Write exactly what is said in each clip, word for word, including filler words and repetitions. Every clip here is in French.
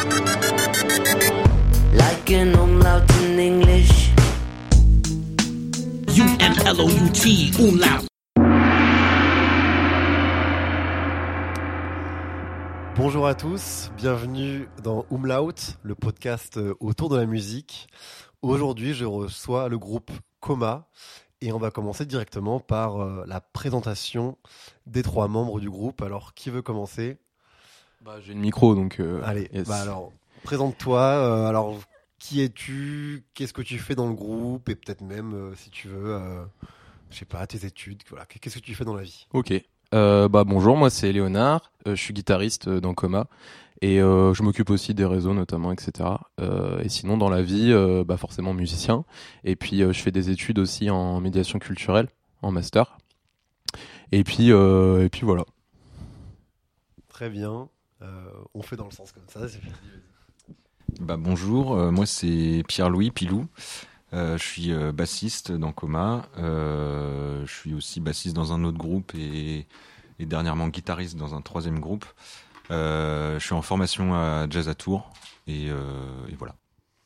Like an umlaut in English. U M L O U T, umlaut. Bonjour à tous, bienvenue dans Umlaut, le podcast autour de la musique. Aujourd'hui, je reçois le groupe Coma et on va commencer directement par euh, la présentation des trois membres du groupe. Alors, qui veut commencer ? Bah, j'ai le micro, donc... Euh, Allez, yes. bah alors, présente-toi. Euh, alors, qui es-tu ? Qu'est-ce que tu fais dans le groupe ? Et peut-être même, euh, si tu veux, euh, je sais pas, tes études. Voilà. Qu'est-ce que tu fais dans la vie ? Ok. Euh, bah, bonjour, moi c'est Léonard, euh, je suis guitariste euh, dans Coma et euh, je m'occupe aussi des réseaux notamment, et cetera. Euh, et sinon dans la vie, euh, bah, forcément musicien. Et puis euh, je fais des études aussi en médiation culturelle, en master. Et puis, euh, et puis voilà. Très bien. Euh, on fait dans le sens comme ça. C'est... Bah, bonjour, euh, moi c'est Pierre-Louis Pilou. Euh, je suis euh, bassiste dans Coma. Euh, je suis aussi bassiste dans un autre groupe et, et dernièrement guitariste dans un troisième groupe. Euh, je suis en formation à Jazz à Tours et, euh, et voilà.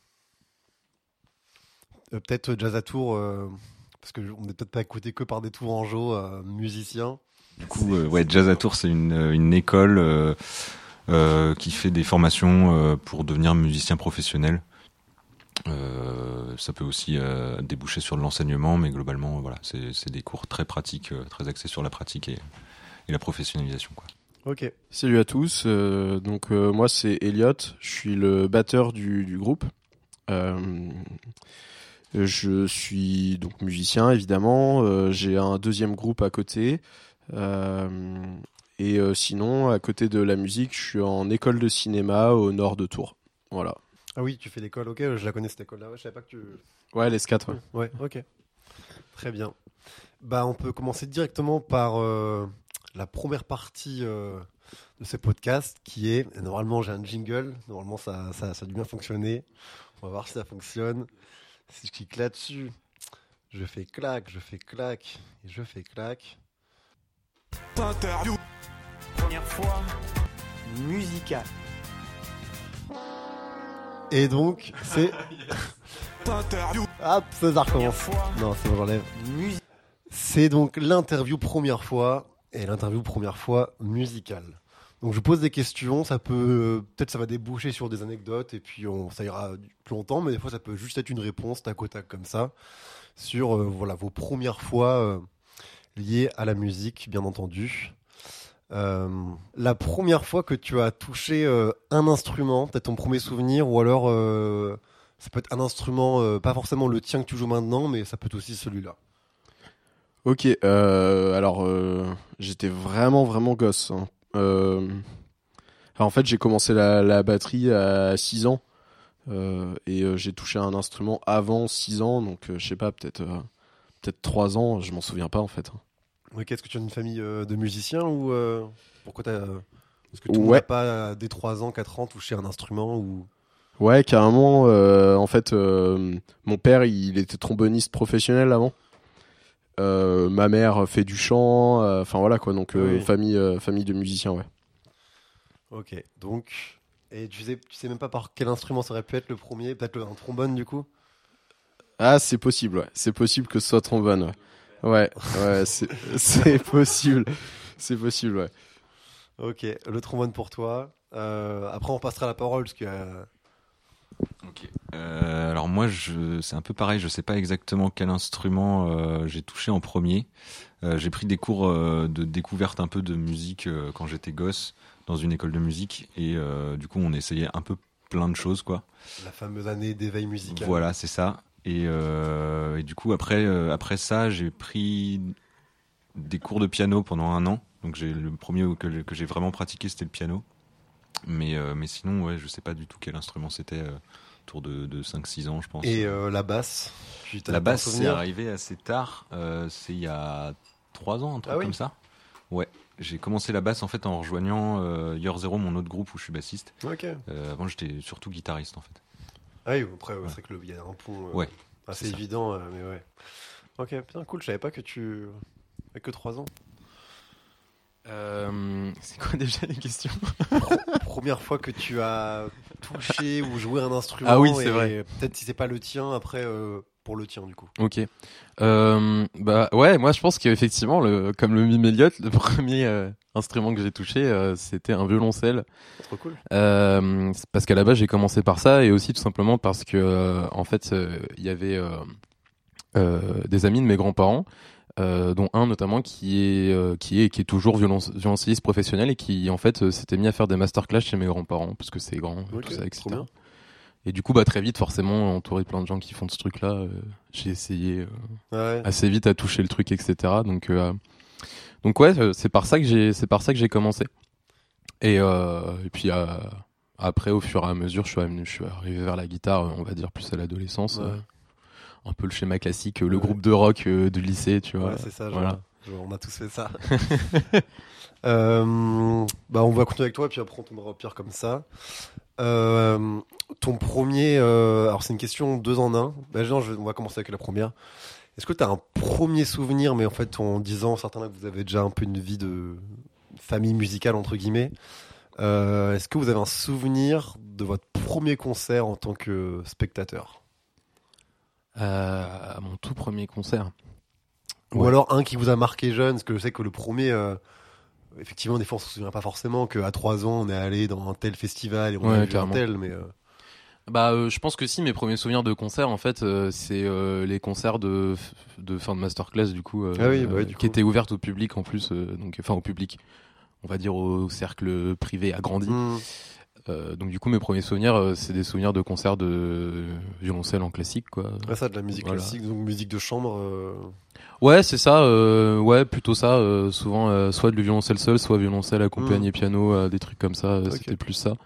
Euh, peut-être Jazz à Tours, euh, parce qu'on n'est peut-être pas écouté que par des Tourangeaux euh, musiciens. Du coup, euh, ouais, Jazz à Tours, c'est une, une école euh, euh, qui fait des formations euh, pour devenir musicien professionnel. Euh, ça peut aussi euh, déboucher sur de l'enseignement, mais globalement, voilà, c'est, c'est des cours très pratiques, euh, très axés sur la pratique et, et la professionnalisation, quoi. Ok. Salut à tous, euh, donc euh, moi c'est Elliot, je suis le batteur du, du groupe. Euh, je suis donc musicien évidemment, euh, j'ai un deuxième groupe à côté. Euh, et euh, sinon, à côté de la musique, je suis en école de cinéma au nord de Tours. Voilà. Ah oui, tu fais l'école, ok, je la connais cette école-là, ouais, je savais pas que tu... Ouais, l'E S quatre. Ouais. Ouais, ok. Très bien. Bah, on peut commencer directement par euh, la première partie euh, de ce podcast qui est, normalement j'ai un jingle, normalement ça, ça, ça a dû bien fonctionner, on va voir si ça fonctionne. Si je clique là-dessus, je fais clac, je fais clac, et je fais clac. Interview. Première fois musicale. Et donc, c'est... Interview. Hop, ça recommence. Non, c'est bon, j'enlève. Musique. C'est donc l'interview première fois, et l'interview première fois musicale. Donc je pose des questions, ça peut... Peut-être ça va déboucher sur des anecdotes, et puis on, ça ira plus longtemps, mais des fois ça peut juste être une réponse, tac au tac, comme ça, sur euh, voilà, vos premières fois euh, liées à la musique, bien entendu. Euh, la première fois que tu as touché euh, un instrument, peut-être ton premier souvenir, ou alors euh, ça peut être un instrument, euh, pas forcément le tien que tu joues maintenant, mais ça peut être aussi celui-là. Ok, euh, alors euh, j'étais vraiment vraiment gosse. Hein. Euh, alors, en fait, j'ai commencé la, la batterie à six ans euh, et euh, j'ai touché un instrument avant six ans, donc euh, je sais pas, peut-être euh, peut-être trois ans, je m'en souviens pas en fait. Ok, est-ce que tu as une famille euh, de musiciens ou euh, pourquoi t'as Est-ce que tout le monde Ouais. n'a pas euh, dès trois ans, quatre ans touché un instrument ou Ouais, carrément. Euh, en fait, euh, mon père, il était tromboniste professionnel avant. Euh, ma mère fait du chant. Enfin euh, voilà quoi. Donc euh, Oui. famille, euh, famille de musiciens, ouais. Ok, donc et tu sais, tu sais même pas par quel instrument ça aurait pu être le premier, peut-être le- un trombone du coup. Ah, c'est possible, ouais. C'est possible que ce soit trombone, ouais. Ouais, ouais, c'est, c'est possible. C'est possible, ouais. Ok, le trombone pour toi. Euh, après on passera la parole parce que euh, Ok. Euh, alors moi, je, c'est un peu pareil. Je sais pas exactement quel instrument euh, j'ai touché en premier. Euh, j'ai pris des cours euh, de découverte un peu de musique euh, quand j'étais gosse dans une école de musique et euh, du coup, on essayait un peu plein de choses, quoi. la fameuse année d'éveil musical. Voilà, c'est ça. Et, euh, et du coup, après, euh, après ça, j'ai pris des cours de piano pendant un an. Donc j'ai le premier que, que j'ai vraiment pratiqué, c'était le piano. Mais, euh, mais sinon, ouais, je sais pas du tout quel instrument c'était. Euh, autour de, de cinq six ans, je pense. Et euh, la basse tu t'as La pas basse, un c'est souvenir arrivé assez tard. Euh, c'est il y a trois ans, un truc Ah oui. comme ça. Ouais. J'ai commencé la basse en fait en rejoignant euh, Year Zero, mon autre groupe où je suis bassiste. Ok. Euh, avant, j'étais surtout guitariste en fait. Ah oui, après, ouais, c'est vrai qu'il y a un pont euh, Ouais, assez c'est ça. évident, euh, mais ouais. Ok, putain, cool, je savais pas que tu. Avec que trois ans. Euh, c'est quoi déjà les questions? Première fois que tu as touché ou joué un instrument. Ah oui, c'est et vrai. Peut-être si c'est pas le tien, après euh, pour le tien du coup. Ok. Euh, bah ouais, moi je pense qu'effectivement, le, comme le mime Elliott, le premier euh, instrument que j'ai touché, euh, c'était un violoncelle. Trop cool. Euh, c'est parce qu'à la base j'ai commencé par ça et aussi tout simplement parce que euh, en fait il euh, y avait euh, euh, des amis de mes grands-parents. Euh, dont un notamment qui est euh, qui est qui est toujours violon- violoncelliste professionnel et qui en fait euh, s'était mis à faire des masterclass chez mes grands-parents parce que c'est grand, Ok, tout ça, trop et cetera. bien. Et du coup bah très vite forcément entouré de plein de gens qui font ce truc-là, euh, j'ai essayé euh, Ouais. assez vite à toucher le truc, et cetera. Donc euh, donc ouais euh, c'est par ça que j'ai c'est par ça que j'ai commencé. Et euh, et puis euh, après au fur et à mesure je suis arrivé, je suis arrivé vers la guitare, on va dire plus à l'adolescence. Ouais. Euh, un peu le schéma classique, le Ouais. groupe de rock euh, du lycée, tu vois. Ouais, c'est ça. je Voilà. vois. Je vois, on a tous fait ça. euh, bah, on va continuer avec toi et puis après on tournera au pire comme ça. Euh, ton premier, euh, alors c'est une question deux en un. Bah, genre, je- on va commencer avec la première. Est-ce que tu as un premier souvenir, mais en fait en disant certains que vous avez déjà un peu une vie de famille musicale entre guillemets, euh, est-ce que vous avez un souvenir de votre premier concert en tant que spectateur? Euh, à mon tout premier concert. Ou Ouais. alors un qui vous a marqué jeune, parce que je sais que le premier, euh, effectivement, des fois on se souvient pas forcément qu'à trois ans on est allé dans un tel festival et on Ouais, a vu un carrément. tel, mais euh, Bah, euh, je pense que si, mes premiers souvenirs de concert, en fait, euh, c'est euh, les concerts de, de fin de masterclass, du coup, euh, Ah oui, bah oui, euh, du qui coup. étaient ouvertes au public en plus, euh, donc, enfin au public, on va dire au cercle privé agrandi. hmm, Euh, donc du coup, mes premiers souvenirs, euh, c'est des souvenirs de concerts de violoncelle en classique, quoi. ouais, ça de la musique Voilà. classique, donc musique de chambre. euh, Ouais, c'est ça. Euh, ouais, plutôt ça. Euh, souvent, euh, soit du violoncelle seul, soit violoncelle accompagné piano, euh, des trucs comme ça. euh, Ok. C'était plus ça.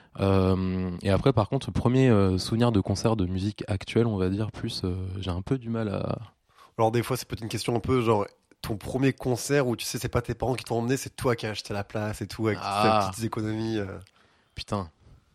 Euh, et après, par contre, premier euh, souvenir de concert de musique actuelle, on va dire plus. euh, j'ai un peu du mal à. Alors des fois c'est peut-être une question un peu genre ton premier concert où tu sais c'est pas tes parents qui t'ont emmené, c'est toi qui as acheté la place et tout avec Ah. tes petites économies. euh. Putain.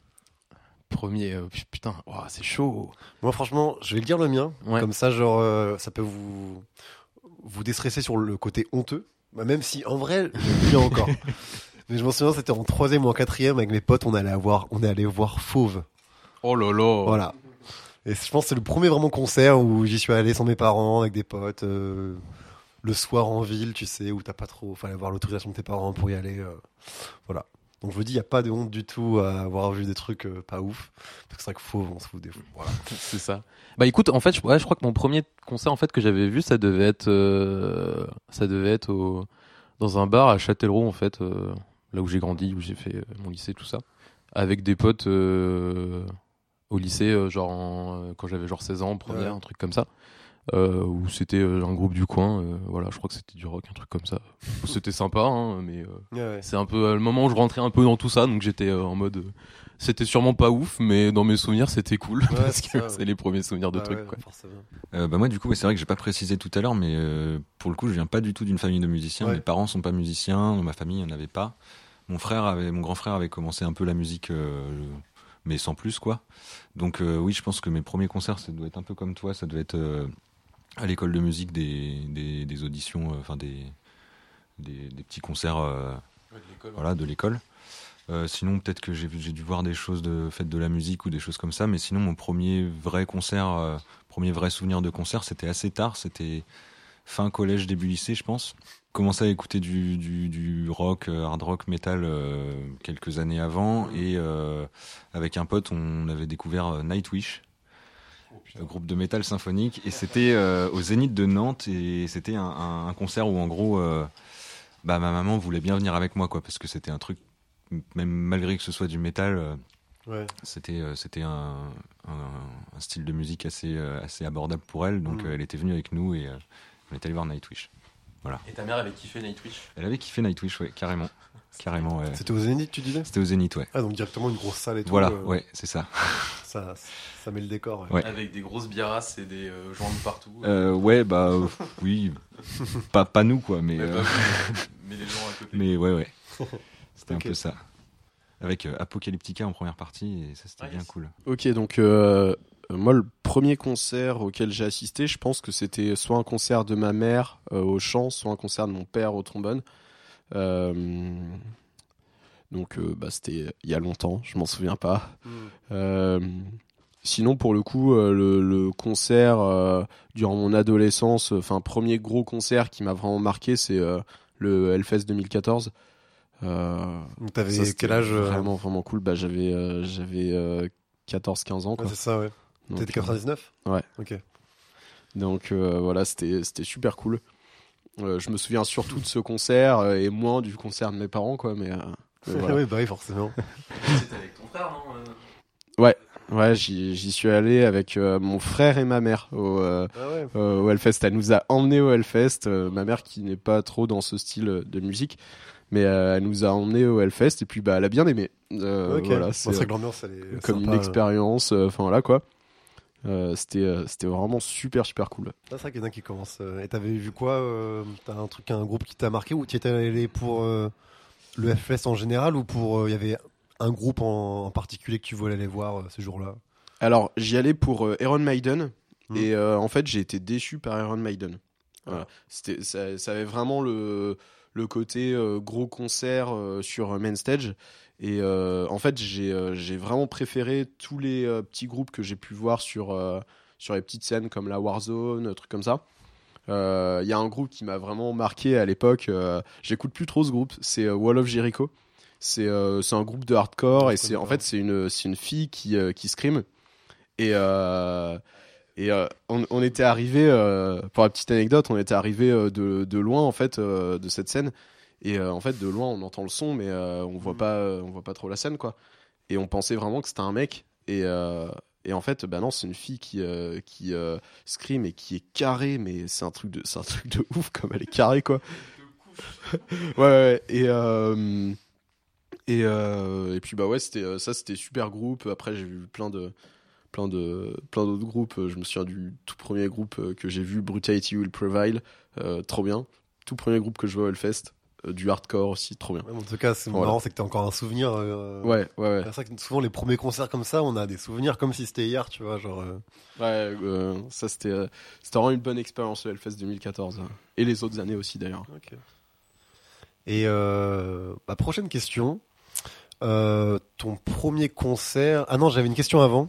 Premier. euh, putain. Ouah, c'est chaud. Moi franchement, je vais le dire le mien, Ouais. comme ça genre euh, ça peut vous vous déstresser sur le côté honteux. Bah, même si en vrai, je bien encore. Mais je m'en souviens, c'était en troisième ou en quatrième avec mes potes, on allait avoir, on est allé voir Fauve. Oh là là. Voilà. Et je pense que c'est le premier vraiment concert où j'y suis allé sans mes parents, avec des potes, euh, le soir en ville, tu sais, où t'as pas trop, fallait avoir l'autorisation de tes parents pour y aller. euh, voilà. Donc je vous dis, il n'y a pas de honte du tout à avoir vu des trucs euh, pas ouf. Parce que c'est vrai que Fauve, on se fout des fous. Voilà. C'est ça. Bah écoute, en fait, je, ouais, je crois que mon premier concert en fait que j'avais vu, ça devait être, euh, ça devait être au, dans un bar à Châtellerault en fait, euh, là où j'ai grandi, où j'ai fait euh, mon lycée, tout ça, avec des potes euh, au lycée, euh, genre en, euh, quand j'avais genre seize ans, en première, Ouais. un truc comme ça, euh, où c'était euh, un groupe du coin, euh, voilà, je crois que c'était du rock, un truc comme ça. C'était sympa, hein, mais euh, Ouais, ouais. c'est un peu euh, le moment où je rentrais un peu dans tout ça, donc j'étais euh, en mode. euh, C'était sûrement pas ouf, mais dans mes souvenirs, c'était cool parce c'est que ça, c'est ouais. les premiers souvenirs de Ah trucs. ouais, Quoi. forcément. Euh, bah moi du coup ouais, c'est vrai que j'ai pas précisé tout à l'heure, mais euh, pour le coup je viens pas du tout d'une famille de musiciens. Ouais. Mes parents sont pas musiciens, dans ma famille il y en avait pas. Mon frère avait, mon grand frère avait commencé un peu la musique, euh, mais sans plus quoi. Donc euh, oui, je pense que mes premiers concerts ça doit être un peu comme toi, ça doit être euh, à l'école de musique des, des, des auditions, euh, enfin des, des des petits concerts, euh, voilà, de l'école. Euh, sinon, peut-être que j'ai, vu- j'ai dû voir des choses de fête de la musique ou des choses comme ça, mais sinon, mon premier vrai concert, euh, premier vrai souvenir de concert, c'était assez tard, c'était fin collège, début lycée, je pense. Commencé à écouter du, du, du rock, euh, hard rock, metal euh, quelques années avant, et euh, avec un pote, on avait découvert euh, Nightwish, un groupe de métal symphonique, et c'était euh, au Zénith de Nantes, et c'était un, un, un concert où en gros, euh, bah, ma maman voulait bien venir avec moi, quoi, parce que c'était un truc, même malgré que ce soit du métal, euh, Ouais. c'était euh, c'était un, un, un style de musique assez euh, assez abordable pour elle, donc Mm. euh, elle était venue avec nous et euh, on est allé voir Nightwish. Et ta mère avait kiffé Nightwish. Elle avait kiffé Nightwish, ouais, carrément, carrément. Ouais. C'était au Zénith, tu disais? C'était au Zénith, ouais. Ah, donc directement une grosse salle et tout. Voilà, euh, ouais, c'est ça. Ça, ça met le décor. Ouais. Ouais. Avec des grosses biarrasses et des euh, joints de partout. Euh, ouais, bah euh, oui, pas pas nous quoi, mais mais, euh, mais les gens à côté. mais ouais ouais, c'était Ok. un peu ça. Avec euh, Apocalyptica en première partie et ça c'était Ah, bien yes. cool. Ok, donc euh, euh, moi, le premier concert auquel j'ai assisté, je pense que c'était soit un concert de ma mère euh, au chant, soit un concert de mon père au trombone. Euh, donc euh, bah, c'était il y a longtemps, je m'en souviens pas. Mm. Euh, sinon pour le coup euh, le, le concert euh, durant mon adolescence, enfin premier gros concert qui m'a vraiment marqué, c'est euh, le Hellfest deux mille quatorze. Euh, Donc t'avais ça, c'était quel âge euh, Vraiment vraiment cool. Bah j'avais euh, j'avais euh, quatorze quinze ans quoi. Ouais, c'est ça, ouais. Donc, T'étais quatre-vingt-dix-neuf? Ouais. Ok. Donc euh, voilà, c'était c'était super cool. Euh, je me souviens surtout de ce concert euh, et moins du concert de mes parents quoi, mais, euh, mais voilà. Oui, bah oui, forcément. C'était avec ton frère, non? Ouais, j'y j'y suis allé avec euh, mon frère et ma mère au euh, Ah ouais. euh, au Hellfest. Elle nous a emmenés au Hellfest. Euh, ma mère qui n'est pas trop dans ce style de musique, mais euh, elle nous a emmenés au Hellfest et puis bah elle a bien aimé. Euh, Ok. Voilà, Bon, c'est c'est vrai que l'ambiance, elle est comme sympa, une expérience. Enfin voilà quoi. Euh, c'était euh, c'était vraiment super super cool. euh. Ah, c'est vrai qu'il y en a qui commencent. euh, Et t'avais vu quoi euh, T'as un truc, un groupe qui t'a marqué ou tu étais allé pour euh, le Hellfest en général ou pour il y avait un groupe en, en particulier que tu voulais aller voir euh, ce jour-là? Alors j'y allais pour euh, Iron Maiden Mm. et euh, en fait j'ai été déçu par Iron Maiden. Voilà. C'était ça, ça avait vraiment le le côté euh, gros concert euh, sur main stage. Et euh, en fait, j'ai euh, j'ai vraiment préféré tous les euh, petits groupes que j'ai pu voir sur, euh, sur les petites scènes comme la Warzone, trucs comme ça. Il euh, y a un groupe qui m'a vraiment marqué à l'époque. Euh, j'écoute plus trop ce groupe. C'est euh, Wall of Jericho. C'est euh, c'est un groupe de hardcore et c'est en fait c'est une c'est une fille qui euh, qui scream. Et euh, et euh, on, on était arrivé euh, pour la petite anecdote, on était arrivé euh, de de loin en fait euh, de cette scène. Et euh, en fait, de loin, on entend le son, mais euh, on voit pas, euh, on voit pas trop la scène, quoi. Et on pensait vraiment que c'était un mec. Et, euh, et en fait, bah non, c'est une fille qui, euh, qui euh, scream et qui est carrée, mais c'est un truc de, c'est un truc de ouf, comme elle est carrée, quoi. ouais, ouais. Et euh, et euh, et puis bah ouais, c'était ça, c'était super groupe. Après, j'ai vu plein de plein de plein d'autres groupes. Je me souviens du tout premier groupe que j'ai vu, Brutality Will Prevail, euh, trop bien. Tout premier groupe que je vois au Hellfest. Du hardcore aussi, trop bien. Ouais, en tout cas, c'est Voilà. marrant, c'est que t'as encore un souvenir. Euh... Ouais, ouais, ouais. C'est vrai que souvent les premiers concerts comme ça, on a des souvenirs comme si c'était hier, tu vois, genre. euh, Ouais, euh, ça c'était, euh, c'était vraiment une bonne expérience le Hellfest deux mille quatorze. hein. Et les autres années aussi d'ailleurs. Ok. Et euh, bah, prochaine question. Euh, ton premier concert. Ah non, j'avais une question avant.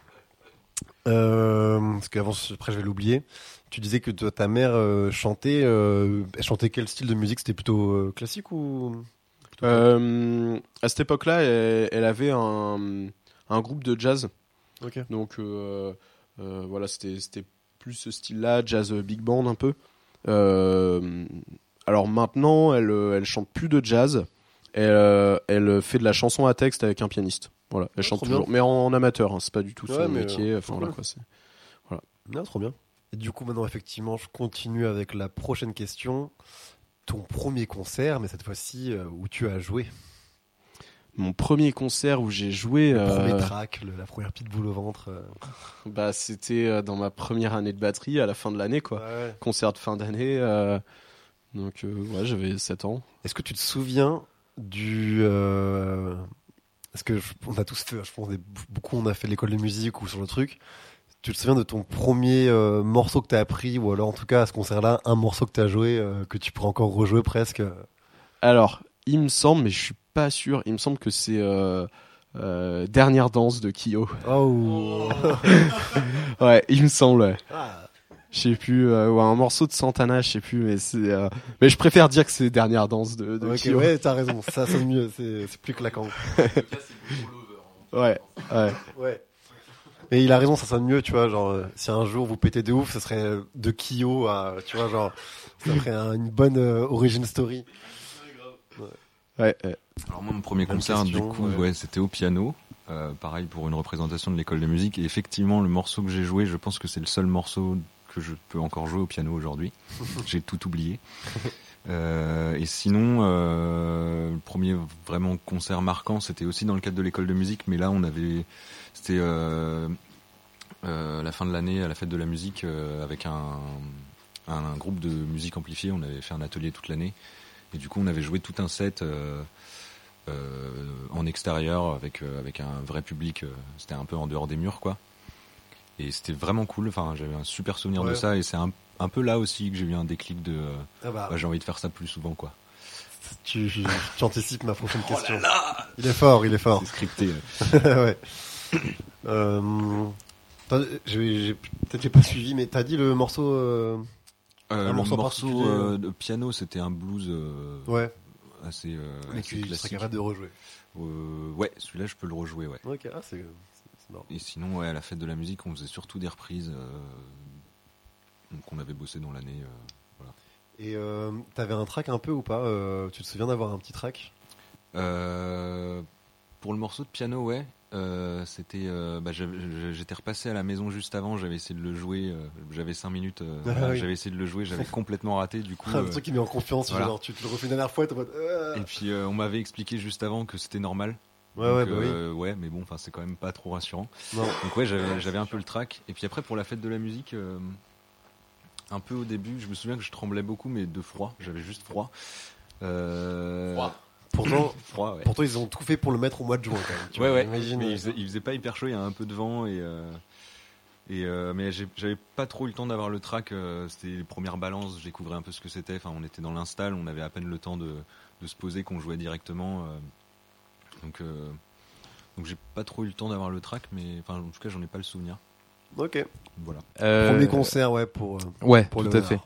Euh, parce qu'avant, après, je vais l'oublier. Tu disais que toi, ta mère euh, chantait. Euh, elle chantait quel style de musique? C'était plutôt euh, classique ou plutôt Euh, à cette époque-là, elle, elle avait un, un groupe de jazz. Ok. Donc euh, euh, voilà, c'était, c'était plus ce style-là, jazz big band un peu. Euh, alors maintenant, elle, elle chante plus de jazz. Elle, elle fait de la chanson à texte avec un pianiste. Voilà, elle Ah, chante trop toujours, bien. mais en, en amateur. Hein, c'est pas du tout son Ouais, mais, métier. euh, Enfin cool. voilà quoi. C'est... Non, trop bien. Et du coup, maintenant, effectivement, je continue avec la prochaine question. Ton premier concert, mais cette fois-ci euh, où tu as joué. Mon premier concert où j'ai joué, Le euh, premier track, le- la première pitbull au ventre. euh. bah c'était euh, dans ma première année de batterie à la fin de l'année quoi. Ouais. Concert de fin d'année. euh, donc euh, ouais, j'avais sept ans. Est-ce que tu te souviens du. Euh... Est-ce que je- on a tous fait, je pense, des- beaucoup on a fait l'école de musique ou sur le truc. Tu te souviens de ton premier euh, morceau que tu as appris, ou alors en tout cas à ce concert-là, un morceau que tu as joué, euh, que tu pourrais encore rejouer presque? Alors, il me semble, mais je suis pas sûr, il me semble que c'est euh, euh, Dernière danse de Kyo. Oh, Ouais, il me semble, ouais. Ah, Je sais plus, euh, ouais, un morceau de Santana, je sais plus, mais c'est. euh, Mais je préfère dire que c'est Dernière danse de, de ok, Kyo. ouais, t'as raison, ça sonne mieux, c'est c'est plus claquant. Ouais, ouais. Ouais. Mais il a raison, ça sonne mieux, tu vois, genre, euh, si un jour vous pétez de ouf, ce serait euh, de Kyo à, tu vois, genre, ça ferait un- une bonne euh, origin story. Ouais, ouais. Alors moi, mon premier Bonne concert, question, du coup, ouais. ouais, c'était au piano. Euh, pareil pour une représentation de l'école de musique. Et effectivement, le morceau que j'ai joué, je pense que c'est le seul morceau que je peux encore jouer au piano aujourd'hui. J'ai tout oublié. Euh, et sinon, euh, le premier vraiment concert marquant, c'était aussi dans le cadre de l'école de musique. Mais là, on avait, c'était euh, euh, la fin de l'année à la fête de la musique euh, avec un, un groupe de musique amplifiée. On avait fait un atelier toute l'année. Et du coup, on avait joué tout un set euh, euh, en extérieur avec euh, avec un vrai public. euh, C'était un peu en dehors des murs, quoi. Et c'était vraiment cool. Enfin, j'avais un super souvenir Ouais. de ça. Et c'est un, un peu là aussi que j'ai eu un déclic de. Euh, Ah bah, bah, j'ai envie de faire ça plus souvent, quoi. tu, tu anticipes ma prochaine question. Oh là là, il est fort, il est fort. C'est scripté. Ouais. Euh, j'ai, j'ai, peut-être j'ai pas suivi, mais t'as dit le morceau. Euh, euh, un morceau, le morceau particulier, euh, de piano, c'était un blues euh, ouais. assez, euh, mais assez tu classique. serais capable de rejouer. Euh, ouais, celui-là, je peux le rejouer, ouais. Ok, ah, c'est, c'est marrant. Et sinon, ouais, à la fête de la musique, on faisait surtout des reprises. Euh, donc, on avait bossé dans l'année. Euh, voilà. Et euh, t'avais un track un peu ou pas euh, Tu te souviens d'avoir un petit track euh, Pour le morceau de piano, ouais. Euh, c'était, euh, bah, j'avais, j'étais repassé à la maison juste avant. J'avais essayé de le jouer. Euh, j'avais cinq minutes. Euh, ah, voilà, oui. J'avais essayé de le jouer. J'avais complètement raté. Du coup, ah, euh, le truc qui met en confiance. voilà. Genre, tu te le refais une dernière fois. Et, mode, euh... et puis, euh, on m'avait expliqué juste avant que c'était normal. Ouais, donc, ouais, bah euh, ouais, mais bon, enfin, c'est quand même pas trop rassurant. Non. Donc ouais, j'avais, j'avais un peu le track. Et puis après, pour la fête de la musique, euh, un peu au début, je me souviens que je tremblais beaucoup, mais de froid. J'avais juste froid. Euh... Froid. Pourtant, froid, ouais. pourtant, ils ont tout fait pour le mettre au mois de juin, quand même. Tu ouais, vois, ouais. imagine, Mais euh... il, faisait, il faisait pas hyper chaud. Il y a un peu de vent et. Euh... Et euh, mais j'ai, j'avais pas trop eu le temps d'avoir le track. Euh, c'était les premières balances. J'ai découvert un peu ce que c'était. Enfin, on était dans l'install. On avait à peine le temps de, de se poser, qu'on jouait directement. Euh... Donc. Euh... Donc j'ai pas trop eu le temps d'avoir le track, mais enfin en tout cas j'en ai pas le souvenir. Ok. Voilà. Euh... Premier concert, ouais, pour. Euh, ouais, pour tout à fait.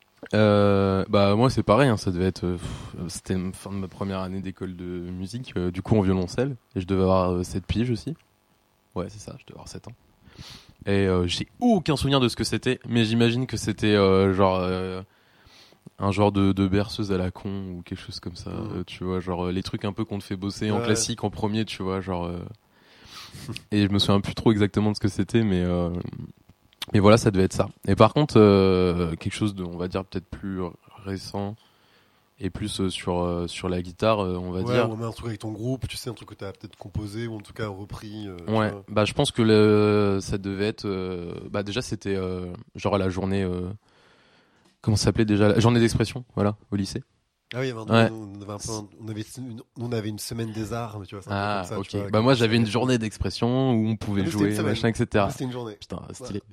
Euh, bah moi c'est pareil, hein, ça devait être, euh, c'était fin de ma première année d'école de musique, euh, du coup en violoncelle, et je devais avoir euh, sept piges aussi. Ouais c'est ça, je devais avoir sept ans. Et euh, j'ai aucun souvenir de ce que c'était, mais j'imagine que c'était euh, genre euh, un genre de, de berceuse à la con ou quelque chose comme ça, mmh. euh, tu vois, genre euh, les trucs un peu qu'on te fait bosser ouais. en classique en premier, tu vois, genre. Euh... et je me souviens plus trop exactement de ce que c'était, mais euh... mais voilà, ça devait être ça. Et par contre, euh, quelque chose de, on va dire peut-être plus récent et plus euh, sur euh, sur la guitare, euh, on va ouais, dire. Ouais, un truc avec ton groupe, tu sais, un truc que t'as peut-être composé ou en tout cas repris. Euh, ouais, bah je pense que le, ça devait être, euh, bah déjà c'était euh, genre à la journée. Euh, Comment ça s'appelait déjà? La journée d'expression, voilà, au lycée. Ah oui, un, ouais. on, avait un peu un, on, avait une, on avait une semaine des arts, tu vois. Ah, comme ça, ok. tu vois, bah moi j'avais une journée d'expression où on pouvait jouer, machin, et cetera. C'était une journée. Putain, stylé.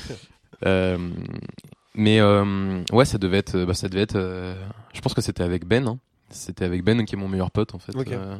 euh, mais euh, ouais, ça devait être, bah ça devait être. Euh, je pense que c'était avec Ben. Hein. C'était avec Ben qui est mon meilleur pote en fait. Okay. Euh,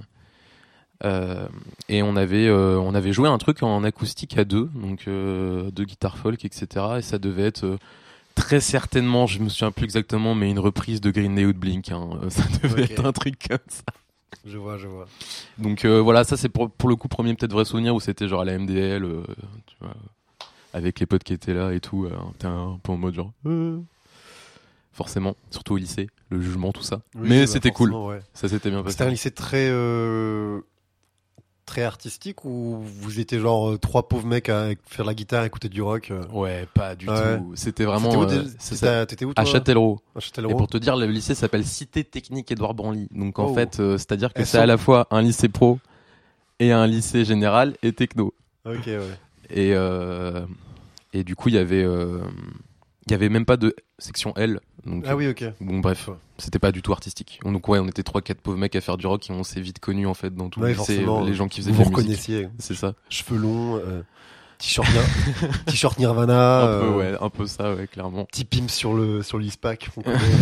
euh, et on avait, euh, on avait joué un truc en acoustique à deux, donc euh, deux guitares folk, et cetera. Et ça devait être euh, très certainement, je me souviens plus exactement, mais une reprise de Green Day ou de Blink. Hein. Ça devait okay. être un truc comme ça. Je vois, je vois. Donc euh, voilà, ça c'est pour, pour le coup premier peut-être vrai souvenir où c'était genre à la M D L, euh, tu vois, avec les potes qui étaient là et tout. Euh, t'es un peu en mode genre, euh... forcément, surtout au lycée, le jugement, tout ça. Oui, mais c'était cool. Ouais. Ça s'était bien passé. C'était un lycée très euh... très artistique ou vous étiez genre euh, trois pauvres mecs à faire la guitare, écouter du rock euh... Ouais, pas du ouais. tout. C'était vraiment. C'était où, euh, c'était, t'étais où toi? À Châtellerault. À Châtellerault. Et pour te dire, le lycée s'appelle Cité Technique Édouard Branly. Donc en oh. fait, euh, c'est-à-dire que Elles c'est sont... à la fois un lycée pro et un lycée général et techno. Ok, ouais. Et euh, et du coup, il y avait euh, il y avait même pas de section L. Donc, ah oui, ok. Bon bref, ouais. C'était pas du tout artistique. On, donc ouais, on était trois quatre pauvres mecs à faire du rock et on s'est vite connus en fait dans tout ouais, le lycée, les gens qui faisaient vous de la reconnaissiez. Musique. C'est ça. Cheveux longs, euh, t-shirt, nir- t-shirt Nirvana. Un peu euh, ouais, un peu ça ouais, clairement. Petit pimp sur le sur l'E-Spac.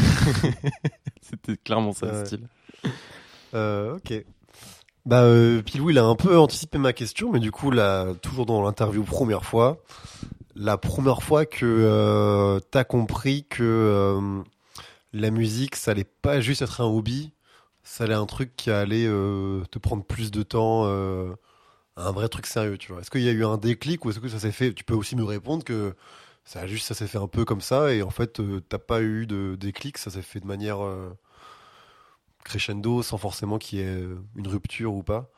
C'était clairement ça ouais. le style. Euh, ok. Bah euh, Pilou, il a un peu anticipé ma question, mais du coup là, toujours dans l'interview première fois, la première fois que euh, t'as compris que euh, la musique, ça allait pas juste être un hobby, ça allait être un truc qui allait euh, te prendre plus de temps, euh, un vrai truc sérieux, tu vois. Est-ce qu'il y a eu un déclic ou est-ce que ça s'est fait? Tu peux aussi me répondre que ça juste ça s'est fait un peu comme ça et en fait euh, t'as pas eu de déclic, ça s'est fait de manière euh, crescendo sans forcément qu'il y ait une rupture ou pas.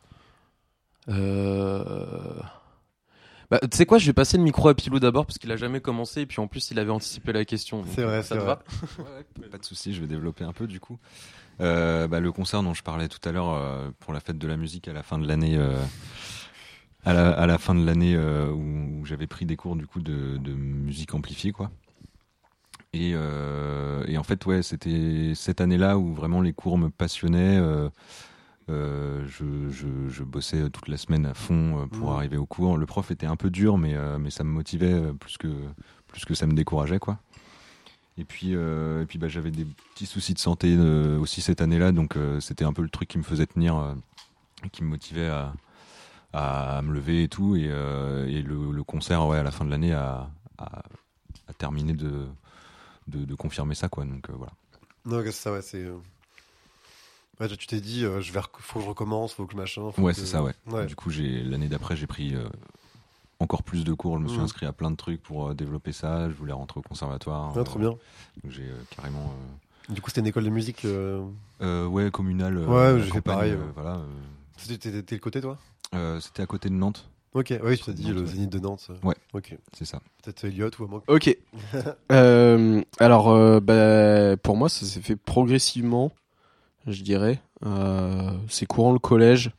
Euh... Bah, tu sais quoi, je vais passer le micro à Pilou d'abord parce qu'il a jamais commencé et puis en plus il avait anticipé la question. C'est vrai, ça c'est te vrai. Va ouais, ouais, pas de souci, je vais développer un peu du coup. Euh, bah, le concert dont je parlais tout à l'heure euh, pour la fête de la musique à la fin de l'année, euh, à, la, à la fin de l'année euh, où, où j'avais pris des cours du coup de, de musique amplifiée quoi. Et, euh, et en fait ouais, c'était cette année-là où vraiment les cours me passionnaient. Euh, Euh, je, je, je bossais toute la semaine à fond pour mmh. arriver au cours. Le prof était un peu dur, mais, euh, mais ça me motivait plus que, plus que ça me décourageait, quoi. Et puis, euh, et puis bah, j'avais des petits soucis de santé euh, aussi cette année-là, donc euh, c'était un peu le truc qui me faisait tenir, euh, qui me motivait à, à, à me lever et tout. Et, euh, et le, le concert, ouais, à la fin de l'année, a, a, a terminé de, de, de confirmer ça, quoi. Donc euh, voilà. Non, c'est ça, ouais, c'est. euh, Ouais, tu t'es dit, euh, je vais rec- faut que je recommence, faut que machin. Faut Ouais, que- c'est ça, ouais. Ouais. Du coup, j'ai l'année d'après, j'ai pris euh, encore plus de cours. Je me suis Mhm. inscrit à plein de trucs pour euh, développer ça. Je voulais rentrer au conservatoire. Ouais, trop bien. Donc j'ai euh, carrément. Euh, Du coup, c'était une école de musique. euh, euh, ouais, communale. euh, Ouais, à j'ai fait campagne, pareil, euh, ouais. voilà. euh, C'était t'es- t'es le côté, toi euh, c'était à côté de Nantes, Ok, oui, tu t'as dit Nantes, le ouais. Zénith de Nantes. euh, Ouais. Ok. c'est ça. Peut-être Elliot ou à moi. Ok. Euh, alors, euh, bah, pour moi, ça s'est fait progressivement, je dirais. Euh, c'est courant le collège.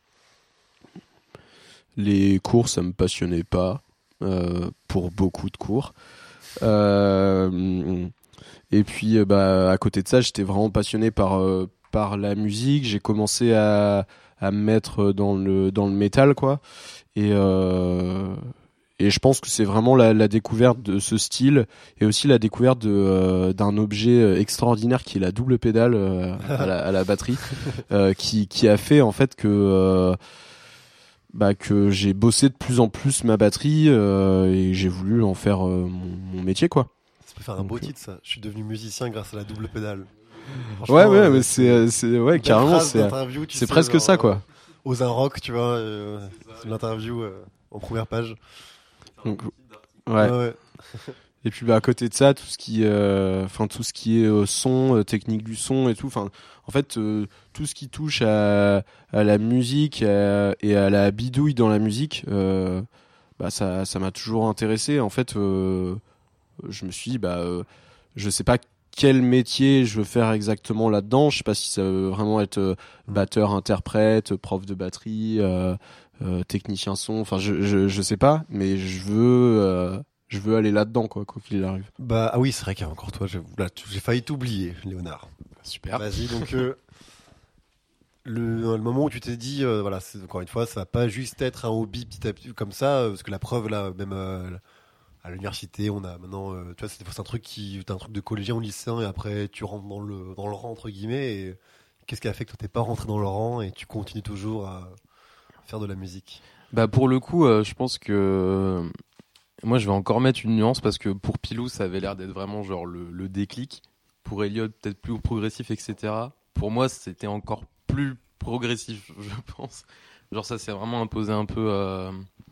Les cours, ça me passionnait pas, euh, pour beaucoup de cours. Euh, et puis, euh, bah, à côté de ça, j'étais vraiment passionné par euh, par la musique. J'ai commencé à à me mettre dans le dans le métal, quoi. Et euh, et je pense que c'est vraiment la, la découverte de ce style et aussi la découverte de, euh, d'un objet extraordinaire qui est la double pédale euh, à, la, à la batterie, euh, qui, qui a fait en fait que, euh, bah, que j'ai bossé de plus en plus ma batterie euh, et j'ai voulu en faire euh, mon, mon métier, quoi. Ça peut faire un Donc, beau euh, titre, ça. Je suis devenu musicien grâce à la double pédale. Ouais, Franchement, ouais, euh, mais c'est, c'est ouais, une belle carrément, phrase c'est, d'interview, tu c'est sais, presque genre, ça, quoi. euh, Aux un rock, tu vois. euh, c'est l'interview euh, en première page. Donc, ouais. ouais. Et puis bah à côté de ça, tout ce qui, euh, enfin tout ce qui est euh, son, euh, technique du son et tout, enfin en fait euh, tout ce qui touche à, à la musique à- et à la bidouille dans la musique, euh, bah ça ça m'a toujours intéressé. En fait, euh, je me suis dit bah euh, je sais pas quel métier je veux faire exactement là-dedans. Je sais pas si ça veut vraiment être euh, batteur, interprète, prof de batterie, euh, euh, technicien son. Enfin je je je sais pas, mais je veux euh, je veux aller là-dedans, quoi, quoi qu'il arrive. Bah, ah oui, c'est vrai qu'il y a encore toi. J'ai, là, tu- j'ai failli t'oublier, Léonard. Super. Vas-y, donc, euh, le, le moment où tu t'es dit, euh, voilà, c'est, encore une fois, ça va pas juste être un hobby petit à petit comme ça, euh, parce que la preuve, là, même euh, à l'université, on a maintenant, euh, tu vois, c'est, c'est un truc qui, t'as un truc de collégien ou lycéen, et après, tu rentres dans le, dans le rang, entre guillemets, et qu'est-ce qui a fait que toi, t'es pas rentré dans le rang, et tu continues toujours à faire de la musique? Bah pour le coup, euh, je pense que euh, moi je vais encore mettre une nuance parce que pour Pilou ça avait l'air d'être vraiment genre le, le déclic. Pour Elliot peut-être plus progressif, et cetera. Pour moi c'était encore plus progressif, je pense. Genre ça s'est vraiment imposé un peu euh,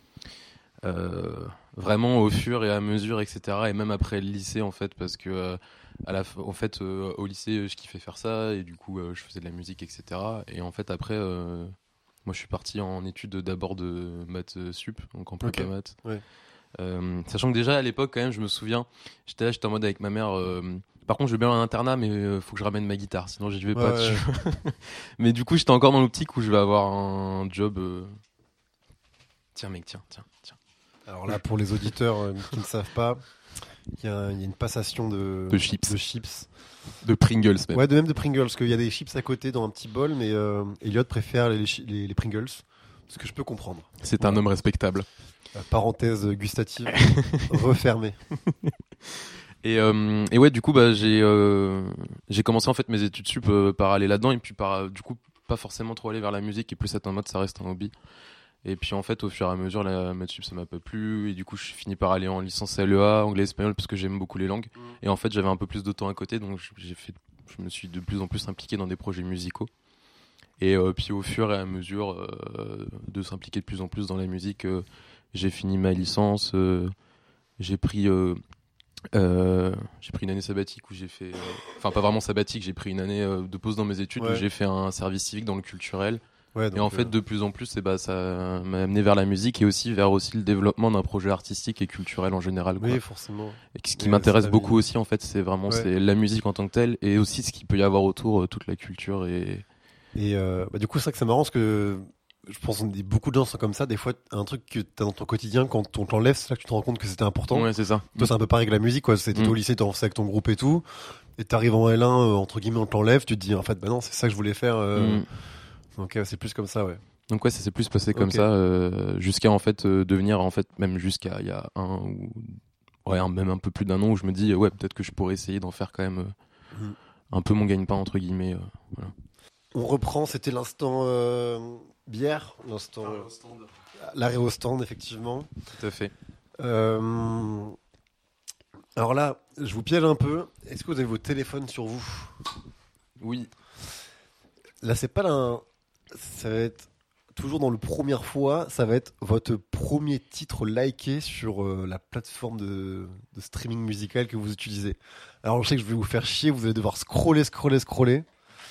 euh, vraiment au fur et à mesure, et cetera. Et même après le lycée en fait, parce que euh, à la f- en fait euh, au lycée je kiffais faire ça et du coup euh, je faisais de la musique, et cetera. Et en fait après euh, moi, je suis parti en études d'abord de maths euh, sup, donc en prépa Ok, maths. ouais. Euh, sachant que déjà à l'époque, quand même, je me souviens, j'étais là, j'étais en mode avec ma mère. euh, par contre, je vais bien en internat, mais euh, faut que je ramène ma guitare, sinon j'y vais pas Ouais, dessus. Mais du coup, j'étais encore dans l'optique où je vais avoir un job. euh, Tiens, mec, tiens, tiens, tiens. Alors là, pour les auditeurs euh, qui ne savent pas, il y, a un- il y a une passation de, De chips. de chips. De Pringles, même. Ouais, de même de Pringles, parce qu'il y a des chips à côté dans un petit bol, mais euh, Elliot préfère les, les, les Pringles, ce que je peux comprendre. C'est un homme respectable. Euh, parenthèse gustative refermée. Et, euh, et ouais, du coup, bah, j'ai euh, j'ai commencé en fait mes études sup euh, par aller là-dedans et puis par euh, du coup pas forcément trop aller vers la musique et plus être en mode ça reste un hobby. Et puis en fait, au fur et à mesure, la maths sup ça m'a pas plu et du coup, je finis par aller en licence L E A, anglais, espagnol parce que j'aime beaucoup les langues. Et en fait, j'avais un peu plus de temps à côté, donc j'ai fait, je me suis de plus en plus impliqué dans des projets musicaux. Et euh, puis au fur et à mesure euh, de s'impliquer de plus en plus dans la musique, euh, j'ai fini ma licence, euh, j'ai pris euh, euh, j'ai pris une année sabbatique où j'ai fait, euh, enfin pas vraiment sabbatique, j'ai pris une année euh, de pause dans mes études Ouais. où j'ai fait un service civique dans le culturel. Ouais, Et donc, en fait, euh, de plus en plus, c'est bah ça m'a amené vers la musique et aussi vers aussi le développement d'un projet artistique et culturel en général. Quoi. oui, forcément. Et ce qui Mais m'intéresse c'est la beaucoup vie. aussi, en fait, c'est vraiment Ouais. c'est la musique en tant que telle et aussi ce qu'il peut y avoir autour, euh, toute la culture et Et euh, bah, du coup, c'est vrai que c'est marrant parce que je pense que beaucoup de gens sont comme ça. Des fois, un truc que t'as dans ton quotidien, quand on te l'enlève, c'est là que tu te rends compte que c'était important. ouais, c'est ça. Toi, c'est un peu pareil avec la musique, quoi. C'était Mm. au lycée, t'es en avec ton groupe et tout. Et t'arrives en L un, euh, entre guillemets, on te l'enlève, tu te dis, en fait, bah non, c'est ça que je voulais faire. euh, Mm. Donc, euh, c'est plus comme ça, ouais. Donc ouais, ça s'est plus passé comme Ok. ça euh, jusqu'à en fait euh, devenir en fait même jusqu'à il y a un ou ouais, un- même un peu plus d'un an où je me dis, euh, ouais, peut-être que je pourrais essayer d'en faire quand même euh, Mhm. un peu mon gagne-pain, entre guillemets. euh, voilà. On reprend, c'était l'instant euh, bière, l'instant euh, l'arrêt au stand, effectivement. Tout à fait. Euh, alors là, je vous piège un peu. Est-ce que vous avez vos téléphones sur vous? Oui. Là, c'est pas là. Ça va être toujours dans le première fois. Ça va être votre premier titre liké sur euh, la plateforme de, de streaming musical que vous utilisez. Alors, je sais que je vais vous faire chier. Vous allez devoir scroller, scroller, scroller.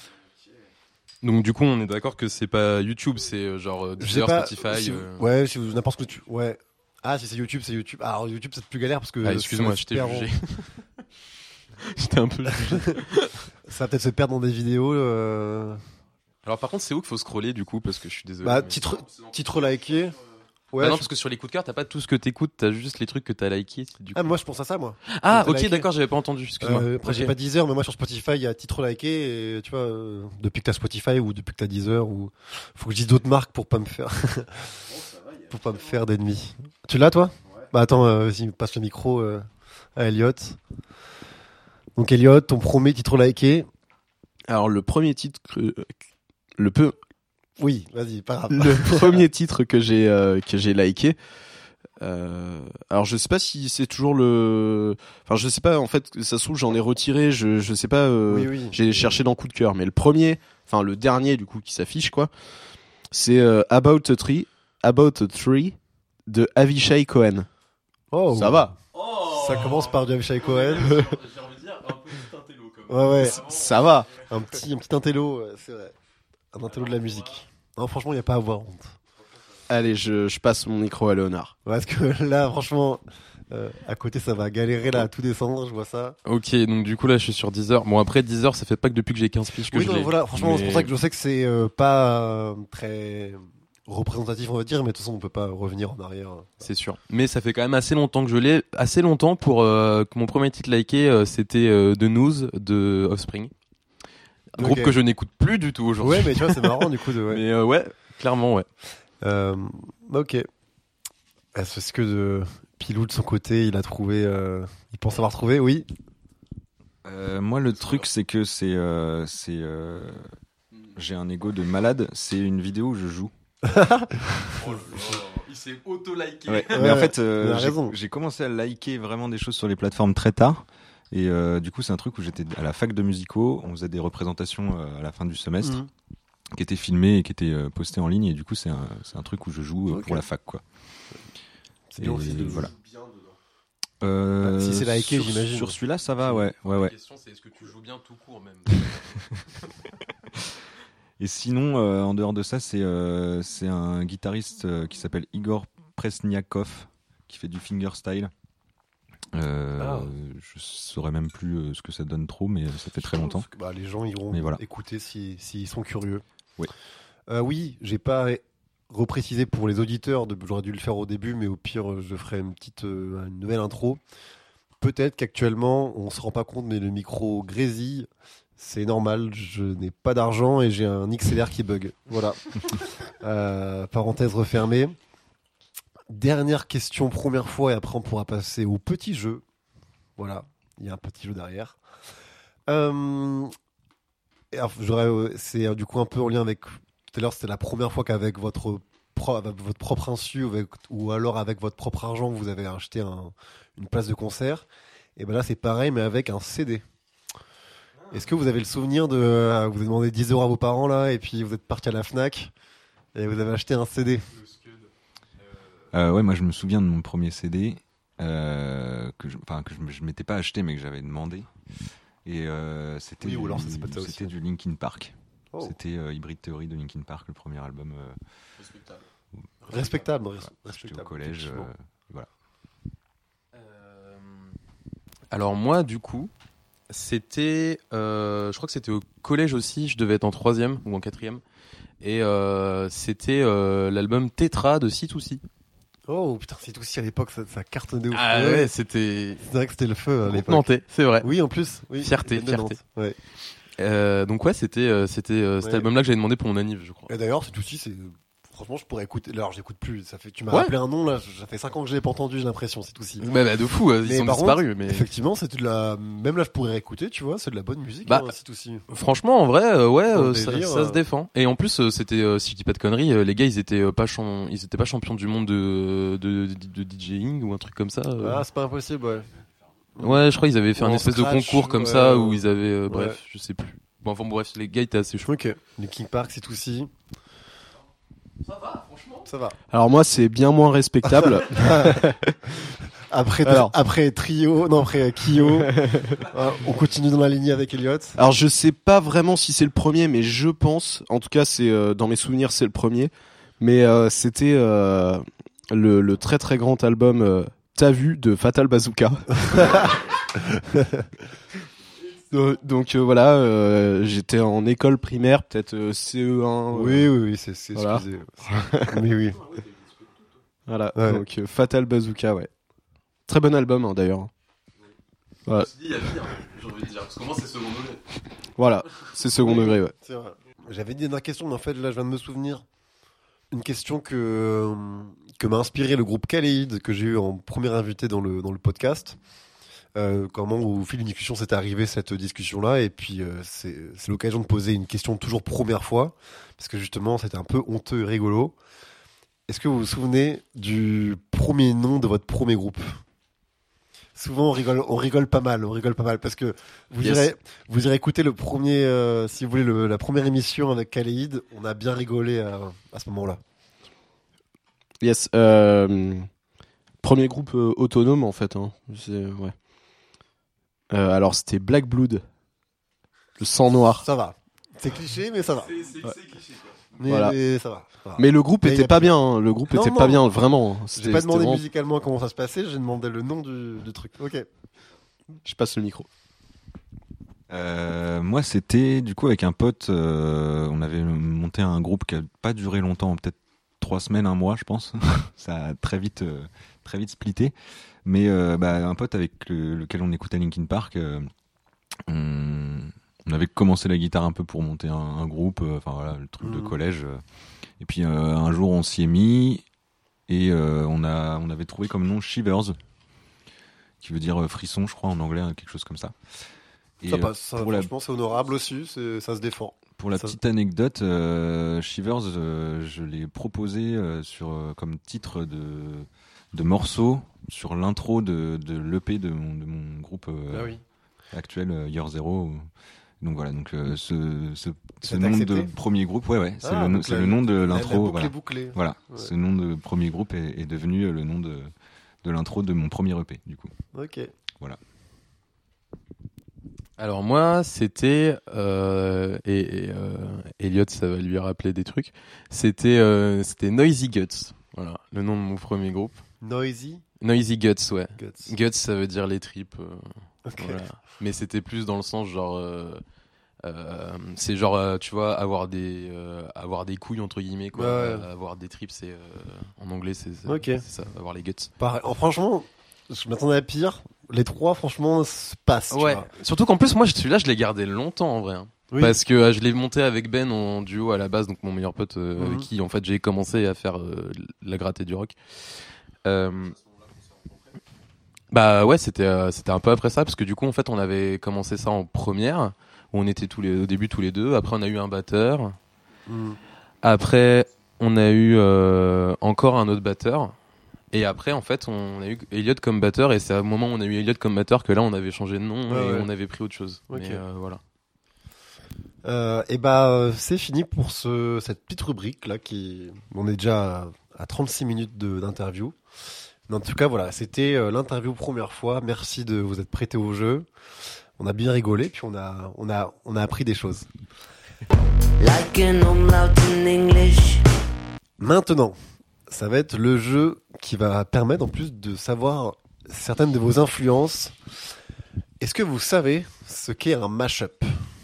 Donc du coup, on est d'accord que c'est pas YouTube, c'est euh, genre euh, Je sais Deezer, pas. Spotify. si- euh, Ouais, si vous n'importe ce que tu. Ouais. Ah, si c'est YouTube, c'est YouTube. Ah, alors YouTube, c'est plus galère parce que. Ah, excuse-moi, ça je se t'ai perd jugé. en- J'étais un peu jugé. Ça va peut-être se perdre dans des vidéos. euh, Alors par contre, c'est où qu'il faut scroller du coup, parce que je suis désolé. Bah, mais- titre, titre liké. Ouais. Ah non, je- parce que sur les coups de cœur, t'as pas tout ce que t'écoutes, t'as juste les trucs que t'as likés. Du coup. Ah, moi, je pense à ça, moi. Ah, t'as ok, liké. d'accord, j'avais pas entendu. Excuse-moi. Euh, après, j'ai Ok. pas Deezer, mais moi sur Spotify, il y a titre liké. Et tu vois, euh, depuis que t'as Spotify ou depuis que t'as Deezer, ou faut que je dise d'autres marques pour pas me faire, pour pas me faire d'ennemis. Tu l'as, toi? Bah attends, euh, vas-y, passe le micro euh, à Elliot. Donc Elliot, ton premier titre liké. Alors le premier titre, que- le peu, Oui, vas-y, pas grave. le premier titre que j'ai euh, que j'ai liké. Euh, alors je sais pas si c'est toujours le, enfin je sais pas en fait, ça se trouve j'en ai retiré, je je sais pas. euh, Oui, oui. J'ai cherché dans coup de cœur, mais le premier, enfin le dernier du coup qui s'affiche quoi, c'est euh, About a Tree, About a Tree de Avishai Cohen. Oh, Ça va, Ça commence par du Avishai Cohen. J'ai envie de dire un peu intello quand Ouais, ouais. ça va. Un petit, un petit intello, ouais, c'est vrai. Un intello de la musique. Non, franchement, il n'y a pas à avoir honte. Allez, je, je passe mon micro à Léonard. Ouais, parce que là, franchement, euh, à côté, ça va galérer là à tout descendre, je vois ça. Ok, donc du coup là je suis sur Deezer. Bon après Deezer ça fait pas que depuis que j'ai quinze piges que Oui, je non, l'ai. voilà, franchement, c'est Mais- pour ça que je sais que c'est euh, pas euh, très représentatif, on va dire, mais de toute façon, on peut pas revenir en arrière. C'est sûr. Mais ça fait quand même assez longtemps que je l'ai. Assez longtemps pour euh, que mon premier titre liké euh, c'était euh, The News de Offspring. Un groupe Ok. que je n'écoute plus du tout aujourd'hui. Ouais, mais tu vois, c'est marrant du coup de. Ouais. Mais euh, ouais, clairement ouais. Euh, ok. Est-ce que de Pilou de son côté, il a trouvé, euh, il pense avoir trouvé, oui. Euh, moi, le truc, c'est que c'est, euh, c'est, euh, j'ai un ego de malade. C'est une vidéo où je joue. Il s'est auto-liké. Ouais. Ouais, Mais en fait, euh, il a j'ai, raison. j'ai commencé à liker vraiment des choses sur les plateformes très tard. Et euh, du coup, c'est un truc où j'étais à la fac de musicaux. On faisait des représentations euh, à la fin du semestre Mhm. qui étaient filmées et qui étaient euh, postées en ligne. Et du coup, c'est un, c'est un truc où je joue euh, Ok. pour la fac, quoi. C'est bien Et aussi de voilà. Euh, Bah, si c'est liké, sur- j'imagine. Sur celui-là, ça va, ouais, ouais, ouais. La question c'est est-ce que tu joues bien tout court même. Et sinon, euh, en dehors de ça, c'est euh, c'est un guitariste euh, qui s'appelle Igor Presniakov qui fait du fingerstyle. Euh, Ah. Je saurais même plus euh, ce que ça donne trop, mais ça fait très longtemps. Bah, les gens iront Mais voilà. écouter si- s'ils sont curieux. Oui. Euh, oui, j'ai pas reprécisé pour les auditeurs, de- j'aurais dû le faire au début, mais au pire, je ferai une petite euh, une nouvelle intro. Peut-être qu'actuellement, on se rend pas compte, mais le micro grésille. C'est normal, je n'ai pas d'argent et j'ai un X L R qui bug. Voilà. Euh, parenthèse refermée. Dernière question, première fois, et après on pourra passer au petit jeu. Voilà, il y a un petit jeu derrière. Euh, et alors, j'aurais, euh, c'est euh, du coup un peu en lien avec. Tout à l'heure, c'était la première fois qu'avec votre, pro- avec votre propre insu ou, avec- ou alors avec votre propre argent, vous avez acheté un- une place de concert. Et ben là, c'est pareil, mais avec un C D. Est-ce que vous avez le souvenir de. euh, vous avez demandé dix euros à vos parents là, et puis vous êtes parti à la Fnac, et vous avez acheté un C D. Euh, ouais, moi je me souviens de mon premier C D euh, que je, enfin que je, me- je m'étais pas acheté, mais que j'avais demandé. Et euh, c'était Oui, du, ou alors c'est pas de ça c'était aussi. du Linkin Park. Oh. C'était euh, Hybrid Theory de Linkin Park, le premier album. Euh, Respectable, res- J'étais respectable. au collège. effectivement. euh, voilà. Euh, Alors moi, du coup, c'était, euh, je crois que c'était au collège aussi. Je devais être en troisième ou en quatrième, et euh, c'était euh, l'album Tetra de C deux C. Oh putain, c'est aussi à l'époque, ça, ça cartonnait de ouf. Ah ouais, c'était C'est vrai que c'était le feu à l'époque. Nantais, c'est vrai. Oui, en plus. Oui, Fierté, il vient de fierté. Nantes, ouais. Euh, donc ouais, c'était, euh, c'était euh, cet Ouais. album-là que j'avais demandé pour mon anniv, je crois. Et d'ailleurs, c'est aussi, c'est franchement, je pourrais écouter. Alors, j'écoute plus. Ça fait, tu m'as Ouais. rappelé un nom là. Ça fait cinq ans que je l'ai pas entendu. J'ai l'impression, c'est tout si. Bah, bah, de fou, euh, ils Mais sont par disparus. contre, mais Effectivement, c'est de la. Même là, je pourrais écouter. Tu vois, c'est de la bonne musique. Bah, hein, c'est tout si. franchement, en vrai, euh, ouais, Dans le euh, ça, délire, ça euh. se défend. Et en plus, euh, c'était, euh, si je dis pas de conneries, euh, les gars, ils étaient euh, pas champ... ils étaient pas champions du monde de de, de, de DJing ou un truc comme ça. euh. Ah, c'est pas impossible, ouais. Ouais, je crois qu'ils avaient fait Ou un en espèce scratch, de concours comme ouais, ça ouais. où ils avaient, euh, Ouais. bref, je sais plus. Bon, enfin bref, les gars étaient assez chauds. Ok. Linkin Park, c'est tout si. Ça va, franchement. Ça va. Alors moi, c'est bien moins respectable. Après, Alors. après Trio, non, après Kyo, hein, on continue dans la lignée avec Elliot. Alors je sais pas vraiment si c'est le premier, mais je pense, en tout cas c'est euh, dans mes souvenirs c'est le premier, mais euh, c'était euh, le, le très très grand album euh, T'as vu de Fatal Bazooka. Euh, Donc euh, voilà, euh, j'étais en école primaire, peut-être euh, C E un. euh, Oui, oui, oui, c'est, c'est Voilà. excusé. Mais oui. Voilà, Ouais. donc euh, Fatal Bazooka, ouais. Très bon album hein, d'ailleurs. Voilà, Il y a pire, j'ai envie de dire, parce que moi c'est second degré. voilà, c'est second degré, ouais. C'est vrai. J'avais une dernière question, mais en fait, là, je viens de me souvenir. Une question que, que m'a inspiré le groupe Kaleid, que j'ai eu en premier invité dans le, dans le podcast. Euh, comment, au fil d'une discussion, c'était arrivé cette discussion-là. Et puis, euh, c'est, c'est l'occasion de poser une question toujours première fois. Parce que justement, c'était un peu honteux et rigolo. Est-ce que vous vous souvenez du premier nom de votre premier groupe ? Souvent, on rigole, on rigole pas mal, on rigole pas mal, parce que vous Yes. irez, vous irez écouter le premier, euh, si vous voulez, le- la première émission avec Kaleid. On a bien rigolé à, à ce moment-là. Yes, euh, premier groupe euh, autonome en fait. Hein. C'est, ouais. Euh, alors c'était Black Blood, le sang noir. Ça va. C'est cliché, mais ça va. Mais, Voilà. mais ça va. ça va. Mais le groupe Mais y était a pas plus- bien. Hein. Le groupe Non, était non. pas bien, vraiment. J'ai C'était- pas c'était demandé vraiment- musicalement comment ça se passait, j'ai demandé le nom du, du truc. Ok. Je passe le micro. Euh, moi, c'était du coup avec un pote. euh, on avait monté un groupe qui a pas duré longtemps, peut-être trois semaines, un mois, je pense. Ça a très vite, euh, très vite splitté. Mais euh, bah, un pote avec le- lequel on écoutait Linkin Park, euh, on, on avait commencé la guitare un peu pour monter un, un groupe. euh, Enfin voilà, le truc de Mhm. collège. euh. Et puis euh, un jour, on s'y est mis et euh, on a, on avait trouvé comme nom Shivers, qui veut dire euh, frisson, je crois en anglais, hein, quelque chose comme ça. Et, Ça euh, passe. Ça, pour la- franchement, c'est honorable aussi. C'est, ça se défend. Pour la Ça- petite anecdote, euh, Shivers, euh, je l'ai proposé euh, sur euh, comme titre de de morceau sur l'intro de de l'E P de mon de mon groupe euh, Ah oui. actuel euh, Year Zero. Donc voilà, donc euh, ce ce, ce Ça t'a nom accepté de premier groupe, ouais ouais, c'est Ah, le nom donc c'est la- le nom de La, la l'intro. boucle Voilà, est bouclée. voilà, Ouais. ce nom de premier groupe est, est devenu le nom de de l'intro de mon premier E P du coup. Ok. Alors moi, c'était euh, et, et euh, Elliot, ça va lui rappeler des trucs. C'était euh, c'était Noisy Guts. Voilà, le nom de mon premier groupe. Noisy Noisy Guts, ouais. Guts. Guts, ça veut dire les tripes. euh, Ok. voilà. Mais c'était plus dans le sens genre, euh, euh, c'est genre, euh, tu vois, avoir des euh, avoir des couilles entre guillemets quoi. Ouais, ouais. Euh, avoir des tripes, c'est euh, en anglais, c'est c'est- Ok. c'est ça, avoir les guts. Pareil. Oh, franchement, je m'attendais à pire. Les trois, franchement, se passent. tu Ouais. vois. Surtout qu'en plus, moi, celui-là, je l'ai gardé longtemps en vrai. hein. Oui. Parce que euh, je l'ai monté avec Ben en duo à la base, donc mon meilleur pote euh, Mhm. avec qui en fait j'ai commencé à faire euh, la gratte et du rock. Euh, bah ouais, c'était euh, c'était un peu après ça parce que du coup en fait on avait commencé ça en première où on était tous les au début tous les deux. Après on a eu un batteur. Mm. Après on a eu euh, encore un autre batteur. Et après en fait on a eu Elliot comme batteur et c'est au moment où on a eu Elliot comme batteur que là on avait changé de nom Ouais, et ouais. on avait pris autre chose. Ok. Mais euh, voilà. Euh, et bah, euh, c'est fini pour ce, cette petite rubrique là qui, on est déjà à, à trente-six minutes de, d'interview. Mais en tout cas, voilà, c'était euh, l'interview première fois. Merci de vous être prêté au jeu. On a bien rigolé, puis on a, on a, on a appris des choses. Like an umlaut in English. Maintenant, ça va être le jeu qui va permettre en plus de savoir certaines de vos influences. Est-ce que vous savez ce qu'est un mash-up ?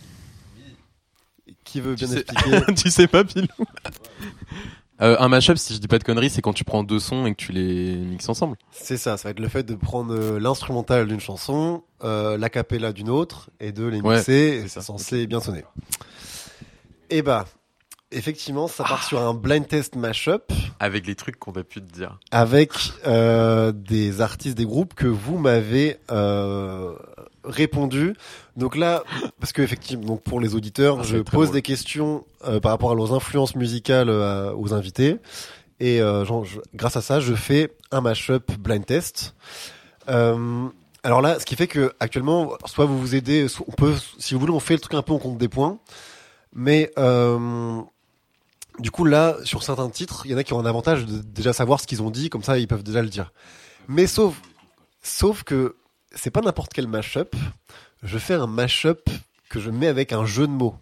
Qui veut bien Tu sais- expliquer ? tu sais pas, Pilou euh, Un mashup, si je dis pas de conneries, c'est quand tu prends deux sons et que tu les mixes ensemble. C'est ça, ça va être le fait de prendre euh, l'instrumental d'une chanson, euh, l'acapella d'une autre, et de les Ouais, mixer, et c'est c'est ça. censé bien sonner. Et bah, effectivement, ça part sur un blind test mashup Avec les trucs qu'on a pu te dire. avec euh, des artistes, des groupes que vous m'avez euh, répondu. Donc là, parce que effectivement, donc pour les auditeurs, Ah, ça je va être très pose drôle. des questions euh, par rapport à leurs influences musicales euh, aux invités, et euh, genre, je- grâce à ça, je fais un mashup blind test. Euh, alors là, ce qui fait que actuellement, soit vous vous aidez, soit on peut, si vous voulez, on fait le truc un peu, on compte des points, mais euh, du coup là, sur certains titres, il y en a qui ont un avantage de déjà savoir ce qu'ils ont dit, comme ça ils peuvent déjà le dire. Mais sauf, sauf que c'est pas n'importe quel mashup. Je fais un mashup que je mets avec un jeu de mots.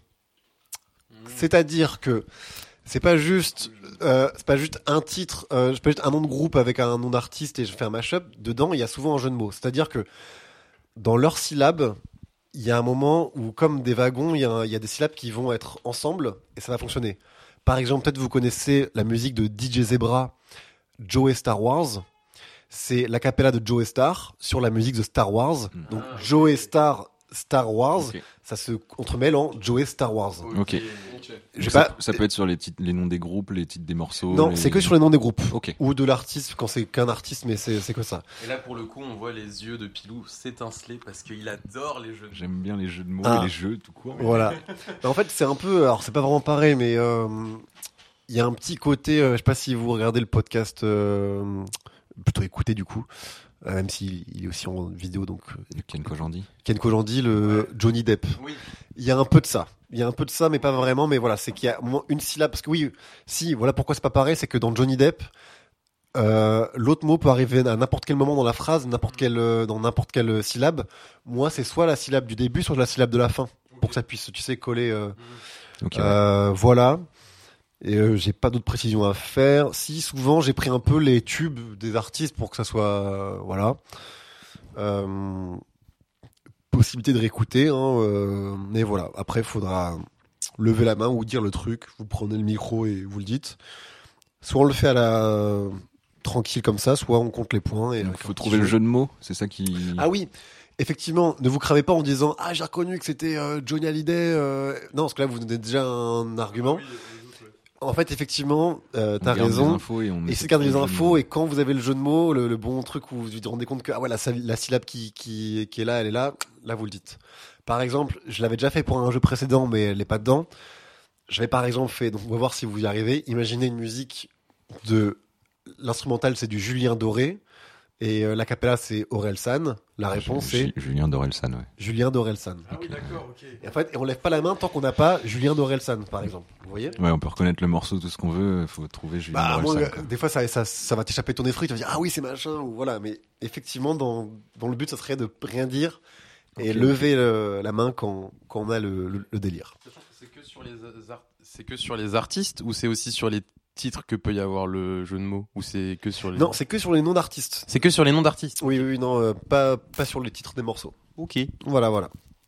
C'est-à-dire que c'est pas juste, euh, c'est pas juste un titre, euh, c'est pas juste un nom de groupe avec un nom d'artiste et je fais un mashup. Dedans, il y a souvent un jeu de mots. C'est-à-dire que dans leurs syllabes, il y a un moment où, comme des wagons, il y, a un- il y a des syllabes qui vont être ensemble et ça va fonctionner. Par exemple, peut-être vous connaissez la musique de D J Zebra, Joey Star Wars. C'est l'acapella de Joey Star sur la musique de Star Wars. Mm. Donc Joey Star, Star Wars, Ok. ça se entremêle en Joey Star Wars. Ok. J'ai ça, pas- ça peut être sur les titres, les noms des groupes, les titres des morceaux. Non, les- c'est que sur les noms des groupes. Ok. Ou de l'artiste quand c'est qu'un artiste, mais c'est c'est que ça. Et là, pour le coup, on voit les yeux de Pilou s'étinceler parce qu'il adore les jeux de J'aime bien les jeux de mots Ah. et les jeux tout court. Voilà. Mais en fait, c'est un peu. Alors, c'est pas vraiment pareil, mais euh, il y a un petit côté. euh, je sais pas si vous regardez le podcast. Euh, plutôt écouter du coup. euh, même s'il il est aussi en vidéo, donc euh, Ken Kojandi. Ken Kojandi, le Johnny Depp. Oui. Il y a un peu de ça. Il y a un peu de ça, mais pas vraiment. Mais voilà, c'est qu'il y a au moins une syllabe. Parce que oui, si, voilà pourquoi c'est pas pareil, c'est que dans Johnny Depp, euh, l'autre mot peut arriver à n'importe quel moment dans la phrase, n'importe quelle, euh, dans n'importe quelle syllabe. Moi, c'est soit la syllabe du début, soit la syllabe de la fin, pour que ça puisse, tu sais, coller. Euh, Ok. ouais. euh, voilà. Et euh, j'ai pas d'autres précisions à faire. Si, souvent, j'ai pris un peu les tubes des artistes pour que ça soit, euh, voilà. Euh, possibilité de réécouter, hein, euh, mais voilà. Après, il faudra lever la main ou dire le truc. Vous prenez le micro et vous le dites. Soit on le fait à la euh, tranquille comme ça, soit on compte les points. Et Il avec un faut petit trouver le jeu de mots, c'est ça qui. Ah oui, effectivement, ne vous cramez pas en disant ah j'ai reconnu que c'était euh, Johnny Hallyday. euh. Non, parce que là vous donnez déjà un argument. En fait, effectivement, euh, On t'as garde les raison. infos et on Et essaie c'est de garder les trouver le jeu de infos mots. et quand vous avez le jeu de mots, le, le bon truc où vous vous rendez compte que ah ouais la, syl- la syllabe qui, qui qui est là, elle est là, là vous le dites. Par exemple, je l'avais déjà fait pour un jeu précédent, mais elle est pas dedans. J'avais par exemple fait, donc on va voir si vous y arrivez. Imaginez une musique de l'instrumental, c'est du Julien Doré et euh, l'acapella c'est Orelsan. La réponse Ju- c'est Julien Dorelsan, ouais. Julien Dorelsan. Ah oui, d'accord, ok. Et en fait, et on lève pas la main tant qu'on n'a pas Julien Dorelsan, par exemple. Vous voyez? Ouais, on peut reconnaître le morceau, tout ce qu'on veut, faut trouver Julien Bah, Dorelsan. moi, quoi. des fois, ça, ça, ça va t'échapper ton esprit. Tu vas dire, ah oui, c'est machin, ou voilà. Mais effectivement, dans, dans le but, ça serait de rien dire et Ok, lever le- la main quand, quand on a le, le, le délire. C'est que sur les art- c'est que sur les artistes ou c'est aussi sur les titres que peut y avoir le jeu de mots ou c'est que sur les Non, c'est que sur les noms d'artistes. c'est que sur les noms d'artistes. Oui, oui, oui, non, euh, pas, pas sur les titres des morceaux. Ok. Voilà, voilà.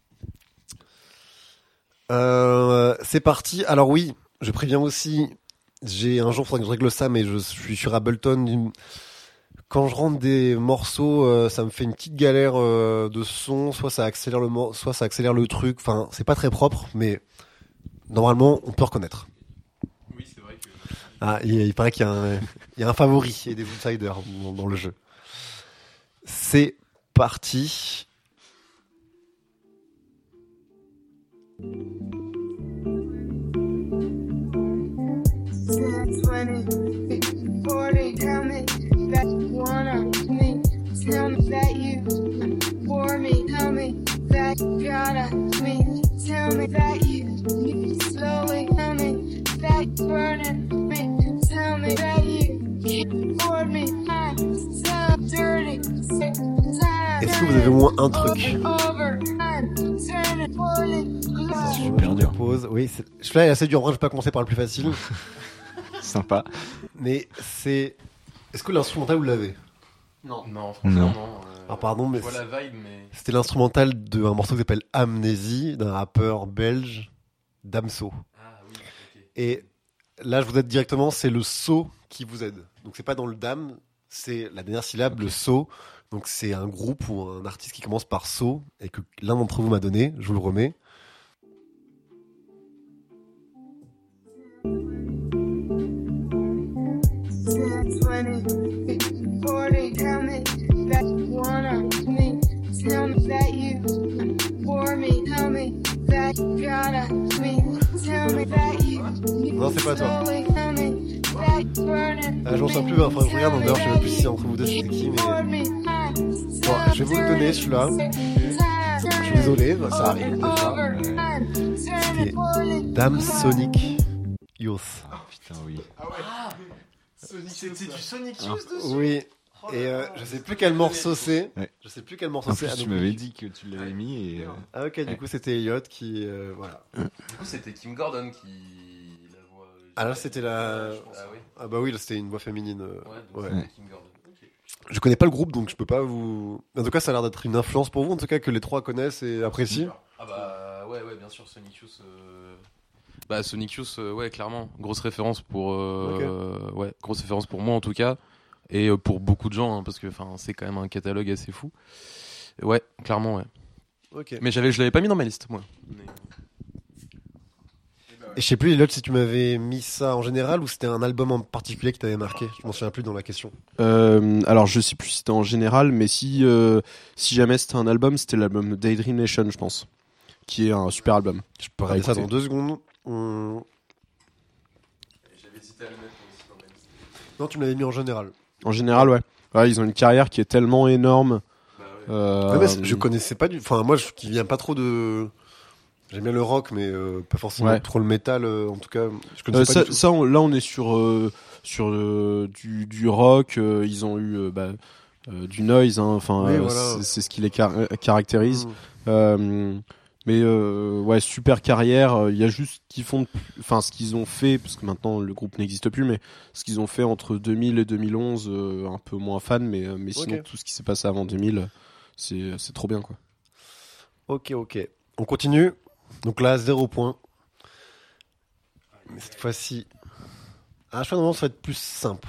Euh, c'est parti. Alors oui, je préviens aussi, j'ai un jour, il faudrait que je règle ça, mais je suis sur Ableton. Quand je rentre des morceaux, euh, ça me fait une petite galère euh, de son, soit ça accélère le mor- soit ça accélère le truc. Enfin, c'est pas très propre, mais normalement, on peut reconnaître. Oui, c'est vrai que Ah, il, il paraît qu'il y a un, il y a un favori et des outsiders dans, dans le jeu. C'est parti. twenty, forty, tell me that you wanna me. Tell me that you for me. Tell me that you gotta me. Tell me that you, you slowly tell me that you're burning me. Tell me that you can't afford me. I'm so dirty. Est-ce que vous avez au moins un truc? Over, I'm turning forty. Super Je dur. pose. Oui, c'est- celui-là est assez dur. En vrai, je vais pas commencer par le plus facile. Sympa. Mais c'est. Est-ce que l'instrumental vous l'avez? non, non, franchement Non. non. euh, Ah, pardon, mais je vois la vibe mais c'était l'instrumental d'un morceau qui s'appelle Amnésie, d'un rappeur belge, Damso. ah oui, OK. Et là, je vous aide directement, c'est le so qui vous aide. Donc, c'est pas dans le dam, c'est la dernière syllabe, le so. Donc, c'est un groupe ou un artiste qui commence par so et que l'un d'entre vous m'a donné. Je vous le remets. twenty, forty, tell me that you wanna me. Tell me that you for me. Tell me that you gotta me. Tell me that you. Non, c'est pas toi. Slowly tell me that you're burning. Ah, j'en sais plus, enfin, je regarde en dehors, je sais même plus si entre vous deux c'était qui, mais. Bon, je vais vous le donner celui-là. Je suis désolé, bah, ça arrive déjà. C'était Dame Sonic Youth. Putain, oui. C'était du Sonic Ah. Youth dessus. Oui. Et euh, je sais plus quel morceau c'est. Ouais. Je sais plus quel morceau En c'est. plus, Ah, tu donc- m'avais dit que tu l'avais mis et. euh, Ah ok, du Ouais. coup c'était Elliot qui euh, voilà. Du coup, c'était Kim Gordon qui la voix. Ah là c'était la. Ah oui. Ah bah oui, là c'était une voix féminine. euh, Ouais, donc ouais. c'était Kim Gordon. Ok. Je connais pas le groupe donc je peux pas vous. En tout cas, ça a l'air d'être une influence pour vous, en tout cas que les trois connaissent et apprécient. Ah bah ouais, ouais, bien sûr, Sonic Youth. Euh... Bah Sonic Youth, euh, ouais, clairement, grosse référence pour, euh, ouais, grosse référence pour moi en tout cas, et euh, pour beaucoup de gens, hein, parce que enfin, c'est quand même un catalogue assez fou. Ouais, clairement, ouais. Ok. Mais j'avais, je l'avais pas mis dans ma liste, moi. Mais, Et je sais plus Elliot si tu m'avais mis ça en général ou c'était un album en particulier qui t'avait marqué. Je m'en souviens plus dans la question. Euh, alors je sais plus si c'était en général, mais si euh, si jamais c'était un album, c'était l'album Daydream Nation, je pense, qui est un super album. Je peux regarder ça écouter. dans deux secondes. On- J'avais hésité à le mettre aussi dans ma liste. Non, tu me l'avais mis en général. En général, ouais. Ouais, ils ont une carrière qui est tellement énorme. Bah ouais. Euh, Ouais, mais c'est- je connaissais pas du. Enfin, moi, je, qui viens pas trop de. J'aime bien le rock, mais euh, pas forcément Ouais. trop le métal. euh, en tout cas, je Euh, connaissais ça, pas du tout. ça, on- là, on est sur euh, sur euh, du, du rock. euh, ils ont eu euh, bah, euh, du noise. hein, Enfin, Oui, euh, voilà. c'est, c'est ce qui les car- euh, caractérise. Mmh. Euh, mais euh, ouais, super carrière. Il y a juste ce qu'ils font, enfin ce qu'ils ont fait, parce que maintenant le groupe n'existe plus, mais ce qu'ils ont fait entre deux mille et deux mille onze, euh, un peu moins fan, mais euh, mais sinon Ok. tout ce qui s'est passé avant deux mille, c'est c'est trop bien quoi. Ok, ok. On continue. Donc là, zéro point. Mais cette fois-ci. Ah, je pense que ça va être plus simple.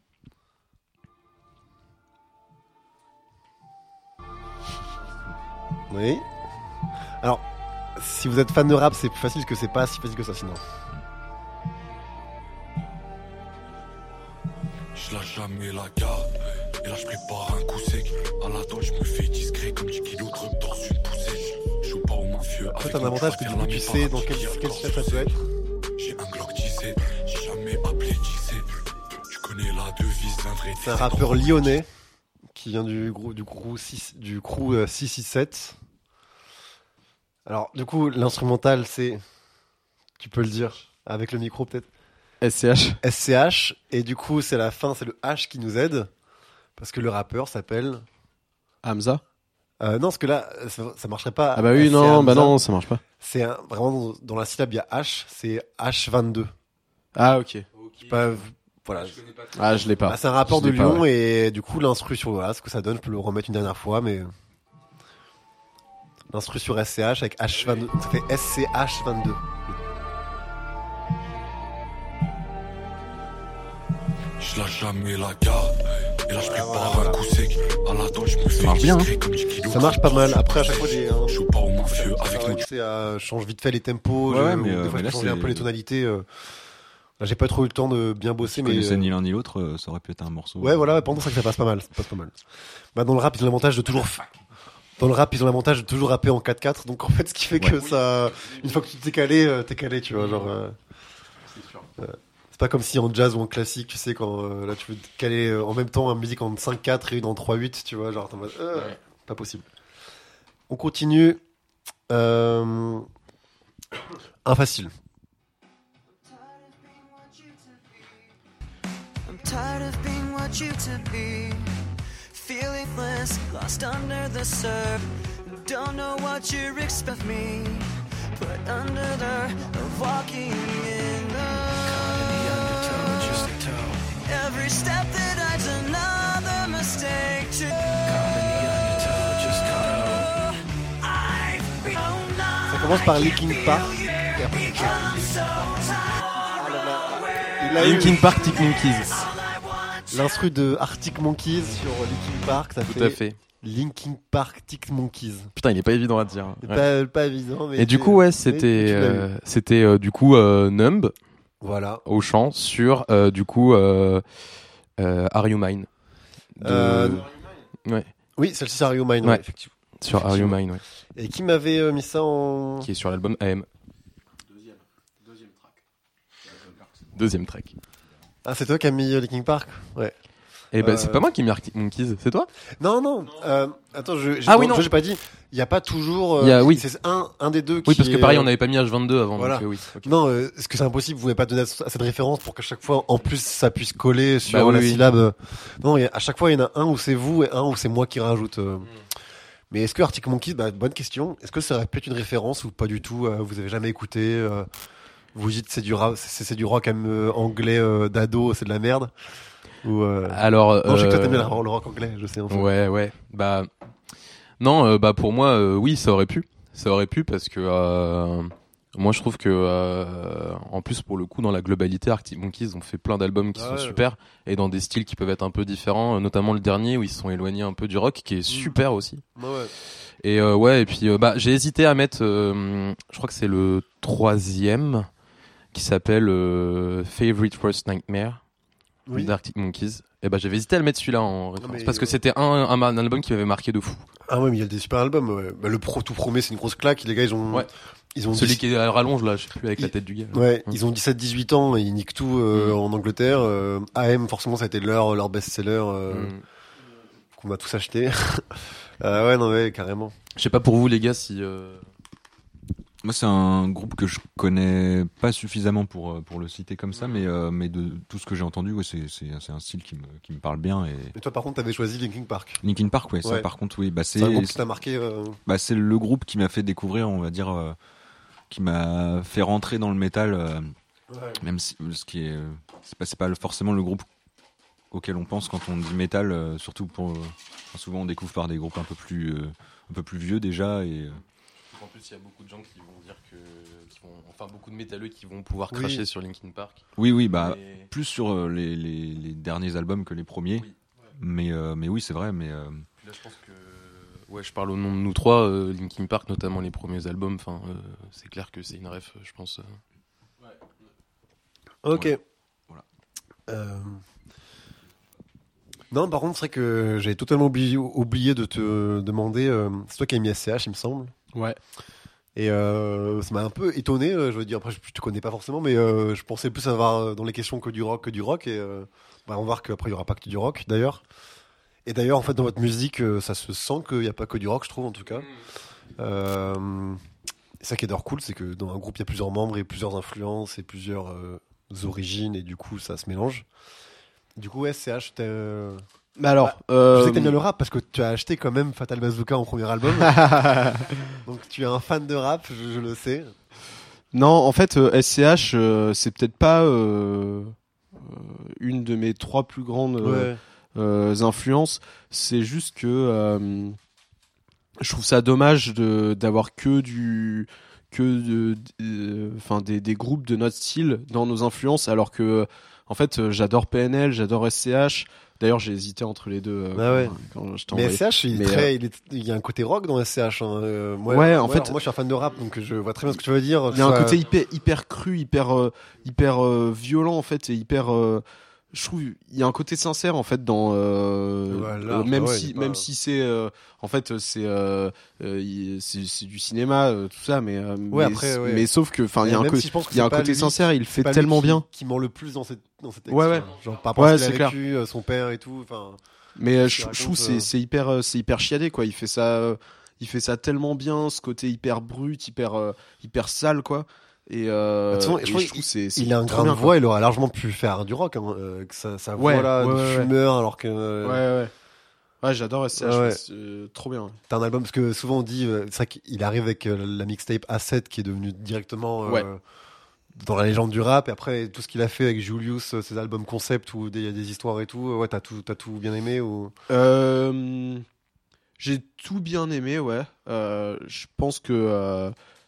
Oui. Alors, si vous êtes fan de rap, c'est plus facile que c'est pas si facile que ça sinon. Je lâche jamais la garde. Et là je prépare un coup sec. À la dent je me fais discret comme dix kilos de rep dans une poussette. Je joue pas au mafieux. En fait, un avantage que du coup, tu sais dans quel, quel style ça peut être. J'ai un Glock dix-sept. J'ai jamais appelé dix-sept. Tu connais la devise d'un vrai. C'est un rappeur lyonnais qui vient du groupe du crew six du crew euh, six six sept. Alors, du coup, l'instrumental, c'est. Tu peux le dire avec le micro peut-être. S C H. S C H. Et du coup, c'est la fin, c'est le H qui nous aide. Parce que le rappeur s'appelle. Hamza. Euh, non, parce que là, ça, ça marcherait pas. Ah bah oui, S C non, Hamza. bah non, ça marche pas. C'est un- vraiment dans, dans la syllabe, il y a H, c'est H vingt-deux. Ah ok. Ok. Pas, voilà. Je connais pas très Ah bien. je l'ai pas. Ah, c'est un rappeur Je de l'ai pas, Lyon ouais. et du coup, l'instru sur voilà, ce que ça donne, je peux le remettre une dernière fois, mais. L'instru sur S C H avec H vingt-deux, ça fait S C H vingt-deux. Je lâche jamais la garde. Et là je prépare voilà, voilà. un coup sec. À la dent je me fais marche bien, discret comme dix kilos Ça marche pas mal. Après, à chaque fois, j'ai un. Je joue pas au mafieux avec Ça nos va, tu sais, euh, je change vite fait les tempos, Ouais, je- ouais, ou mais, des euh, fois mais je là, peux changer un c'est- peu les tonalités. euh. Là, j'ai pas trop eu le temps de bien bosser, Si tu mais. connaissais euh, ni l'un ni l'autre, euh, ça aurait pu être un morceau. Ouais, voilà, pendant ça que ça passe pas mal. Ça passe pas mal. Bah, dans le rap, ils ont l'avantage de toujours. Dans le rap, ils ont l'avantage de toujours rapper en quatre quatre. Donc, en fait, ce qui fait que ça. Une fois que tu t'es calé, euh, t'es calé, tu vois. Genre. euh, C'est sûr. C'est pas comme si en jazz ou en classique, tu sais, quand euh, là, tu veux te caler euh, en même temps une musique en cinq quatre et une en trois huit, tu vois. Genre, t'es en mode. euh, Ouais. Pas possible. On continue. Euh... Un facile. I'm tired of being what you to be. Feeling less, lost under the surf. Don't know what you expect of me. Put under the of walking in the every step that I's another mistake to Ça commence par Linkin Park. Et après, il a eu Linkin Park, Tic Monkeys. l'instru de Arctic Monkeys sur Linkin Park. Ça Tout à fait. Linkin Park, Arctic Monkeys. Putain, il est pas évident à dire. C'est Ouais. pas, pas évident, mais. Et du c'est- coup, ouais, mais c'était, tu l'as eu. euh, c'était euh, du coup euh, Numb Voilà. au chant sur euh, du coup euh, Euh, Are You Mine de... Euh, Ouais. Oui, celle-ci c'est Are You Mine, ouais, Ouais. effectivement. Sur Are You Mine, ouais. Et qui m'avait euh, mis ça en... Qui est sur l'album A M. Deuxième, deuxième track. Deuxième track. Ah, c'est toi qui as mis euh, Linkin Park? Ouais. Et ben Euh, c'est pas moi qui ai mis Arctic Monkeys, c'est toi? Non, non. Euh, attends, je, j'ai, Ah oui, non. je- j'ai pas dit. Il y a pas toujours. euh, Il y a- oui. C'est un, un des deux qui. Oui, parce que est, pareil, euh, on n'avait pas mis H vingt-deux avant. voilà. Donc, euh, oui. ok. Non, euh, est-ce que c'est impossible? Vous pouvez pas donner assez de références pour qu'à chaque fois, en plus, ça puisse coller sur Bah oui, la oui. syllabe. euh. Non, il y a- à chaque fois, il y en a un où c'est vous et un où c'est moi qui rajoute. euh. Mais est-ce que Arctic Monkeys, bah, bonne question. Est-ce que ça aurait pu être une référence ou pas du tout? euh, Vous avez jamais écouté? euh, Vous dites c'est du rap, c'est, c'est du rock euh, anglais euh, d'ado, c'est de la merde? Ou euh... Alors. Non, je sais que toi euh, t'aimes bien le le rock anglais, je sais. En fait. Ouais, ouais. Bah. Non, euh, bah pour moi, euh, oui, ça aurait pu. Ça aurait pu parce que. Euh... Moi, je trouve que, euh, en plus, pour le coup, dans la globalité, Arctic Monkeys ont fait plein d'albums qui Ah sont ouais. super et dans des styles qui peuvent être un peu différents, euh, notamment le dernier où ils se sont éloignés un peu du rock, qui est super aussi. Ouais, ouais. Et euh, ouais, et puis euh, bah j'ai hésité à mettre, euh, je crois que c'est le troisième, qui s'appelle euh, Favorite Worst Nightmare Oui. d'Arctic Monkeys. Et bah j'avais hésité à le mettre celui-là en référence mais, parce que ouais. c'était un, un, un album qui m'avait marqué de fou. Ah ouais, mais il y a des super albums. Ouais. Bah, le pro, tout premier, c'est une grosse claque. Les gars, ils ont, Ouais. ils ont Celui dix- qui est à rallonge là, je sais plus avec la Il- tête du gars. ouais, Mm. ils ont dix-sept dix-huit ans et ils niquent tout euh, Mm. en Angleterre. Euh, A M, forcément, ça a été leur, leur best-seller euh, Mm. qu'on va tous acheter. euh, ouais, non, ouais, carrément. Je sais pas pour vous les gars si. Euh... Moi, c'est un groupe que je connais pas suffisamment pour euh, pour le citer comme ça, mais euh, mais de tout ce que j'ai entendu, ouais, c'est c'est c'est un style qui me qui me parle bien. Et Et toi, par contre, t'avais choisi Linkin Park. Linkin Park, ouais, ça Ouais. par contre, oui, bah c'est C'est un groupe qui t'a marqué. Euh... bah c'est le groupe qui m'a fait découvrir, on va dire, euh, qui m'a fait rentrer dans le métal, euh, même si ce qui est euh, c'est pas c'est pas forcément le groupe auquel on pense quand on dit métal, euh, surtout pour euh, enfin, souvent on découvre par des groupes un peu plus euh, un peu plus vieux déjà et euh, En plus, il y a beaucoup de gens qui vont dire que, qui vont, enfin beaucoup de métalleux qui vont pouvoir Oui. cracher sur Linkin Park. oui oui bah Mais- plus sur euh, les, les les derniers albums que les premiers, Oui. mais euh, mais oui c'est vrai, mais euh, Là, je pense que, ouais, je parle au nom de nous trois, euh, Linkin Park, notamment les premiers albums. Enfin, euh, c'est clair que c'est une ref, je pense. euh. Ok. Ouais. Voilà. Euh... Non, par contre, c'est vrai que j'avais totalement oublié, oublié de te demander. euh, c'est toi qui as mis S C H, il me semble. Ouais. Et euh, ça m'a un peu étonné. euh, Je veux dire, après, je, je te connais pas forcément, mais euh, je pensais plus avoir euh, dans les questions que du rock, que du rock. Et euh, bah, on va voir qu'après, il y aura pas que du rock, d'ailleurs. Et d'ailleurs, en fait, dans votre musique, euh, ça se sent qu'il n'y a pas que du rock, je trouve, en tout cas. Euh, et ça qui est d'ailleurs cool, c'est que dans un groupe, il y a plusieurs membres et plusieurs influences et plusieurs euh, origines, et du coup, ça se mélange. Du coup, S C H, t'es, euh, Mais alors, je euh, sais que t'aimes bien le rap parce que tu as acheté quand même Fatal Bazooka en premier album. Donc tu es un fan de rap, je, je le sais. non, en fait, euh, S C H, euh, c'est peut-être pas euh, euh, une de mes trois plus grandes euh, Ouais. euh, influences. C'est juste que euh, je trouve ça dommage de d'avoir que du que de, de- enfin des, des groupes de notre style dans nos influences, alors que en fait, euh, j'adore P N L, j'adore S C H. D'ailleurs, j'ai hésité entre les deux euh, Ah ouais. quand, quand je t'ai Mais envoyé. S C H, il, est Mais, très, il, est- il y a un côté rock dans S C H. Hein. Euh, moi, Ouais, en moi, fait- alors, moi, je suis un fan de rap, donc je vois très bien ce que tu veux dire. Il y a un Ça- côté hyper, hyper cru, hyper, euh, hyper euh, violent en fait, et hyper. euh, je trouve il y a un côté sincère en fait dans. euh, Voilà, euh, même ouais, il si, est pas- même si c'est, euh, en fait, c'est, euh, euh, il- c'est, c'est du cinéma, euh, tout ça, mais. euh, Ouais, mais, après, ouais. mais sauf que, enfin, il y a un, même co- si je pense que il y a c'est un pas côté lui- sincère, et il le c'est fait pas lui tellement qui- bien. Qui ment le plus dans cette dans cette Ouais, ouais. Genre par rapport Ouais, à ce c'est qu'il a clair. vécu, euh, son père et tout. Enfin. Mais euh, qui je, je raconte, trouve euh, c'est c'est hyper euh, c'est hyper chiadé quoi. Il fait ça euh, il fait ça tellement bien, ce côté hyper brut, hyper euh, hyper sale quoi. Et, euh, De toute façon, et je crois je trouve c'est c'est Il a un trop grain de bien, quoi. voix, il aurait largement pu faire du rock, hein, euh, que sa, sa Ouais, voix là, ouais, de ouais, ouais. fumeur, alors que euh, Ouais ouais. Ouais, j'adore S C H, Ouais, ouais. c'est euh, trop bien. t'as un album, parce que souvent on dit, euh, c'est vrai qu'il arrive avec euh, la mixtape A sept qui est devenue directement euh, Ouais. dans la légende du rap, et après tout ce qu'il a fait avec Julius, euh, ses albums concept où il y a des histoires et tout, euh, ouais, t'as tout, t'as tout bien aimé ou... Euh, j'ai tout bien aimé, ouais. Euh, je pense que euh,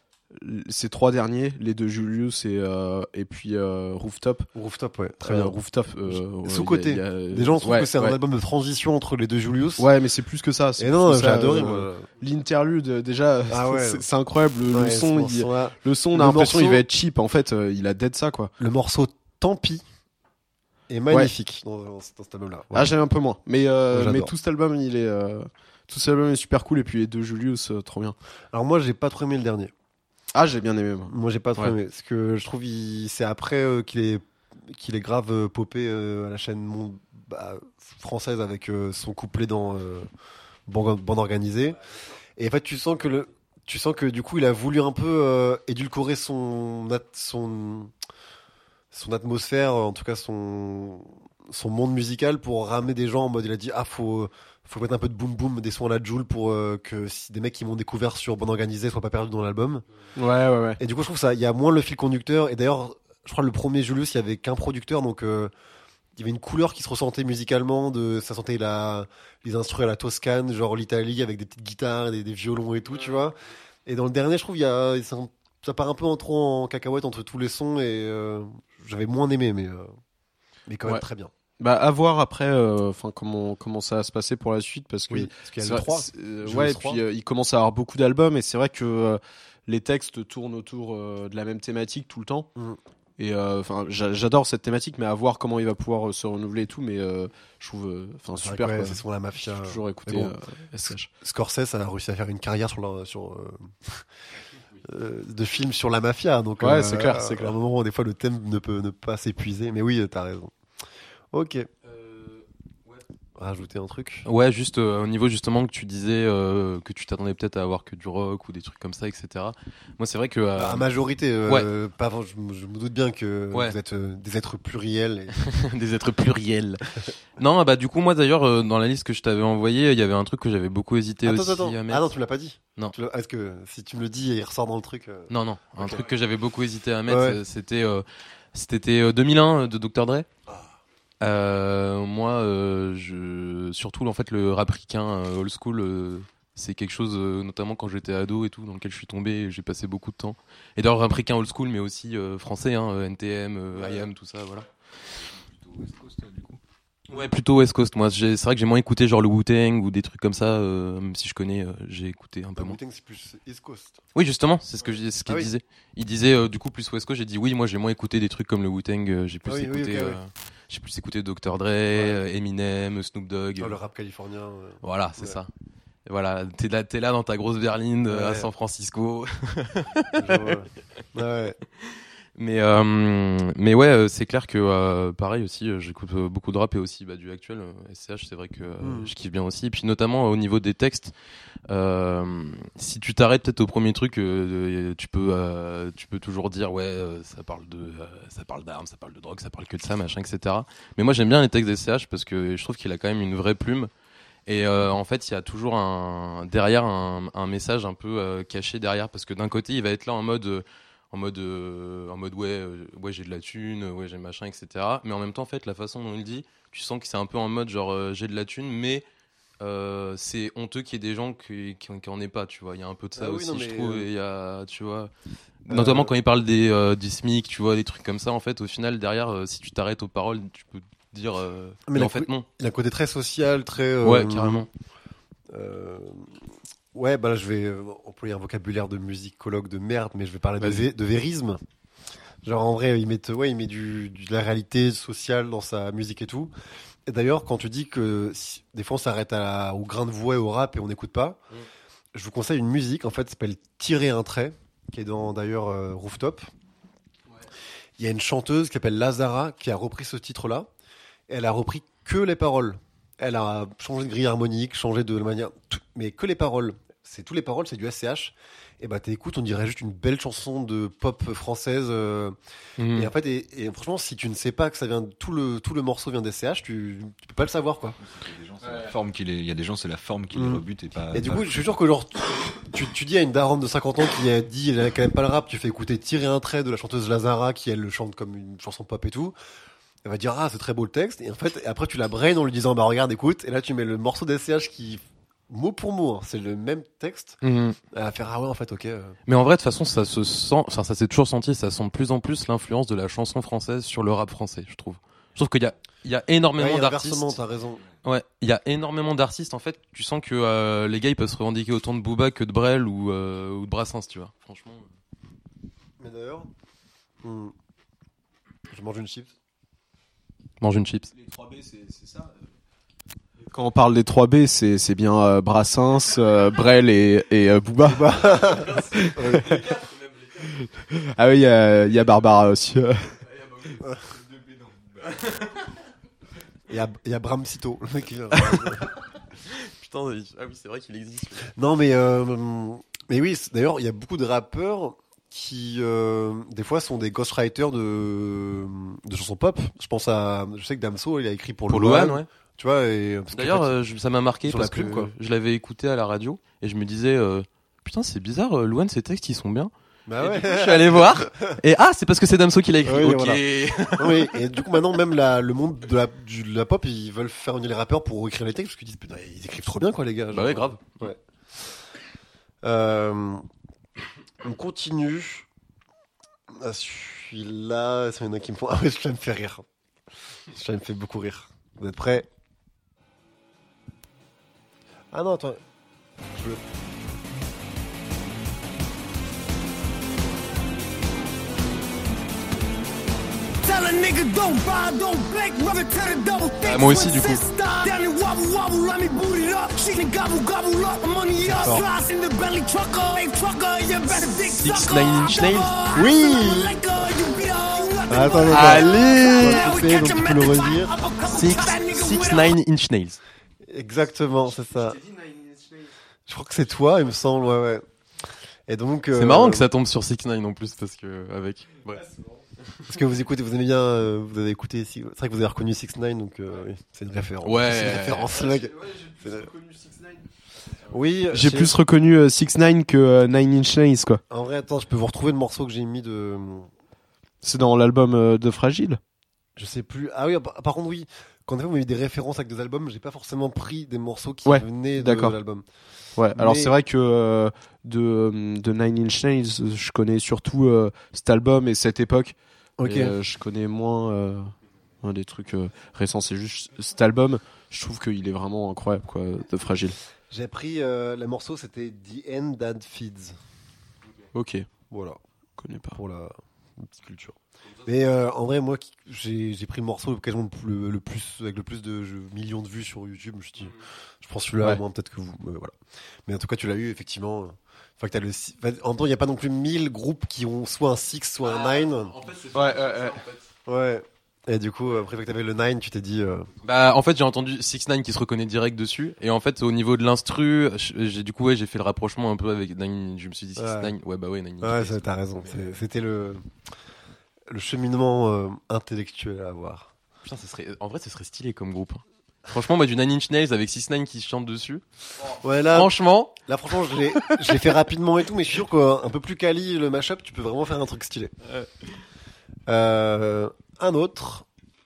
ces trois derniers, les deux Julius et euh, et puis euh, Rooftop. Rooftop, ouais, très Euh, bien. Rooftop. euh, ouais, Sous-côté. il y a- il y a- Des gens trouvent ouais, que c'est ouais. un album de transition entre les deux Julius. Ouais, mais c'est plus que ça. c'est Et plus non, que j'ai ça, adoré, euh, moi. L'interlude, déjà, Ah ouais. c'est, c'est incroyable. Le, le Ouais, son, ce il- morceau-là. le son, on Le a l'impression morceau- qu'il va être cheap. En fait, euh, il a dead ça, quoi. Le morceau Tant pis. est magnifique ouais. dans, dans, dans cet album-là. Ouais. Ah, j'aime un peu moins. Mais, euh, J'adore. mais tout cet album, il est, euh, tout cet album est super cool. Et puis les deux Julius, euh, trop bien. Alors moi, j'ai pas trop aimé le dernier. Ah, j'ai bien aimé. Moi, moi j'ai pas trop ouais. aimé. Parce que je trouve il... c'est après euh, qu'il est qu'il est grave euh, popé euh, à la chaîne Monde bah, française avec euh, son couplet dans euh, Bande Bande Organisée. Et en fait, tu sens que le tu sens que du coup, il a voulu un peu euh, édulcorer son at- son son atmosphère, en tout cas son son monde musical pour ramener des gens en mode il a dit ah faut faut mettre un peu de boom boom des sons à la Jul pour euh, que si des mecs qui m'ont découvert sur Bande Organisée soient pas perdus dans l'album. Ouais ouais ouais. Et du coup, je trouve ça il y a moins le fil conducteur et d'ailleurs, je crois le premier Julius, il y avait qu'un producteur donc euh, il y avait une couleur qui se ressentait musicalement, de ça sentait la les instruments à la Toscane, genre l'Italie avec des petites guitares, des, des violons et tout, tu vois. Et dans le dernier, je trouve il y a ça, ça part un peu en trop en cacahuète entre tous les sons et euh, j'avais moins aimé mais euh, mais quand même ouais. très bien. Bah à voir après enfin euh, comment comment ça va se passer pour la suite parce que oui, parce qu'il y a le trois. Euh, ouais, et puis euh, il commence à avoir beaucoup d'albums et c'est vrai que euh, les textes tournent autour euh, de la même thématique tout le temps. Mm. Et enfin, euh, j'adore cette thématique, mais à voir comment il va pouvoir euh, se renouveler et tout. Mais euh, je trouve, enfin, euh, super. Ouais, c'est sur la mafia. J'ai toujours écouté bon, euh, S H. Scorsese a réussi à faire une carrière sur la, sur euh, euh, de films sur la mafia. Donc, ouais, euh, c'est clair, c'est clair. À un moment, des fois, le thème ne peut ne pas s'épuiser. Mais oui, t'as raison. Ok. Rajouter un truc. Ouais, juste euh, au niveau justement que tu disais euh, que tu t'attendais peut-être à avoir que du rock ou des trucs comme ça, et cetera. Moi, c'est vrai que euh... à majorité, euh, ouais. pas, je, je me doute bien que ouais. vous êtes euh, des êtres pluriels, et... des êtres pluriels. Non, bah du coup, moi d'ailleurs, euh, dans la liste que je t'avais envoyée, il y avait un truc que j'avais beaucoup hésité attends, aussi attends. à mettre. Ah non, tu me l'as pas dit. Non. Est-ce que si tu me le dis, il ressort dans le truc. Euh... Non, non. Okay. Un truc que j'avais beaucoup hésité à mettre, ouais. c'était euh, c'était euh, deux mille un de docteur Dre. Ah. Euh, moi, euh, je surtout en fait le rap ricain euh, old school, euh, c'est quelque chose, euh, notamment quand j'étais ado et tout, dans lequel je suis tombé, et j'ai passé beaucoup de temps. Et d'ailleurs rap ricain old school, mais aussi euh, français, hein, N T M, euh, ouais. I A M, tout ça, voilà. Plutôt West Coast du coup. Ouais, plutôt West Coast. Moi, j'ai, c'est vrai que j'ai moins écouté genre le Wu-Tang ou des trucs comme ça, euh, même si je connais, euh, j'ai écouté un peu le moins. Wu-Tang c'est plus East Coast. Oui, justement, c'est ce que je, ce qu'il ah, oui. disait. Il disait euh, du coup plus West Coast. J'ai dit oui, moi j'ai moins écouté des trucs comme le Wu-Tang. Euh, j'ai plus ah, oui, écouté. oui, okay, euh, ouais. J'ai plus écouté docteur Dre, ouais. euh, Eminem, Snoop Dogg. Oh, le rap californien. Euh... Voilà, c'est ouais. ça. Et voilà, t'es là, t'es là dans ta grosse berline ouais. à San Francisco. ouais. ouais. Mais euh, mais ouais, c'est clair que euh, pareil aussi, j'écoute beaucoup de rap et aussi bah, du actuel. S C H, c'est vrai que euh, mm. je kiffe bien aussi. Et puis notamment au niveau des textes, euh, si tu t'arrêtes peut-être au premier truc, euh, tu peux euh, tu peux toujours dire ouais, euh, ça parle de euh, ça parle d'armes, ça parle de drogue, ça parle que de ça, machin, et cetera. Mais moi j'aime bien les textes d'S C H parce que je trouve qu'il a quand même une vraie plume. Et euh, en fait, il y a toujours un derrière un, un message un peu euh, caché derrière parce que d'un côté, il va être là en mode euh, en mode euh, en mode ouais euh, ouais j'ai de la thune, ouais j'ai machin, etc. Mais en même temps, en fait, la façon dont il dit, tu sens que c'est un peu en mode genre euh, j'ai de la thune, mais euh, c'est honteux qu'il y ait des gens qui qui, qui en aient pas, tu vois. Il y a un peu de ça ah aussi, oui, non, je trouve. Euh... Il y a, tu vois, euh... notamment quand il parle des euh, du SMIC, tu vois, des trucs comme ça. En fait, au final, derrière, euh, si tu t'arrêtes aux paroles, tu peux dire euh, mais, mais en fait non. Il a un côté très social, très euh, ouais carrément. Euh... Ouais, bah là, je vais euh, employer un vocabulaire de musicologue de merde, mais je vais parler de, vé- de vérisme. Genre, en vrai, il met, ouais, il met du, du, de la réalité sociale dans sa musique et tout. Et d'ailleurs, quand tu dis que si, des fois on s'arrête à, au grain de voix et au rap et on n'écoute pas, mm. je vous conseille une musique, en fait, qui s'appelle Tirer un trait, qui est dans d'ailleurs euh, Rooftop. Ouais. Il y a une chanteuse qui s'appelle Lazara qui a repris ce titre-là. Et elle a repris que les paroles. Elle a changé de grille harmonique, changé de manière, tout, mais que les paroles. C'est tous les paroles, c'est du S C H. Et bah t'écoutes, on dirait juste une belle chanson de pop française. Euh, mmh. Et en fait, et, et franchement, si tu ne sais pas que ça vient, tout le tout le morceau vient d'S C H, tu, tu peux pas le savoir quoi. Il y a des gens, c'est la forme qui les, il y a des gens, c'est la forme qui mmh. les rebute et pas. Et du pas coup, je suis sûr que genre, tu, tu dis à une daronne de cinquante ans qui a dit, elle a quand même pas le rap, tu fais écouter Tirer un trait de la chanteuse Lazara qui elle le chante comme une chanson pop et tout. Elle va dire ah c'est très beau le texte et en fait après tu la brain en lui disant bah regarde écoute et là tu mets le morceau d'S C H qui mot pour mot hein, c'est le même texte mmh. Elle va faire ah ouais en fait ok euh... mais en vrai de toute façon ça se sent enfin ça s'est toujours senti ça sent de plus en plus l'influence de la chanson française sur le rap français je trouve je trouve qu'il y a il y a énormément ouais, d'artistes t'as raison ouais il y a énormément d'artistes en fait tu sens que euh, les gars ils peuvent se revendiquer autant de Booba que de Brel ou euh, ou de Brassens tu vois franchement mais d'ailleurs hmm, je mange une chips. Mange une chips. Les trois B, c'est, c'est ça. Quand on parle des trois B, c'est, c'est bien euh, Brassens, euh, Brel et, et euh, Booba. Ah oui, il y a, y a Barbara aussi. Il y a, il y a Bram Cito, le mec qui vient. Putain, ah oui, c'est vrai qu'il existe. Non, mais, euh, mais oui, c'est- d'ailleurs, il y a beaucoup de rappeurs qui, euh, des fois, sont des ghostwriters de, de chansons pop. Je pense à, je sais que Damso, il a écrit pour, Pour Louane, Louane, ouais. tu vois, et, parce qu'en D'ailleurs, fait, euh, je- ça m'a marqué sur parce la plume, que quoi. je l'avais écouté à la radio et je me disais, euh, putain, c'est bizarre, euh, Louane, ses textes, ils sont bien. bah Et ouais. du coup, je suis allé voir. Et ah, c'est parce que c'est Damso qui l'a écrit. Oui, ok. voilà. Oui, et du coup, maintenant, même la, le monde de la, du, de la pop, ils veulent faire venir les rappeurs pour écrire les textes, parce qu'ils disent, putain, ils écrivent trop bien, quoi, les gars. Bah genre. ouais, grave. Ouais. Euh, on continue. Ah, celui-là, il y en a qui me font. Ah oui, celui-là me fait rire. Celui-là me fait beaucoup rire. Vous êtes prêts? Ah non, attends. Je le- Ah, moi aussi, du coup. Six Nine Inch Nails. Oui. Ah, attends, attends, Allez. attends. Je sais, donc tu peux le redire. Six, six Nine Inch Nails. Exactement, c'est ça. Je crois que c'est toi, il me semble, ouais, ouais. Et donc. C'est euh, marrant que ça tombe sur six Nine en plus parce que avec. Ouais. Parce que vous écoutez, vous aimez bien, euh, vous avez écouté, si- c'est vrai que vous avez reconnu six Nine, donc euh, oui, c'est une référence. Ouais. C'est une référence, le mec. C'est- Oui, J'ai plus reconnu euh, six nine que euh, Nine Inch Nails, quoi. En vrai, attends, je peux vous retrouver le morceau que j'ai mis de. C'est dans l'album euh, de Fragile. Je sais plus. Ah oui, par par contre, oui. Quand on a mis des références avec des albums, j'ai pas forcément pris des morceaux qui Ouais, venaient de d'accord. l'album. Ouais, alors Mais- c'est vrai que euh, de, euh, de Nine Inch Nails, je connais surtout euh, cet album et cette époque. Ok. Et, euh, je connais moins euh, un des trucs euh, récents. C'est juste cet album, je trouve qu'il est vraiment incroyable, quoi, de Fragile. J'ai pris euh, le morceau, c'était The End That Feeds. Ok, Voilà, je connais pas. pour la, la petite culture. Mais euh, en vrai, moi, qui- j'ai j'ai pris le morceau quasiment le, le plus, avec le plus de je- millions de vues sur YouTube. Je me suis dit, je pense celui-là, Ouais. moins peut-être que vous. Mais voilà. Mais en tout cas, tu l'as eu, effectivement. Enfin, que t'as le. six- enfin, en même temps, il n'y a pas non plus mille groupes qui ont soit un six, soit un nine. Ouais, ouais, ouais. Ouais. Et du coup, après que t'avais le nine, tu t'es dit. euh, Bah en fait j'ai entendu six Nine qui se reconnaît direct dessus et en fait au niveau de l'instru j'ai du coup ouais j'ai fait le rapprochement un peu avec Nine. Je me suis dit six Ouais. Nine. Ouais bah ouais Nine. Ouais, ça, t'as raison. C'est- C'était le. Le cheminement euh, intellectuel à avoir. Putain ça serait en vrai ça serait stylé comme groupe. hein. Franchement moi du Nine Inch Nails avec six Nine qui chante dessus. Ouais, là, Franchement là franchement, je l'ai, je l'ai fait rapidement et tout, mais je suis sûr qu'un peu plus quali le mashup, tu peux vraiment faire un truc stylé. Ouais. Euh, un autre.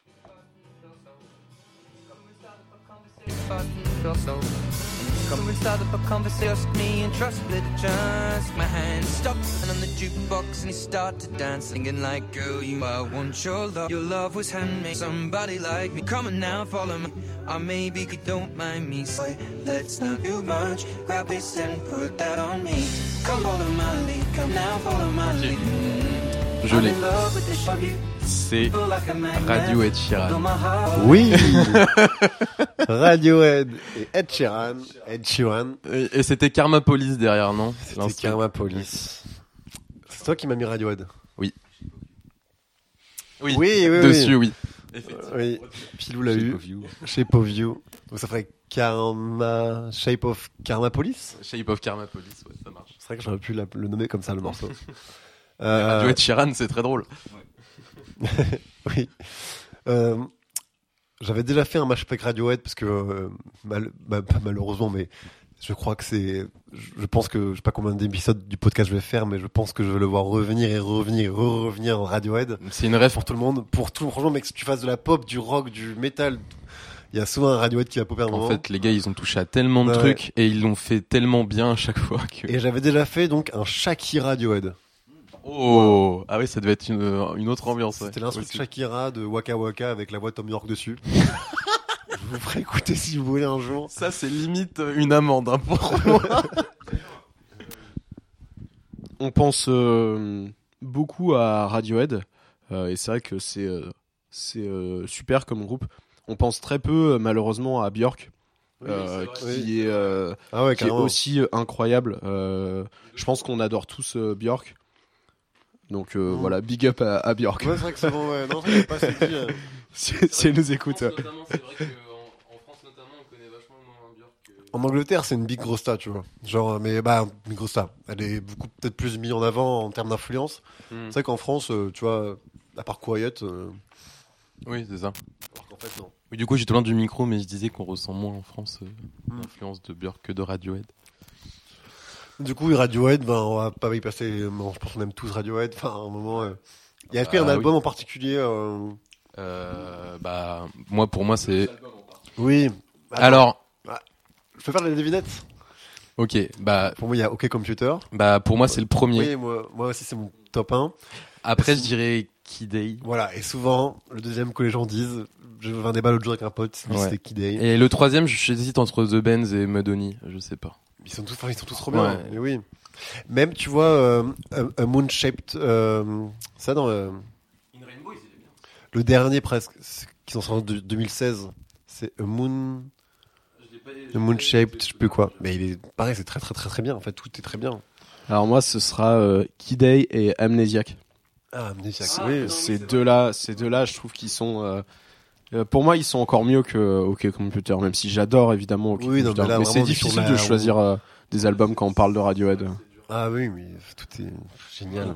Come and start up a conversation, just me and trust with just my hand stuck and on the jukebox and you start to dance, singing like, girl, you I want your love. Your love was handmade, somebody like me. Come on now, follow me. Or maybe you don't mind me. Say, let's not do much. Grab this and put that on me. Come follow my lead, come now, follow my lead. je I'm l'ai. in love with the shape you C'est feel like a man. Radio Ed Feel Sheeran. my heart. Oui. Radiohead et Ed Sheeran. Ed Sheeran. Et, et c'était Karma Police derrière non? C'était L'instru. Karma Police. C'est toi qui m'as mis Radiohead. Oui. Oui, oui, oui. Dessus oui. Oui. Pilou l'a Shape eu. of You. Shape of You. Donc ça ferait Karma. Shape of Karma Police. Shape of Karma Police ouais ça marche. C'est vrai que j'aurais pu la- le nommer comme ça le morceau. Radio Euh, Ed Sheeran c'est très drôle. oui. Euh, J'avais déjà fait un mashup avec Radiohead parce que euh, mal, bah, pas malheureusement, mais je crois que c'est. Je je pense que je sais pas combien d'épisodes du podcast je vais faire, mais je pense que je vais le voir revenir et revenir et re-revenir en Radiohead C'est une ref pour tout le monde. Pour tout, franchement, mec, si tu fasses de la pop, du rock, du metal, il y a souvent un Radiohead qui va popper un En moment. fait, les gars, ils ont touché à tellement de Ouais. trucs et ils l'ont fait tellement bien à chaque fois que. Et j'avais déjà fait donc un Shakira Radiohead. Oh, ah oui, ça devait être une, une autre ambiance. ouais. C'était l'instru de Aussi. Shakira de Waka Waka avec la voix de Tom York dessus. Je vous ferai écouter si vous voulez un jour. Ça, c'est limite une amende hein, pour moi. On pense euh, beaucoup à Radiohead euh, et c'est vrai que c'est euh, c'est euh, super comme groupe. On pense très peu, euh, malheureusement, à Björk, euh, qui Oui. est euh, Ah ouais, qui est carrément. aussi euh, incroyable. Euh, je pense qu'on adore tous euh, Björk. Donc euh, Mm. voilà, big up à, à Björk. Ouais, c'est vrai que c'est bon, ouais. Non, c'est pas assez dit. euh. si, si elle nous écoute. En France, notamment, c'est vrai qu'en en France, notamment, on connaît vachement moins Björk que... En Angleterre, c'est une big grosse star, tu vois. Genre, mais bah, une grosse star. Elle est beaucoup peut-être plus mise en avant en termes d'influence. Mm. C'est vrai qu'en France, euh, tu vois, à part Quiet, euh, Oui, c'est ça. alors qu'en fait, non. Oui, du coup, j'étais loin du micro, mais je disais qu'on ressent moins en France euh, Mm. l'influence de Björk que de Radiohead. Du coup, Radiohead, ben, on va pas y passer. Bon, je pense qu'on aime tous Radiohead. Enfin, à un moment, euh, il y a est-ce qu'il y a un Ah, album oui. en particulier euh, Euh, bah, moi, pour moi, c'est... Oui. Alors, je peux faire les devinettes. ok, bah, Pour moi, il y a OK Computer. bah, pour moi, c'est le premier. Oui, moi, moi aussi, c'est mon top un. Après, je dirais Kid Day. Voilà, et souvent, le deuxième que les gens disent, j'ai eu un débat l'autre jour avec un pote, lui, Ouais. c'était Kid Day. Et le troisième, j'hésite entre The Benz et Mudhoney, je sais pas. Ils sont tous, enfin, ils sont tous trop bien. Ouais. Mais oui. Même, tu vois, euh, a, a Moon Shaped, euh, ça dans euh, le dernier presque, c'est- qui sont sortis en deux mille seize, c'est A Moon, A Moon Shaped, je sais plus quoi. Mais il est pareil, c'est très très très très bien. En fait, tout est très bien. Alors moi, ce sera euh, Kid Day et Amnesiac. Ah, Amnesiac, C'est- oui. ces deux-là, ces deux-là, je trouve qu'ils sont, euh, euh, pour moi, ils sont encore mieux que OK Computer, même si j'adore évidemment OK Oui, non, Computer. mais là, mais vraiment, c'est on est sur difficile la- de choisir euh, des albums quand on parle de Radiohead. Ah oui, mais tout est génial.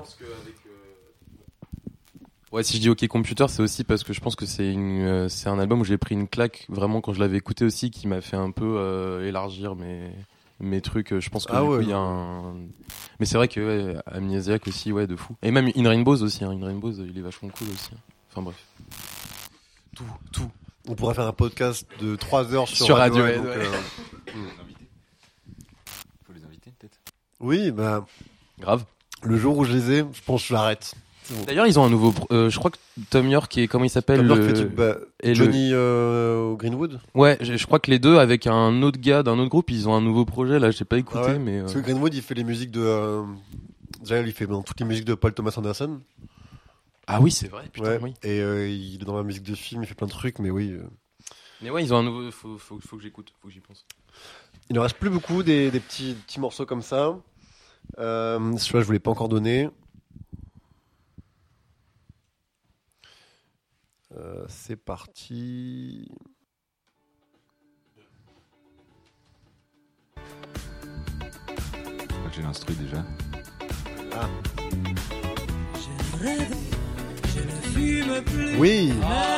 Ouais, si je dis OK Computer, c'est aussi parce que je pense que c'est une, euh, c'est un album où j'ai pris une claque vraiment quand je l'avais écouté aussi, qui m'a fait un peu euh, élargir mes mes trucs. Je pense que Ah du ouais, coup il y a un. Mais c'est vrai que ouais, Amnesiac aussi, ouais, de fou. Et même In Rainbows aussi. Hein. In Rainbows, il est vachement cool aussi. hein. Enfin bref. Tout, tout. On pourrait faire un podcast de trois heures sur, Sur Radiohead. Radiohead, donc, ouais. euh, Faut les inviter peut-être. Oui, bah, Grave. le jour où je les ai, je pense que je l'arrête. C'est bon. D'ailleurs, ils ont un nouveau. pro- euh, je crois que Tom York et comment il s'appelle Tom York le- fait du- bah, et le- Johnny euh, Greenwood. Ouais, je, je crois que les deux avec un autre gars d'un autre groupe, ils ont un nouveau projet. Là, j'ai pas écouté, Ah ouais. mais. euh, Parce que Greenwood, il fait les musiques de. Euh... Déjà, il fait dans toutes les musiques de Paul Thomas Anderson. Ah oui, c'est vrai. Putain, Ouais. oui. Et euh, il est dans la musique de film, il fait plein de trucs, mais oui. euh, Mais ouais, ils ont un nouveau. Faut, faut, faut que j'écoute. Faut que j'y pense. Il ne reste plus beaucoup des, des petits, petits morceaux comme ça. Euh, celui-là, je vous l'ai pas encore donné. Euh, c'est parti. J'ai l'instru déjà. Oui.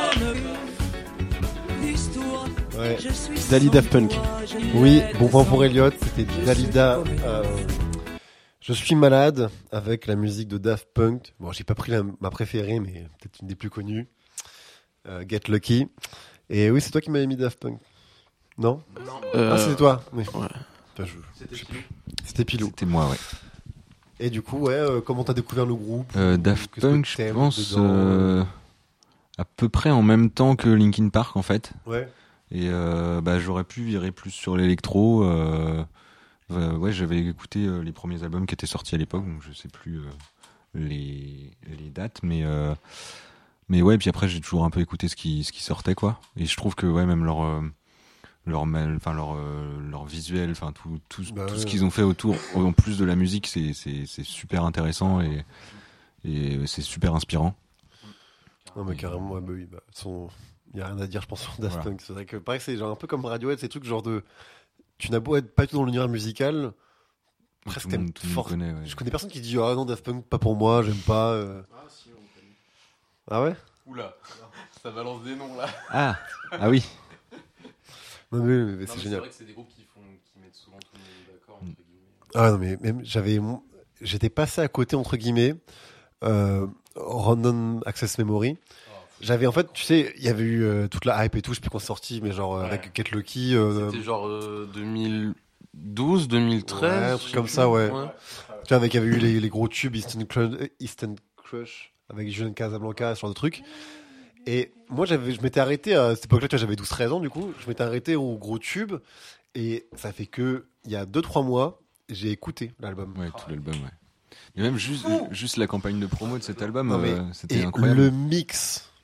Ouais. Dali Daft Punk. Oui, bon point pour Elliot. C'était Dalida. euh, Je suis malade avec la musique de Daft Punk. Bon, j'ai pas pris la- ma préférée, mais peut-être une des plus connues. Euh, Get Lucky. Et oui, c'est toi qui m'avais mis Daft Punk. Non Euh, Ah, c'était toi. Oui. ouais. Enfin, je- je sais plus. C'était Pilou. C'était moi, ouais. Et du coup, ouais, euh, comment t'as découvert le groupe Euh, Daft Qu'est-ce que Punk, je t'aimes pense, dedans euh, à peu près en même temps que Linkin Park, en fait. Ouais. Et euh, bah, j'aurais pu virer plus sur l'électro. Euh, euh, ouais, j'avais écouté euh, les premiers albums qui étaient sortis à l'époque, donc je sais plus euh, les, les dates, mais euh, mais ouais. Puis après, j'ai toujours un peu écouté ce qui ce qui sortait, quoi. Et je trouve que ouais, même leur euh, leur mal- enfin leur euh, leur visuel, enfin tout tout, Bah tout ouais. ce qu'ils ont fait autour, en plus de la musique, c'est c'est c'est super intéressant et et c'est super inspirant. Non, mais carrément, ouais, bah oui, bah, son... il y a rien à dire, je pense, sur Daft Voilà. Punk. C'est vrai que, pareil, c'est genre un peu comme Radiohead, ces trucs genre de. Tu n'as beau être pas du tout dans l'univers musical, presque Tout le monde, t'aimes tout le monde fort. connaît. Ouais. Je connais personne qui dit ah non, Daft Punk, pas pour moi, j'aime pas. euh. Ah ouais Oula, ça balance des noms là. Ah ah oui. Non, mais, mais c'est génial. vrai que c'est des groupes qui font, qui mettent souvent tout le monde d'accord entre guillemets. Ah non, mais même j'avais. J'étais passé à côté, entre guillemets, euh, Random Access Memory. J'avais en fait, tu sais, il y avait eu euh, toute la hype et tout, je sais plus quand c'est sorti, mais genre euh, Ouais. avec Get Lucky. Euh, C'était genre euh, deux mille douze, deux mille treize. Ouais, un je truc sais comme plus. ça, ouais. Tu vois, avec, il y avait eu les, les gros tubes Eastern Crush, euh, Eastern Crush avec Julien Casablanca, ce genre de truc. Et moi, j'avais, je m'étais arrêté à cette époque-là, tu vois, j'avais douze treize ans, du coup, je m'étais arrêté au gros tube. Et ça fait que, il y a deux trois mois, j'ai écouté l'album. Ouais, tout l'album, ouais. Et même juste, juste la campagne de promo de cet album, Non, mais- euh, c'était Et incroyable. le mix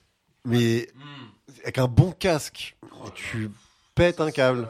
mais avec un bon casque, et tu pètes un câble.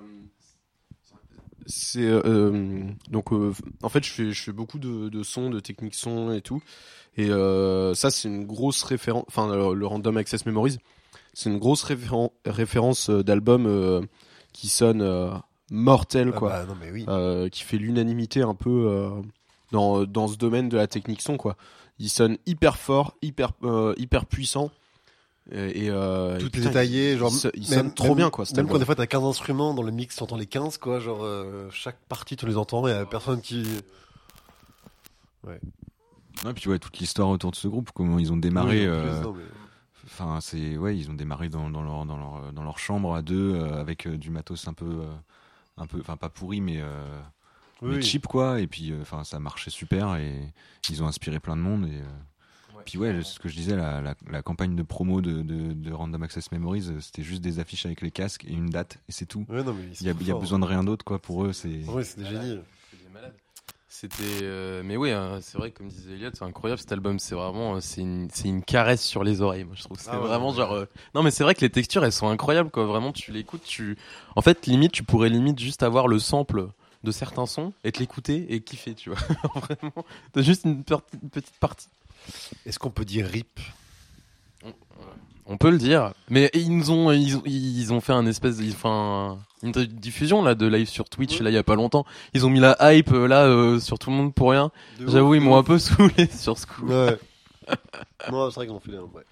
C'est euh, donc euh, en fait je fais je fais beaucoup de, de sons, de techniques son et tout, et euh, ça c'est une grosse référence. Enfin le, le Random Access Memories, c'est une grosse référen- référence d'album euh, qui sonne euh, mortel quoi, Ah bah, non, mais oui. euh, qui fait l'unanimité un peu euh, dans dans ce domaine de la technique son quoi. Il sonne hyper fort, hyper euh, hyper puissant. Et, et, euh, Tout et est putain, détaillé, il, genre il, so- il même- sonne trop même- bien quoi. cet Même album. quand des fois t'as quinze instruments dans le mix, tu entends les quinze quoi, genre euh, chaque partie tu les entends et y a personne qui. Ouais, puis ouais, toute l'histoire autour de ce groupe, comment ils ont démarré. Oui, en euh, plus, non, mais- Enfin, c'est ouais, ils ont démarré dans, dans leur dans leur dans leur chambre à deux euh, avec euh, du matos un peu euh, un peu, enfin pas pourri mais, euh, Oui, mais oui. cheap quoi. Et puis enfin ça marchait super et ils ont inspiré plein de monde et. Euh, Puis ouais, ce que je disais, la, la, la campagne de promo de, de, de Random Access Memories, euh, c'était juste des affiches avec les casques et une date, et c'est tout. Ouais, non, mais ils Il y a, sont il y a forts. besoin de rien d'autre, quoi, pour eux. C'est... Ouais, c'est des génies. C'est des malades. C'était, euh, mais oui, hein, c'est vrai, comme disait Elliot, c'est incroyable cet album. C'est vraiment, euh, c'est une, c'est une caresse sur les oreilles. Moi, je trouve. C'est Ah ouais, vraiment ouais. genre. euh, Non, mais c'est vrai que les textures, elles sont incroyables, quoi. Vraiment, tu l'écoutes, tu. En fait, limite, tu pourrais limite juste avoir le sample de certains sons et te l'écouter et kiffer, tu vois. Vraiment, t'as juste une, per- une petite partie. Est-ce qu'on peut dire rip? On peut le dire, mais ils nous ont, ils, ont- ils ont fait un espèce, de, enfin, une diffusion là de live sur Twitch là il y a pas longtemps. Ils ont mis la hype euh, là euh, sur tout le monde pour rien. De J'avoue, ouf, ils de m'ont un ouf. peu saoulé sur ce coup. Ouais. Non, c'est vrai qu'ils ont fait un, ouais.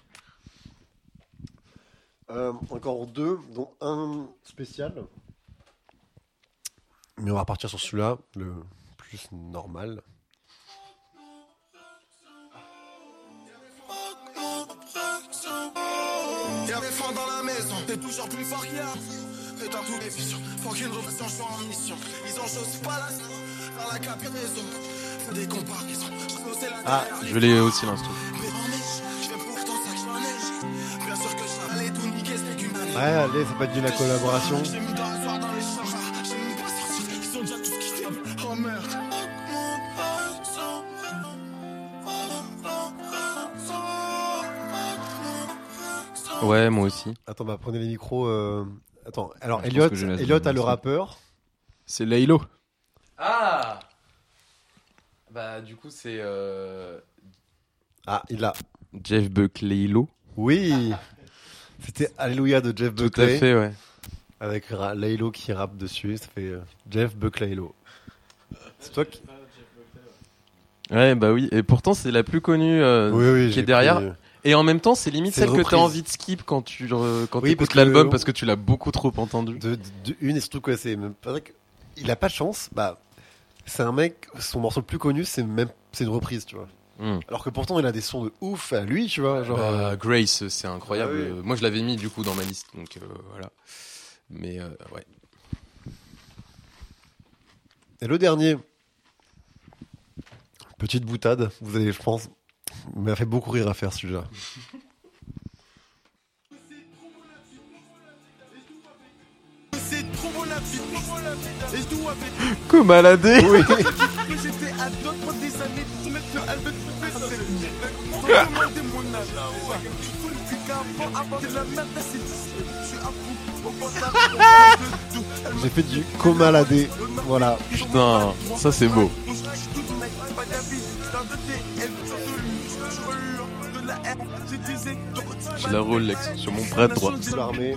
Euh, encore deux, dont un spécial. Mais on va repartir sur celui-là, le plus normal. Y'avait faim dans la maison, t'es toujours plus fort qu'hier. Et dans tous les visions, faut qu'une rotation soit en mission. Ils ont chose pas là, dans la capiraison. Fais des comparaisons, je sais la Ah, galère, je l'ai aussi l'instru. mais en neige, je vais pourtant ça que j'en neige. Bien sûr que j'allais tout niquer, c'est qu'une année. Ouais, allez, ça peut être de la collaboration. J'ai mis dans le soir dans les chars, j'ai même pas sorti, ils sont déjà tous quittés. Oh merde. Ouais, moi aussi. Attends, bah prenez les micros. euh, Attends, alors Je pense Elliot, que j'ai la Elliot a seconde le aussi. rappeur. C'est Laylo. Ah. Bah du coup c'est euh... Ah, il l'a. Jeff Buckley Lo. Oui. C'était Alléluia de Jeff Tout Buckley. à fait, ouais. Avec Ra- Laylo qui rappe dessus. Ça fait euh, Jeff Buckley Laylo. C'est toi qui. Ouais, bah oui. Et pourtant c'est la plus connue euh, Oui, oui, qui j'ai est derrière. pris- Et en même temps, c'est limite C'est celle une que t'as reprise. envie de skip quand tu euh, quand Oui, t'écoutes parce que- l'album parce que tu l'as beaucoup trop entendu. De, de, de une et surtout quoi, c'est même pas vrai que il a pas de chance. Bah, c'est un mec. Son morceau le plus connu, c'est même c'est une reprise, tu vois. Hmm. Alors que pourtant, il a des sons de ouf à lui, tu vois. Genre. euh, Bah, Grace, c'est incroyable. Ah oui. Euh, Moi, je l'avais mis du coup dans ma liste, donc euh, voilà. Mais euh, ouais. Et le dernier, petite boutade. Vous allez, je pense, m'a fait beaucoup rire à faire celui-là. C'est trop bon la vie, trop bon la vie. Et tout avec Comme maladé. Oui. j'étais à deux pour des années pour mettre le album de personne. Faut demander mon âge. Faut le plus qu'avant, avant de la merde, c'est d'ici. Je suis à bout. Au contact, de tout. J'ai fait du comaladé. Voilà. Putain, ça c'est beau. J'ai la Rolex sur mon bras droit. Sous l'armée.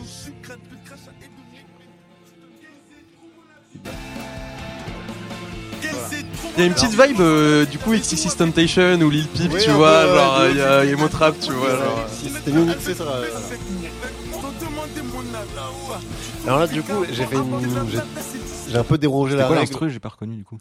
Il y a une petite vibe euh, du coup X X Temptation ou Lil Peep, Oui, tu un vois, peu, genre ouais, il y a Emo Trap, tu vois, genre. Si c'était mieux mixé, ça aurait- Alors là, du coup, j'ai fait une... j'ai- j'ai un peu dérangé C'était la quoi règle. l'instru? J'ai pas reconnu du coup.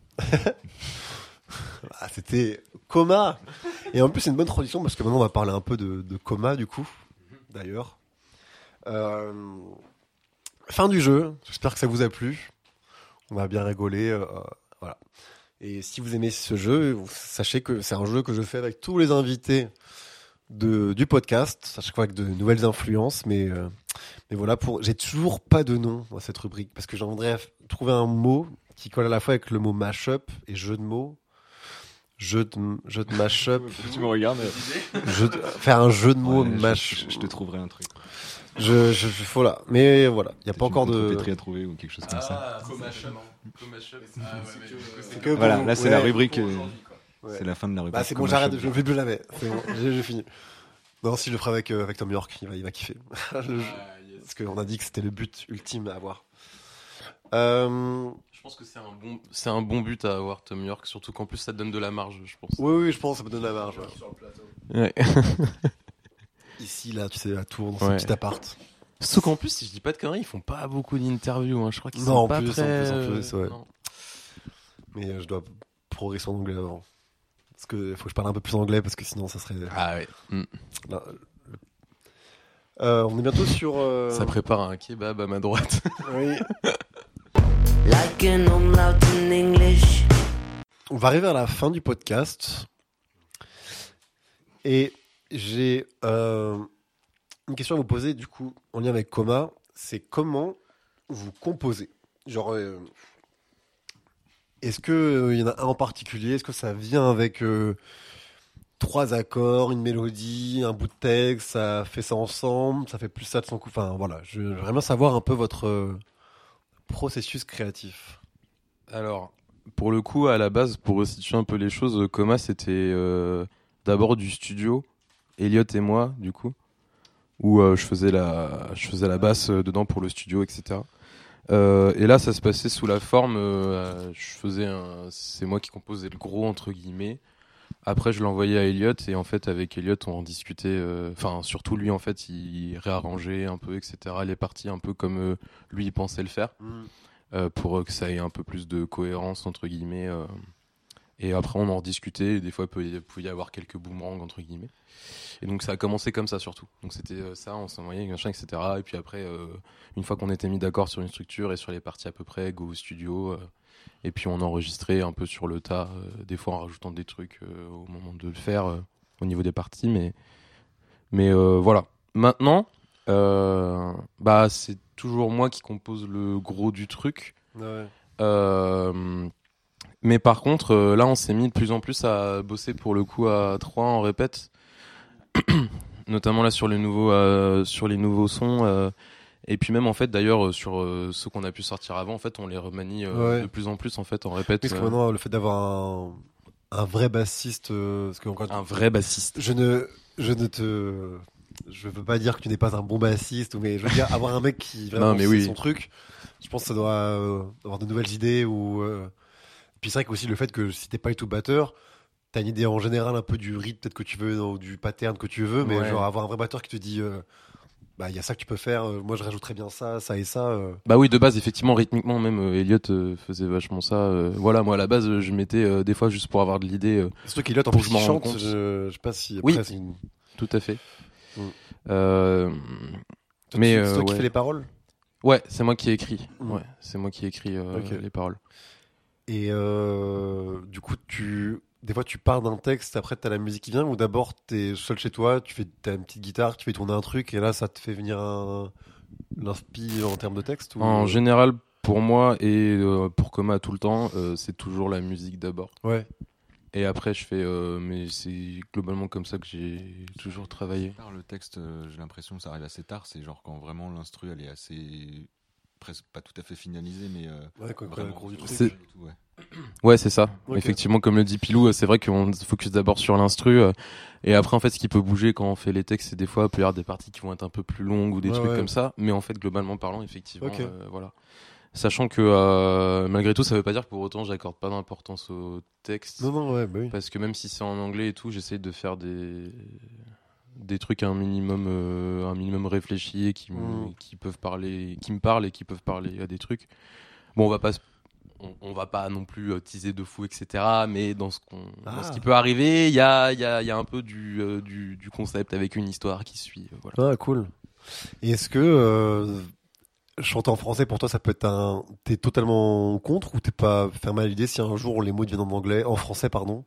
Ah, c'était Coma. Et en plus, c'est une bonne transition parce que maintenant, on va parler un peu de, de Coma, du coup, d'ailleurs. Euh, Fin du jeu. J'espère que ça vous a plu. On a bien rigolé. euh, voilà. Et si vous aimez ce jeu, vous- sachez que c'est un jeu que je fais avec tous les invités de, du podcast, à chaque fois avec de nouvelles influences. Mais, euh, mais voilà, pour, j'ai toujours pas de nom à cette rubrique parce que j'aimerais trouver un mot qui colle à la fois avec le mot mashup et jeu de mots. Jeu de, jeu de mash-up. Tu me regardes. Jeu de- faire un jeu de mots Ouais, je- mash. Je, je te trouverai un truc. Je, je, je- voilà. Mais voilà, il y a pas Peut-être encore une de. contrepétrie à trouver ou quelque chose comme ça. Ah, co-mashup. Co-mashup. C'est que Voilà, pour- là c'est ouais. la rubrique. euh, Ouais. C'est la fin de la rubrique. Bah c'est bon, Comment j'arrête, je- je le fais plus jamais. C'est bon, j'ai, j'ai fini. Non, si je le ferai avec, euh, avec Tom York, il va, il va kiffer. Le jeu- Parce qu'on a dit que c'était le but ultime à avoir. Euh, Je pense que c'est un bon, c'est un bon but à avoir, Tom York, surtout qu'en plus ça te donne de la marge, je pense. oui, oui, je pense que ça me donne la marge. ouais. Ouais. Ici, là, tu sais, à Tours, dans Ouais. ce petit appart. Surtout qu'en plus, si je dis pas de conneries, ils font pas beaucoup d'interviews. Hein. Je crois qu'ils Non, sont en pas plus, en très. plus, en plus, ouais. Non. Mais euh, je dois progresser en anglais avant. Parce que faut que je parle un peu plus anglais, parce que sinon, ça serait. Ah ouais. Mm. Là, le- Euh, on est bientôt sur. euh, Ça prépare un kebab à ma droite. Oui. Like an umlaut in English. On va arriver à la fin du podcast. Et j'ai euh, une question à vous poser, du coup, en lien avec Coma. C'est comment vous composez. Genre, euh, est-ce qu'il y en a un en particulier? Est-ce que ça vient avec euh, trois accords, une mélodie, un bout de texte, ça fait ça ensemble, ça fait plus ça de son coup? Enfin, voilà, je- j'aimerais bien savoir un peu votre euh, processus créatif. Alors, pour le coup, à la base, pour resituer un peu les choses, Coma, c'était euh, d'abord du studio, Elliot et moi, du coup, où euh, je faisais la, je faisais la basse euh, dedans pour le studio, et cetera. Euh, et là, ça se passait sous la forme, euh, je faisais un, c'est moi qui composais le gros entre guillemets. Après, je l'envoyais à Elliot et en fait, avec Elliot, on en discutait. Enfin, surtout lui, en fait, il réarrangeait un peu, et cetera. Les parties un peu comme euh, lui, il pensait le faire, euh, pour euh, que ça ait un peu plus de cohérence entre guillemets. euh. Et après, on en discutait. Et des fois, il peut- il pouvait y avoir quelques boomerangs entre guillemets. Et donc, ça a commencé comme ça surtout. Donc, c'était euh, ça, on s'envoyait, machin, et cetera. Et puis après, euh, une fois qu'on était mis d'accord sur une structure et sur les parties à peu près, go au studio. euh, Et puis on enregistrait un peu sur le tas, euh, des fois en rajoutant des trucs euh, au moment de le faire euh, au niveau des parties. Mais, mais euh, voilà. Maintenant, euh, bah, c'est toujours moi qui compose le gros du truc. Ouais. Euh, mais par contre, euh, là, on s'est mis de plus en plus à bosser pour le coup à trois en répète. Notamment là sur les nouveaux, euh, sur les nouveaux sons. euh, Et puis même en fait d'ailleurs euh, sur euh, ceux qu'on a pu sortir avant, en fait on les remanie euh, Ouais. de plus en plus en fait en répète. Parce que euh, maintenant, le fait d'avoir un, un vrai bassiste, euh, parce que encore, un vrai bassiste. je ne, je ne te, je veux pas dire que tu n'es pas un bon bassiste, mais je veux dire avoir un mec qui vraiment Non, mais sait oui. son truc. Je pense que ça doit euh, avoir de nouvelles idées ou. Euh... Puis c'est vrai que aussi le fait que si t'es pas du tout batteur, t'as une idée en général un peu du rythme peut-être que tu veux ou du pattern que tu veux, mais Ouais. genre avoir un vrai batteur qui te dit. Euh, bah il y a ça que tu peux faire, euh, moi je rajouterais bien ça, ça et ça. euh. Bah oui, de base effectivement rythmiquement même euh, Elliot euh, faisait vachement ça. euh, voilà, moi à la base euh, je mettais euh, des fois juste pour avoir de l'idée. euh, Surtout qu'il en Pour plus que je il m'en rende chante, compte. je, je sais pas si Oui. après c'est une. Tout à fait. Mm. Euh, Toi, mais tu- euh, c'est toi qui ouais. fais les paroles. Ouais, c'est moi qui ai écrit. Mm. Ouais, c'est moi qui ai écrit euh, Ok. les paroles. Et euh, du coup, tu, des fois, tu pars d'un texte, après, tu as la musique qui vient, ou d'abord, tu es seul chez toi, tu fais, as une petite guitare, tu fais tourner un truc, et là, ça te fait venir un, l'inspi en termes de texte ou... En général, pour moi et euh, pour Coma tout le temps, euh, c'est toujours la musique d'abord. Ouais. Et après, je fais. euh, mais c'est globalement comme ça que j'ai toujours travaillé. Tard, le texte, euh, j'ai l'impression que ça arrive assez tard. C'est genre quand vraiment l'instru, elle est assez. Presque pas tout à fait finalisée, mais. Euh, Ouais, quand- quand vraiment le gros du truc. C'est- et tout, ouais. Ouais, c'est ça. Ok. Effectivement, comme le dit Pilou, euh, c'est vrai qu'on se focus d'abord sur l'instru. euh, et après, en fait, ce qui peut bouger quand on fait les textes, c'est des fois, il peut y avoir des parties qui vont être un peu plus longues ou des Ouais, trucs ouais. comme ça. Mais en fait, globalement parlant, effectivement, Ok. euh, voilà. Sachant que euh, malgré tout, ça veut pas dire que pour autant, j'accorde pas d'importance au texte. Non, non, ouais, bah oui. Parce que même si c'est en anglais et tout, j'essaye de faire des des trucs un minimum euh, un minimum réfléchis et qui me Mm. qui peuvent parler qui me parlent et qui peuvent parler à des trucs. Bon, on va pas se- on, on va pas non plus euh, teaser de fou, et cetera. Mais dans ce qu'on Ah. dans ce qui peut arriver, il y a il y a il y a un peu du euh, du du concept avec une histoire qui suit. euh, voilà. Ah, cool. Et est-ce que euh, chanter en français, pour toi, ça peut être un... T'es totalement contre ou t'es pas fermé à l'idée si un jour les mots deviennent en anglais, en français, pardon,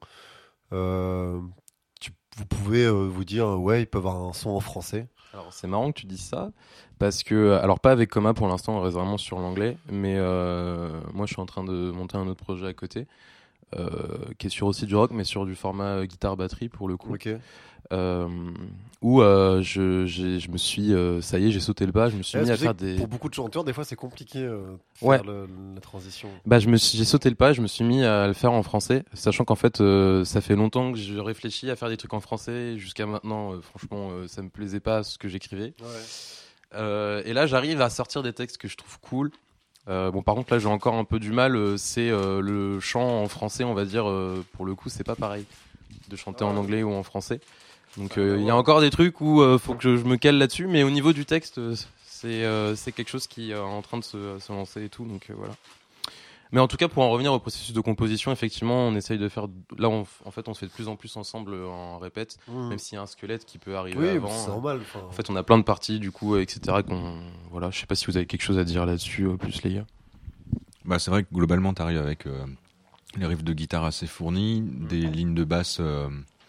euh, tu, vous pouvez euh, vous dire, ouais, ils peuvent avoir un son en français. Alors c'est marrant que tu dises ça parce que alors pas avec Coma pour l'instant, on reste vraiment sur l'anglais, mais euh, moi je suis en train de monter un autre projet à côté euh, qui est sur aussi du rock, mais sur du format guitare-batterie pour le coup. Ok. Euh, où euh, je, j'ai, je me suis, euh, ça y est, j'ai sauté le pas, je me suis Ouais, mis parce à que faire je sais que des. Pour beaucoup de chanteurs, des fois, c'est compliqué euh, de Ouais. faire le- la transition. Bah, je me suis, j'ai sauté le pas, je me suis mis à le faire en français, sachant qu'en fait, euh, ça fait longtemps que je réfléchis à faire des trucs en français. Jusqu'à maintenant, euh, franchement, euh, ça me plaisait pas ce que j'écrivais. Ouais. Euh, et là, j'arrive à sortir des textes que je trouve cool. Euh, bon, par contre, là, j'ai encore un peu du mal. euh, c'est euh, le chant en français, on va dire. Euh, pour le coup, c'est pas pareil de chanter en anglais ou en français. Donc, il euh, y a encore des trucs où euh, faut que je, je me cale là-dessus. Mais au niveau du texte, euh, c'est euh, c'est quelque chose qui est en train de se, se lancer et tout. Donc euh, voilà. Mais en tout cas, pour en revenir au processus de composition, effectivement, on essaye de faire. Là, on, en fait, on se fait de plus en plus ensemble en répète, Mmh. même s'il y a un squelette qui peut arriver Oui, avant. c'est normal. enfin. En fait, on a plein de parties, du coup, et cetera. Qu'on, voilà, je sais pas si vous avez quelque chose à dire là-dessus, euh, plus les gars. Bah, c'est vrai que globalement, t'arrives avec euh, les riffs de guitare assez fournis, des lignes de basse euh,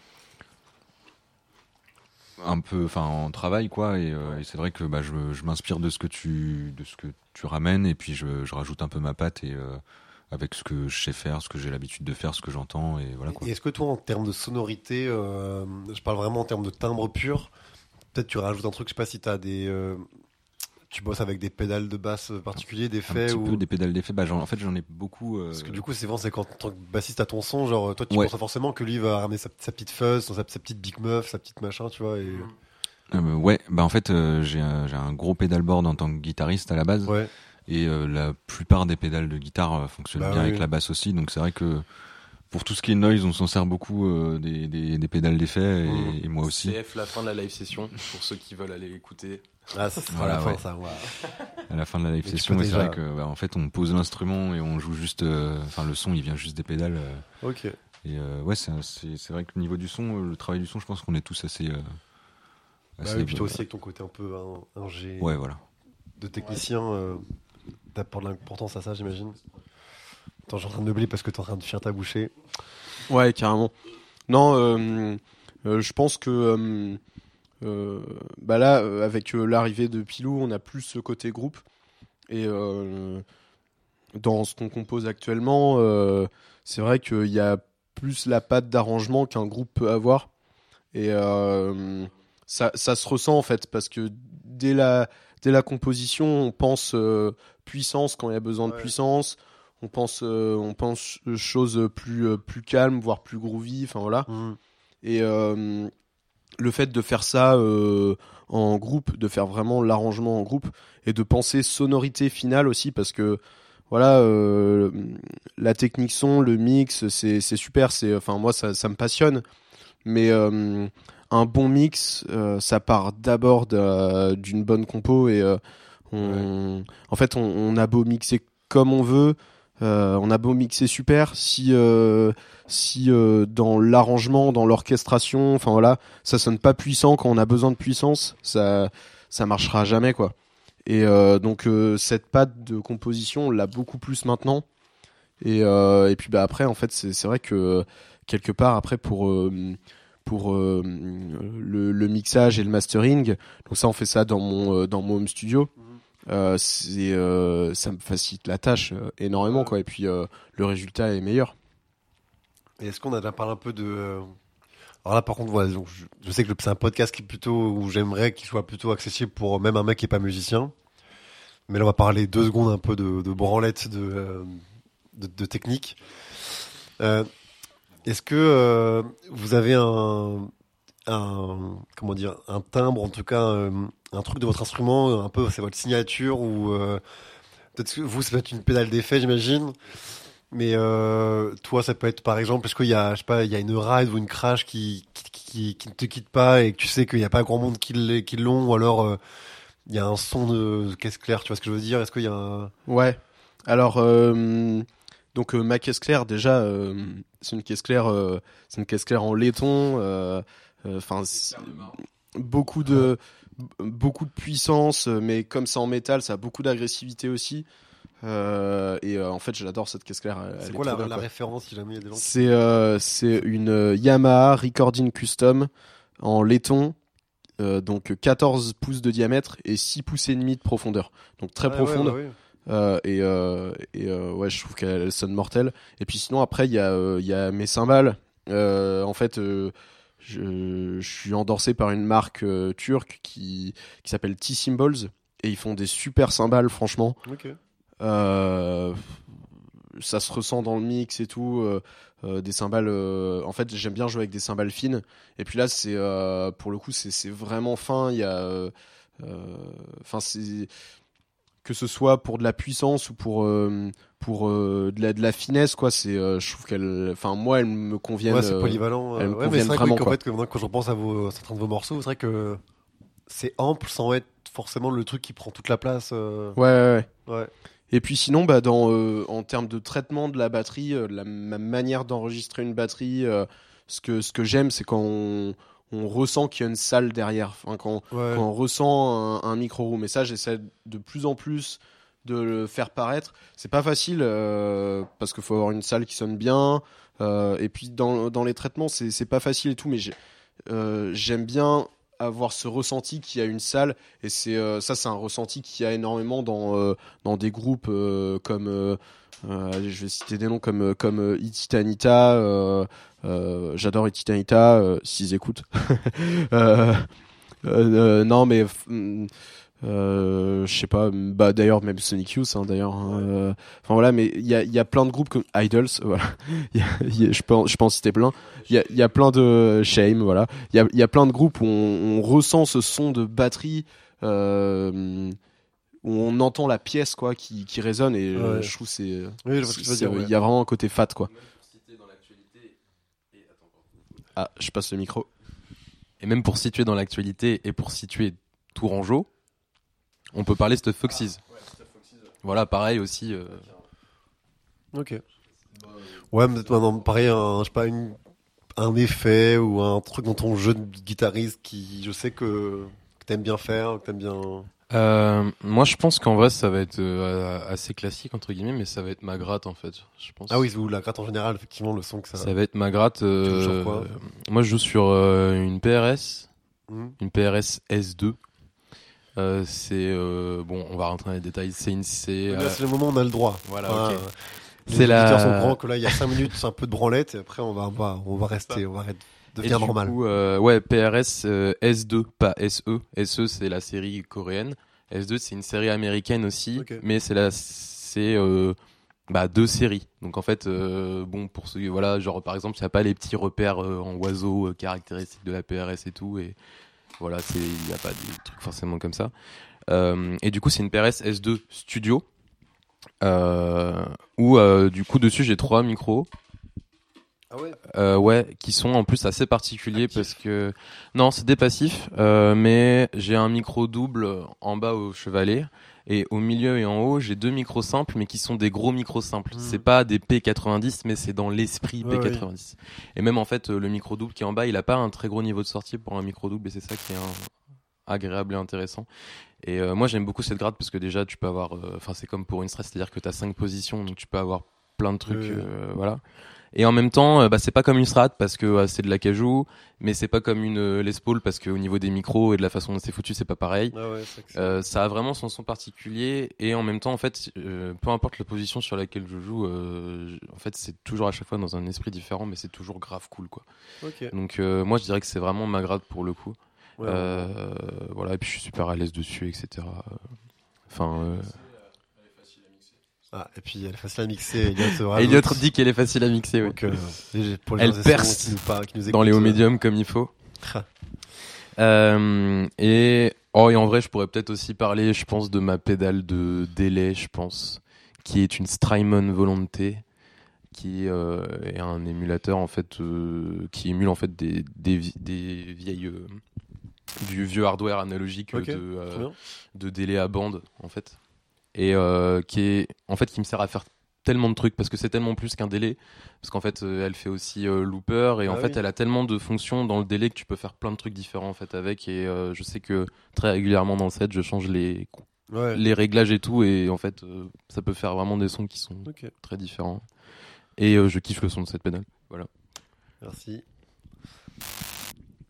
un peu, enfin, en travail, quoi. Et, euh, et c'est vrai que bah, je, je m'inspire de ce que tu, de ce que tu ramènes, et puis je, je rajoute un peu ma patte et euh, avec ce que je sais faire, ce que j'ai l'habitude de faire, ce que j'entends, et voilà quoi. Et est-ce que toi, en termes de sonorité, euh, je parle vraiment en termes de timbre pur, peut-être tu rajoutes un truc, je sais pas si t'as des, euh, tu bosses avec des pédales de basse particuliers, des Un faits petit ou peu des pédales d'effet. Bah, j'en- en fait, j'en ai beaucoup. euh, parce que du coup, c'est vraiment c'est quand en tant que bassiste à ton son, genre toi, tu Ouais. penses forcément que lui va ramener sa, sa petite fuzz, sa, sa petite big muff, sa petite machin, tu vois. Et euh, ouais, bah en fait, euh, j'ai un, j'ai un gros pédalboard en tant que guitariste à la base. ouais, Et euh, la plupart des pédales de guitare euh, fonctionnent Bah bien oui. avec la basse aussi, donc c'est vrai que pour tout ce qui est noise, on s'en sert beaucoup euh, des, des, des pédales d'effet, et, Mmh. et moi aussi. C F, la fin de la live session, pour ceux qui veulent aller écouter. ah ça c'est Voilà, à la fin ouais. ça. Ouais. À la fin de la live Mais tu session, peux et c'est déjà- vrai que bah, en fait, on pose l'instrument et on joue juste, euh, enfin le son, il vient juste des pédales. euh, Ok. et euh, ouais, c'est, c'est, c'est vrai que au niveau du son, euh, le travail du son, je pense qu'on est tous assez. Euh, Bah assez oui, puis toi euh, aussi avec ton côté un peu un, un G Ouais, voilà. de technicien, euh, t'apportes de l'importance à ça, j'imagine. Attends, je suis en train de meubler parce que t'es en train de finir ta bouchée. Ouais, carrément. Non, euh, euh, je pense que euh, euh, bah là, euh, avec euh, l'arrivée de Pilou, on a plus ce côté groupe. Et euh, dans ce qu'on compose actuellement, euh, c'est vrai qu'il y a plus la patte d'arrangement qu'un groupe peut avoir. Et euh, ça, ça se ressent en fait, parce que dès la, dès la composition, on pense euh, puissance quand il y a besoin de Ouais. puissance. On pense, euh, on pense choses plus, euh, plus calmes, voire plus groovy. Enfin voilà. Mmh. Et euh, le fait de faire ça euh, en groupe, de faire vraiment l'arrangement en groupe, et de penser sonorité finale aussi, parce que voilà, euh, la technique son, le mix, c'est c'est super. C'est, enfin moi ça, ça me passionne. Mais euh, un bon mix, euh, ça part d'abord d'un- d'une bonne compo, et euh, on, en fait on, on a beau mixer comme on veut. Euh, on a beau mixer super, si euh, si euh, dans l'arrangement, dans l'orchestration, enfin voilà, ça sonne pas puissant quand on a besoin de puissance, ça ça marchera jamais quoi. Et euh, donc euh, cette patte de composition, on l'a beaucoup plus maintenant. Et euh, et puis bah après en fait c'est c'est vrai que quelque part après pour euh, pour euh, le, le mixage et le mastering, donc ça on fait ça dans mon euh, dans mon home studio. Euh, c'est euh, ça me facilite la tâche euh, énormément quoi, et puis euh, le résultat est meilleur. Et est-ce qu'on a déjà parlé un peu de... euh, Alors là, par contre, voilà, donc, je, je sais que c'est un podcast qui est plutôt, où j'aimerais qu'il soit plutôt accessible pour même un mec qui est pas musicien. Mais là, on va parler deux secondes un peu de, de branlette, de, euh, de, de technique. Euh, est-ce que euh, vous avez un, un, comment dire, un timbre, en tout cas, euh, un truc de votre instrument, un peu, c'est votre signature, ou euh, peut-être que vous, ça peut être une pédale d'effet, j'imagine. Mais euh, toi, ça peut être par exemple parce qu'il y a, je sais pas, il y a une ride ou une crash qui qui, qui, qui ne te quitte pas et que tu sais qu'il n'y a pas grand monde qui l'est- qui l'ont, ou alors euh, il y a un son de, de caisse claire, tu vois ce que je veux dire? Est-ce qu'il y a un... Ouais. Alors euh, donc euh, ma caisse claire déjà, euh, c'est une caisse claire, euh, c'est une caisse claire en laiton. Enfin, euh, beaucoup de beaucoup de puissance, mais comme c'est en métal, ça a beaucoup d'agressivité aussi. Euh, et euh, en fait, j'adore cette caisse claire. Elle C'est est quoi trop la, bien, la quoi. référence si jamais il y a des gens qui... C'est euh, c'est une euh, Yamaha Recording Custom en laiton, euh, donc quatorze pouces de diamètre et six pouces et demi de profondeur, donc très Ouais, profonde. ouais, bah oui. Euh, et euh, et euh, ouais, je trouve qu'elle elle sonne mortelle. Et puis sinon après il y a euh, il y a mes cymbales. Euh, en fait, euh, je, je suis endorsé par une marque euh, turque qui qui s'appelle T-Symbols et ils font des super cymbales franchement. Ok. Euh, ça se ressent dans le mix et tout. Euh, euh, des cymbales. Euh, en fait, j'aime bien jouer avec des cymbales fines. Et puis là, c'est euh, pour le coup, c'est c'est vraiment fin. Il y a, enfin, euh, c'est que ce soit pour de la puissance ou pour euh, pour euh, de la de la finesse, quoi. C'est, euh, je trouve qu'elle, enfin, moi, elles me conviennent. Ouais, c'est polyvalent. Elles me ouais, mais c'est conviennent vrai vraiment. que, oui, Quoi. En fait, que maintenant, quand je repense à vos, certains de vos morceaux, c'est vrai que c'est ample sans être forcément le truc qui prend toute la place. Euh... Ouais, ouais, ouais. ouais. Et puis sinon, bah, dans, euh, en termes de traitement de la batterie, euh, la ma manière d'enregistrer une batterie, euh, ce que, ce que j'aime, c'est quand on, on ressent qu'il y a une salle derrière, enfin, quand, Ouais. quand on ressent un, un micro-room. Et ça, j'essaie de plus en plus de le faire paraître. C'est pas facile, euh, parce qu'il faut avoir une salle qui sonne bien. Euh, et puis dans, dans les traitements, c'est, c'est pas facile et tout, mais j'ai, euh, j'aime bien avoir ce ressenti qu'il y a une salle, et c'est euh, ça c'est un ressenti qu'il y a énormément dans euh, dans des groupes euh, comme euh, euh, allez, je vais citer des noms comme comme euh, Ititanita, euh, euh, j'adore Ititanita euh, s'ils écoutent. euh, euh, non mais euh, euh, je sais pas, bah d'ailleurs même Sonic Youth, hein, d'ailleurs. Euh, enfin voilà, mais il y a il y a plein de groupes comme Idols, voilà. Y a, y a, je peux en, je peux en citer plein. Il y a il y a plein de Shame, voilà. Il y a il y a plein de groupes où on, on ressent ce son de batterie, euh, où on entend la pièce quoi qui qui résonne, et Ouais. euh, je trouve c'est Oui, je vois ce que tu veux dire, il ouais. y a vraiment un côté fat quoi. Ah, je passe le micro. Et même pour situer dans l'actualité et pour situer Tourangeau, on peut parler Stuff Foxes. Voilà, pareil aussi. Euh... Ok. Ouais, mais maintenant, pareil, un, je sais pas, une, un effet ou un truc dans ton jeu de guitariste qui, je sais que, que t'aimes bien faire, que t'aimes bien. Euh, moi, je pense qu'en vrai, ça va être euh, assez classique entre guillemets, mais ça va être ma gratte en fait. Je pense. Ah oui, ou la gratte en général, effectivement, le son que ça. Ça va être ma gratte. Euh, Tu joues sur quoi ? Moi, je joue sur euh, une P R S, Mmh. une P R S S deux. Euh, c'est euh, bon, on va rentrer dans les détails. C'est une, c'est, Là, euh, c'est le moment où on a le droit. Voilà, Enfin, ok. euh, Les C'est la- auditeurs sont au courant que là, il y a cinq minutes, c'est un peu de branlette, et après, on va, on va, on va rester, on va être- Et devenir du normal. coup, euh, ouais, P R S euh, S deux, pas S E. S E, c'est la série coréenne. S deux, c'est une série américaine aussi, Ok. mais c'est la, c'est euh, bah, deux séries. Donc en fait, euh, bon, pour ceux, voilà, genre par exemple, il n'y a pas les petits repères euh, en oiseau euh, caractéristiques de la P R S et tout, et voilà, c'est, il n'y a pas des trucs forcément comme ça. Euh, et du coup, c'est une P R S S deux Studio, euh, où euh, du coup dessus j'ai trois micros. Ah ouais. Euh, ouais, qui sont en plus assez particuliers parce que non, c'est des passifs, euh, mais j'ai un micro double en bas au chevalet et au milieu et en haut j'ai deux micros simples, mais qui sont des gros micros simples. Mmh. C'est pas des P quatre-vingt-dix, mais c'est dans l'esprit Ouais, P quatre-vingt-dix. Et même en fait, le micro double qui est en bas, il a pas un très gros niveau de sortie pour un micro double, et c'est ça qui est un... agréable et intéressant. Et euh, moi j'aime beaucoup cette gratte parce que déjà tu peux avoir, enfin euh, c'est comme pour une Strat, c'est-à-dire que t'as cinq positions, donc tu peux avoir plein de trucs, Oui, oui. euh, voilà. Et en même temps, euh, bah, c'est pas comme une Strat parce que euh, c'est de l'acajou, mais c'est pas comme une euh, Les Paul parce que au niveau des micros et de la façon dont c'est foutu, c'est pas pareil. Ah ouais, c'est que c'est- Euh, ça a vraiment son son particulier, et en même temps, en fait, euh, peu importe la position sur laquelle je joue, euh, je- en fait, c'est toujours à chaque fois dans un esprit différent, mais c'est toujours grave cool, quoi. Ok. Donc euh, moi, je dirais que c'est vraiment ma gratte pour le coup. Ouais, Euh, voilà, et puis je suis super à l'aise dessus, et cetera. Enfin, euh... Ah, et puis elle est facile à mixer. Elliot, rajoute. Elliot dit qu'elle est facile à mixer, oui. Donc, euh, les- pour les Elle gens perce qui nous, par- qui nous dans les hauts écoutent, euh, médiums comme il faut. euh, et oh, et en vrai, je pourrais peut-être aussi parler, je pense, de ma pédale de délai, je pense, qui est une Strymon Volante, qui euh, est un émulateur en fait, euh, qui émule en fait des des, vi- des vieilles euh, du vieux hardware analogique, Ok, de très euh, bien. de délai à bande en fait, et euh, qui est en fait qui me sert à faire tellement de trucs parce que c'est tellement plus qu'un délai, parce qu'en fait euh, elle fait aussi euh, looper, et Ah en fait oui. elle a tellement de fonctions dans le délai que tu peux faire plein de trucs différents en fait avec, et euh, je sais que très régulièrement dans le set je change les Ouais. les réglages et tout, et en fait euh, ça peut faire vraiment des sons qui sont Ok. très différents, et euh, je kiffe le son de cette pédale, voilà. Merci.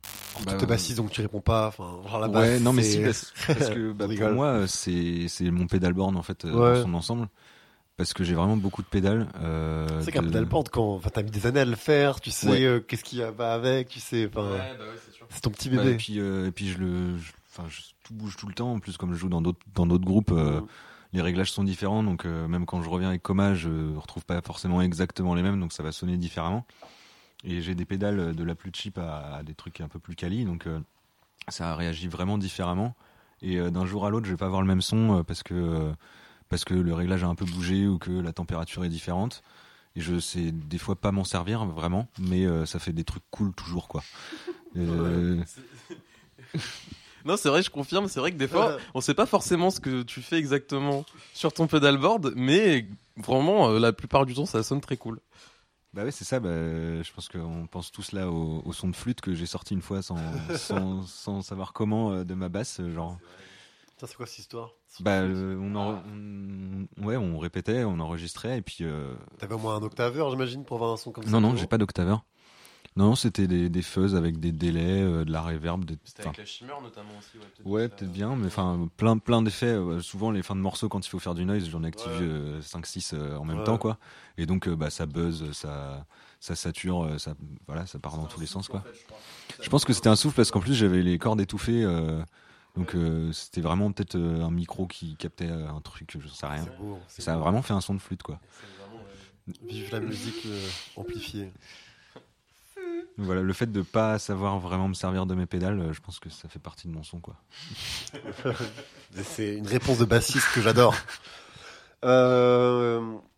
Surtout Bah, que t'es bassiste, donc tu réponds pas. Enfin, genre la basse. Ouais, non, mais si, c'est- parce, parce que bah, On pour rigole. moi, c'est c'est mon pédalboard en fait euh, Ouais. dans son ensemble, parce que j'ai vraiment beaucoup de pédales. Euh, C'est qu'un de- pédalboard, quand enfin, t'as mis des années à le faire, tu sais Ouais. euh, qu'est-ce qu'il y a pas avec, tu sais. Enfin, bah ouais, c'est sûr. c'est ton petit Ouais, bébé. et puis euh, et puis je le, je- enfin, je- tout bouge tout le temps. En plus, comme je joue dans d'autres dans d'autres groupes, euh, Mm. les réglages sont différents, donc euh, même quand je reviens avec Coma, je retrouve pas forcément exactement les mêmes, donc ça va sonner différemment. Et j'ai des pédales de la plus cheap à, à des trucs un peu plus quali, donc euh, ça réagit vraiment différemment. Et euh, d'un jour à l'autre, je vais pas avoir le même son euh, parce que euh, parce que le réglage a un peu bougé ou que la température est différente. Et je sais des fois pas m'en servir vraiment, mais euh, ça fait des trucs cool toujours quoi. Euh, Non, c'est vrai, je confirme. C'est vrai que des fois, on sait pas forcément ce que tu fais exactement sur ton pedalboard, mais vraiment, euh, la plupart du temps, ça sonne très cool. Bah ouais, c'est ça. Bah, je pense qu'on pense tous là au, au son de flûte que j'ai sorti une fois sans, sans, sans savoir comment euh, de ma basse. euh, Genre, Putain, c'est quoi cette histoire? bah, euh, on, en, on, ouais, on répétait, on enregistrait et puis. Euh... T'avais au moins un octaveur, j'imagine, pour avoir un son comme ça. Non, non, non j'ai pas d'octaveur. Non, non, c'était des, des fuzz avec des délais, euh, de la reverb. Des... C'était enfin, avec la chimère notamment aussi. Ouais, peut-être, Ouais, ça- peut-être bien, mais enfin, plein, plein d'effets. euh, souvent, les fins de morceaux, quand il faut faire du noise, j'en active Ouais. euh, cinq six euh, en même Ouais. temps, quoi. Et donc, euh, bah, ça buzz, ça, ça sature, euh, ça, voilà, ça part dans tous les sens, quoi. Je pense que c'était un souffle parce qu'en plus, j'avais les cordes étouffées. euh, donc, euh, c'était vraiment peut-être euh, un micro qui captait euh, un truc, je sais rien. C'est beau. c'est Ça a beau. vraiment fait un son de flûte, quoi. Vive la musique euh, amplifiée. Donc, voilà, le fait de pas savoir vraiment me servir de mes pédales, euh, je pense que ça fait partie de mon son, quoi. Et c'est une réponse de bassiste que j'adore. Euh,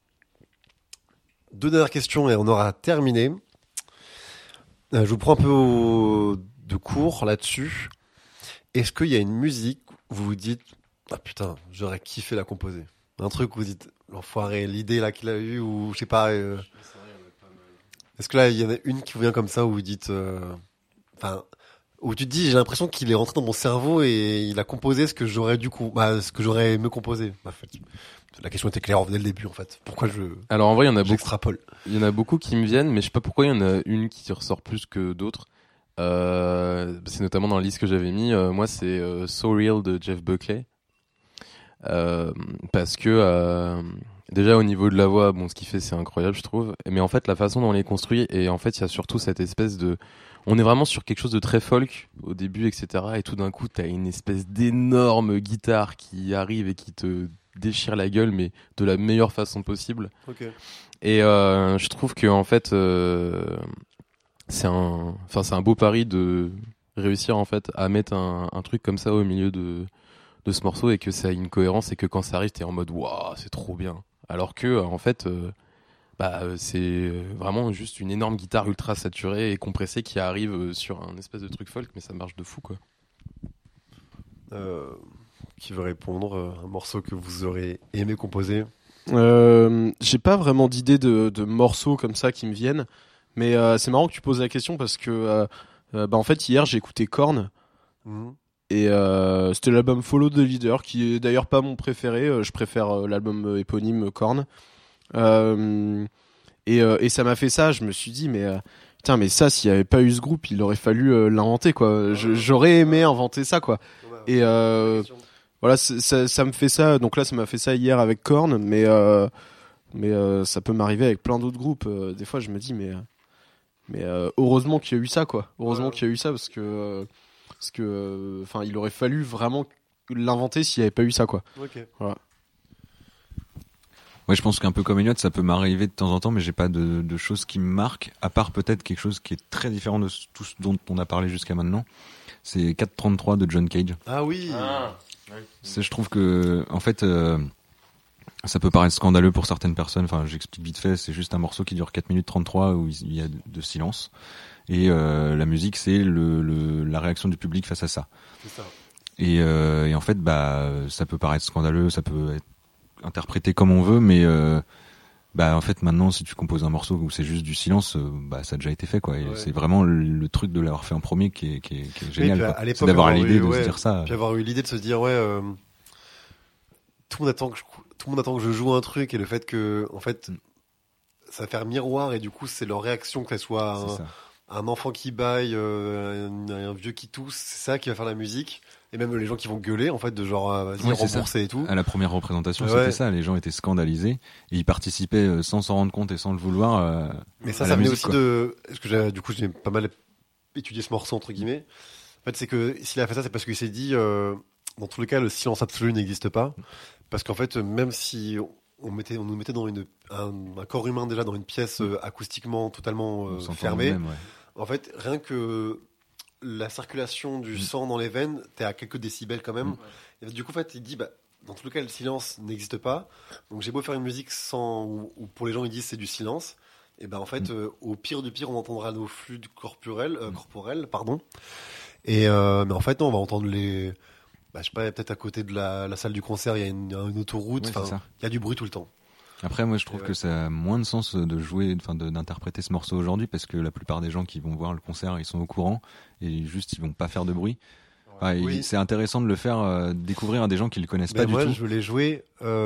Deux dernières questions et on aura terminé. Euh, je vous prends un peu au- de cours là-dessus. Est-ce qu'il y a une musique où vous vous dites ah putain, j'aurais kiffé la composer? Un truc où vous dites l'enfoiré, l'idée là qu'il a eue ou je sais pas. euh, Est-ce que là il y en a une qui vous vient comme ça où vous dites euh, enfin où tu te dis j'ai l'impression qu'il est rentré dans mon cerveau et il a composé ce que j'aurais dû com- bah, ce que j'aurais aimé composer. En fait, la question était claire dès le début en fait. Pourquoi je Alors en vrai, il y en a beaucoup. j'extrapole? Il y en a beaucoup qui me viennent, mais je sais pas pourquoi il y en a une qui ressort plus que d'autres. Euh, c'est notamment dans la liste que j'avais mis. euh, moi, c'est euh, So Real de Jeff Buckley. Euh, parce que euh, déjà au niveau de la voix, bon, ce qu'il fait, c'est incroyable, je trouve. Mais en fait, la façon dont on les construit, et en fait, il y a surtout cette espèce de, on est vraiment sur quelque chose de très folk au début, et cetera. Et tout d'un coup, t'as une espèce d'énorme guitare qui arrive et qui te déchire la gueule, mais de la meilleure façon possible. Ok. Et euh, je trouve que en fait, euh, c'est un, enfin, c'est un beau pari de réussir en fait à mettre un, un truc comme ça au milieu de de ce morceau et que ça a une cohérence et que quand ça arrive, t'es en mode waouh, c'est trop bien. Alors que euh, en fait, euh, bah euh, c'est vraiment juste une énorme guitare ultra saturée et compressée qui arrive euh, sur un espèce de truc folk, mais ça marche de fou quoi. Euh, qui veut répondre euh, un morceau que vous aurez aimé composer? Euh, j'ai pas vraiment d'idée de, de morceaux comme ça qui me viennent, mais euh, c'est marrant que tu poses la question parce que euh, euh, bah en fait hier j'ai écouté Korn Mhm. et euh, c'était l'album Follow the Leader qui est d'ailleurs pas mon préféré, euh, je préfère euh, l'album euh, éponyme Korn. Euh, et, euh, et ça m'a fait ça, je me suis dit mais euh, putain mais ça s'il y avait pas eu ce groupe il aurait fallu euh, l'inventer quoi. Je- j'aurais aimé inventer ça quoi. Et euh, voilà, c'est- ça, ça me fait ça. Donc là, ça m'a fait ça hier avec Korn, mais euh, mais euh, ça peut m'arriver avec plein d'autres groupes. Euh, des fois, je me dis mais mais euh, heureusement qu'il y a eu ça quoi. Heureusement Ouais. qu'il y a eu ça parce que euh, parce que enfin, il aurait fallu vraiment l'inventer s'il n'y avait pas eu ça quoi. Ok. Ouais, je pense qu'un peu comme Elliot, ça peut m'arriver de temps en temps, mais j'ai pas de, de choses qui me marquent, à part peut-être quelque chose qui est très différent de tout ce dont on a parlé jusqu'à maintenant. C'est quatre trente-trois de John Cage. Ah oui. C'est, je trouve que, en fait, euh, ça peut paraître scandaleux pour certaines personnes. Enfin, j'explique vite fait. C'est juste un morceau qui dure quatre minutes trente-trois où il y a de silence. Et euh, la musique, c'est le, le, la réaction du public face à ça. C'est ça. Et, euh, et en fait, bah, ça peut paraître scandaleux, ça peut être interprété comme on veut, mais euh, bah, en fait, maintenant, si tu composes un morceau où c'est juste du silence, euh, bah, ça a déjà été fait, quoi. Et Ouais. c'est vraiment le, le truc de l'avoir fait en premier qui est, qui est, qui est génial. Oui, puis quoi. à l'époque, C'est d'avoir avoir l'idée eu- de ouais, se dire ça. Puis avoir eu l'idée de se dire ouais, euh, tout le monde attend que je, tout le monde attend que je joue un truc et le fait que en fait Mm. ça va faire miroir et du coup c'est leur réaction que ça soit C'est un, ça. un enfant qui baille, euh, un, un vieux qui tousse, c'est ça qui va faire la musique. Et même les gens qui vont gueuler, en fait, de genre, euh, vas-y, Ouais, c'est rembourser et tout. À la première représentation, Ouais. c'était ça. Les gens étaient scandalisés et ils participaient euh, sans s'en rendre compte et sans le vouloir. Euh, Mais ça, à ça la venait musique, aussi quoi. de. Parce que j'ai- du coup, j'ai pas mal étudié ce morceau, entre guillemets. En fait, c'est que s'il a fait ça, c'est parce qu'il s'est dit, euh, dans tous les cas, le silence absolu n'existe pas. Parce qu'en fait, même si on, mettait, on nous mettait dans une, un, un corps humain déjà dans une pièce euh, acoustiquement totalement euh, On s'entend fermée, nous-mêmes, ouais. en fait, rien que la circulation du sang dans les veines, t'es à quelques décibels quand même. Et du coup, en fait, il dit, bah, dans tous les cas, le silence n'existe pas. Donc, j'ai beau faire une musique sans, où, où pour les gens ils disent c'est du silence. Et ben en fait, euh, au pire du pire, on entendra nos flux corporels, euh, corporels, pardon. Et euh, mais en fait, non, on va entendre les, bah, je sais pas, peut-être à côté de la, la salle du concert, il y a une, une autoroute. Ouais, c'est Enfin, ça. il y a du bruit tout le temps. Après, moi, je trouve Et ouais. que ça a moins de sens de jouer, enfin, de- d'interpréter ce morceau aujourd'hui, parce que la plupart des gens qui vont voir le concert, ils sont au courant et juste, ils vont pas faire de bruit. Enfin, Oui. il- C'est intéressant de le faire euh, découvrir à des gens qui le connaissent Ben pas moi, du tout. je l'ai joué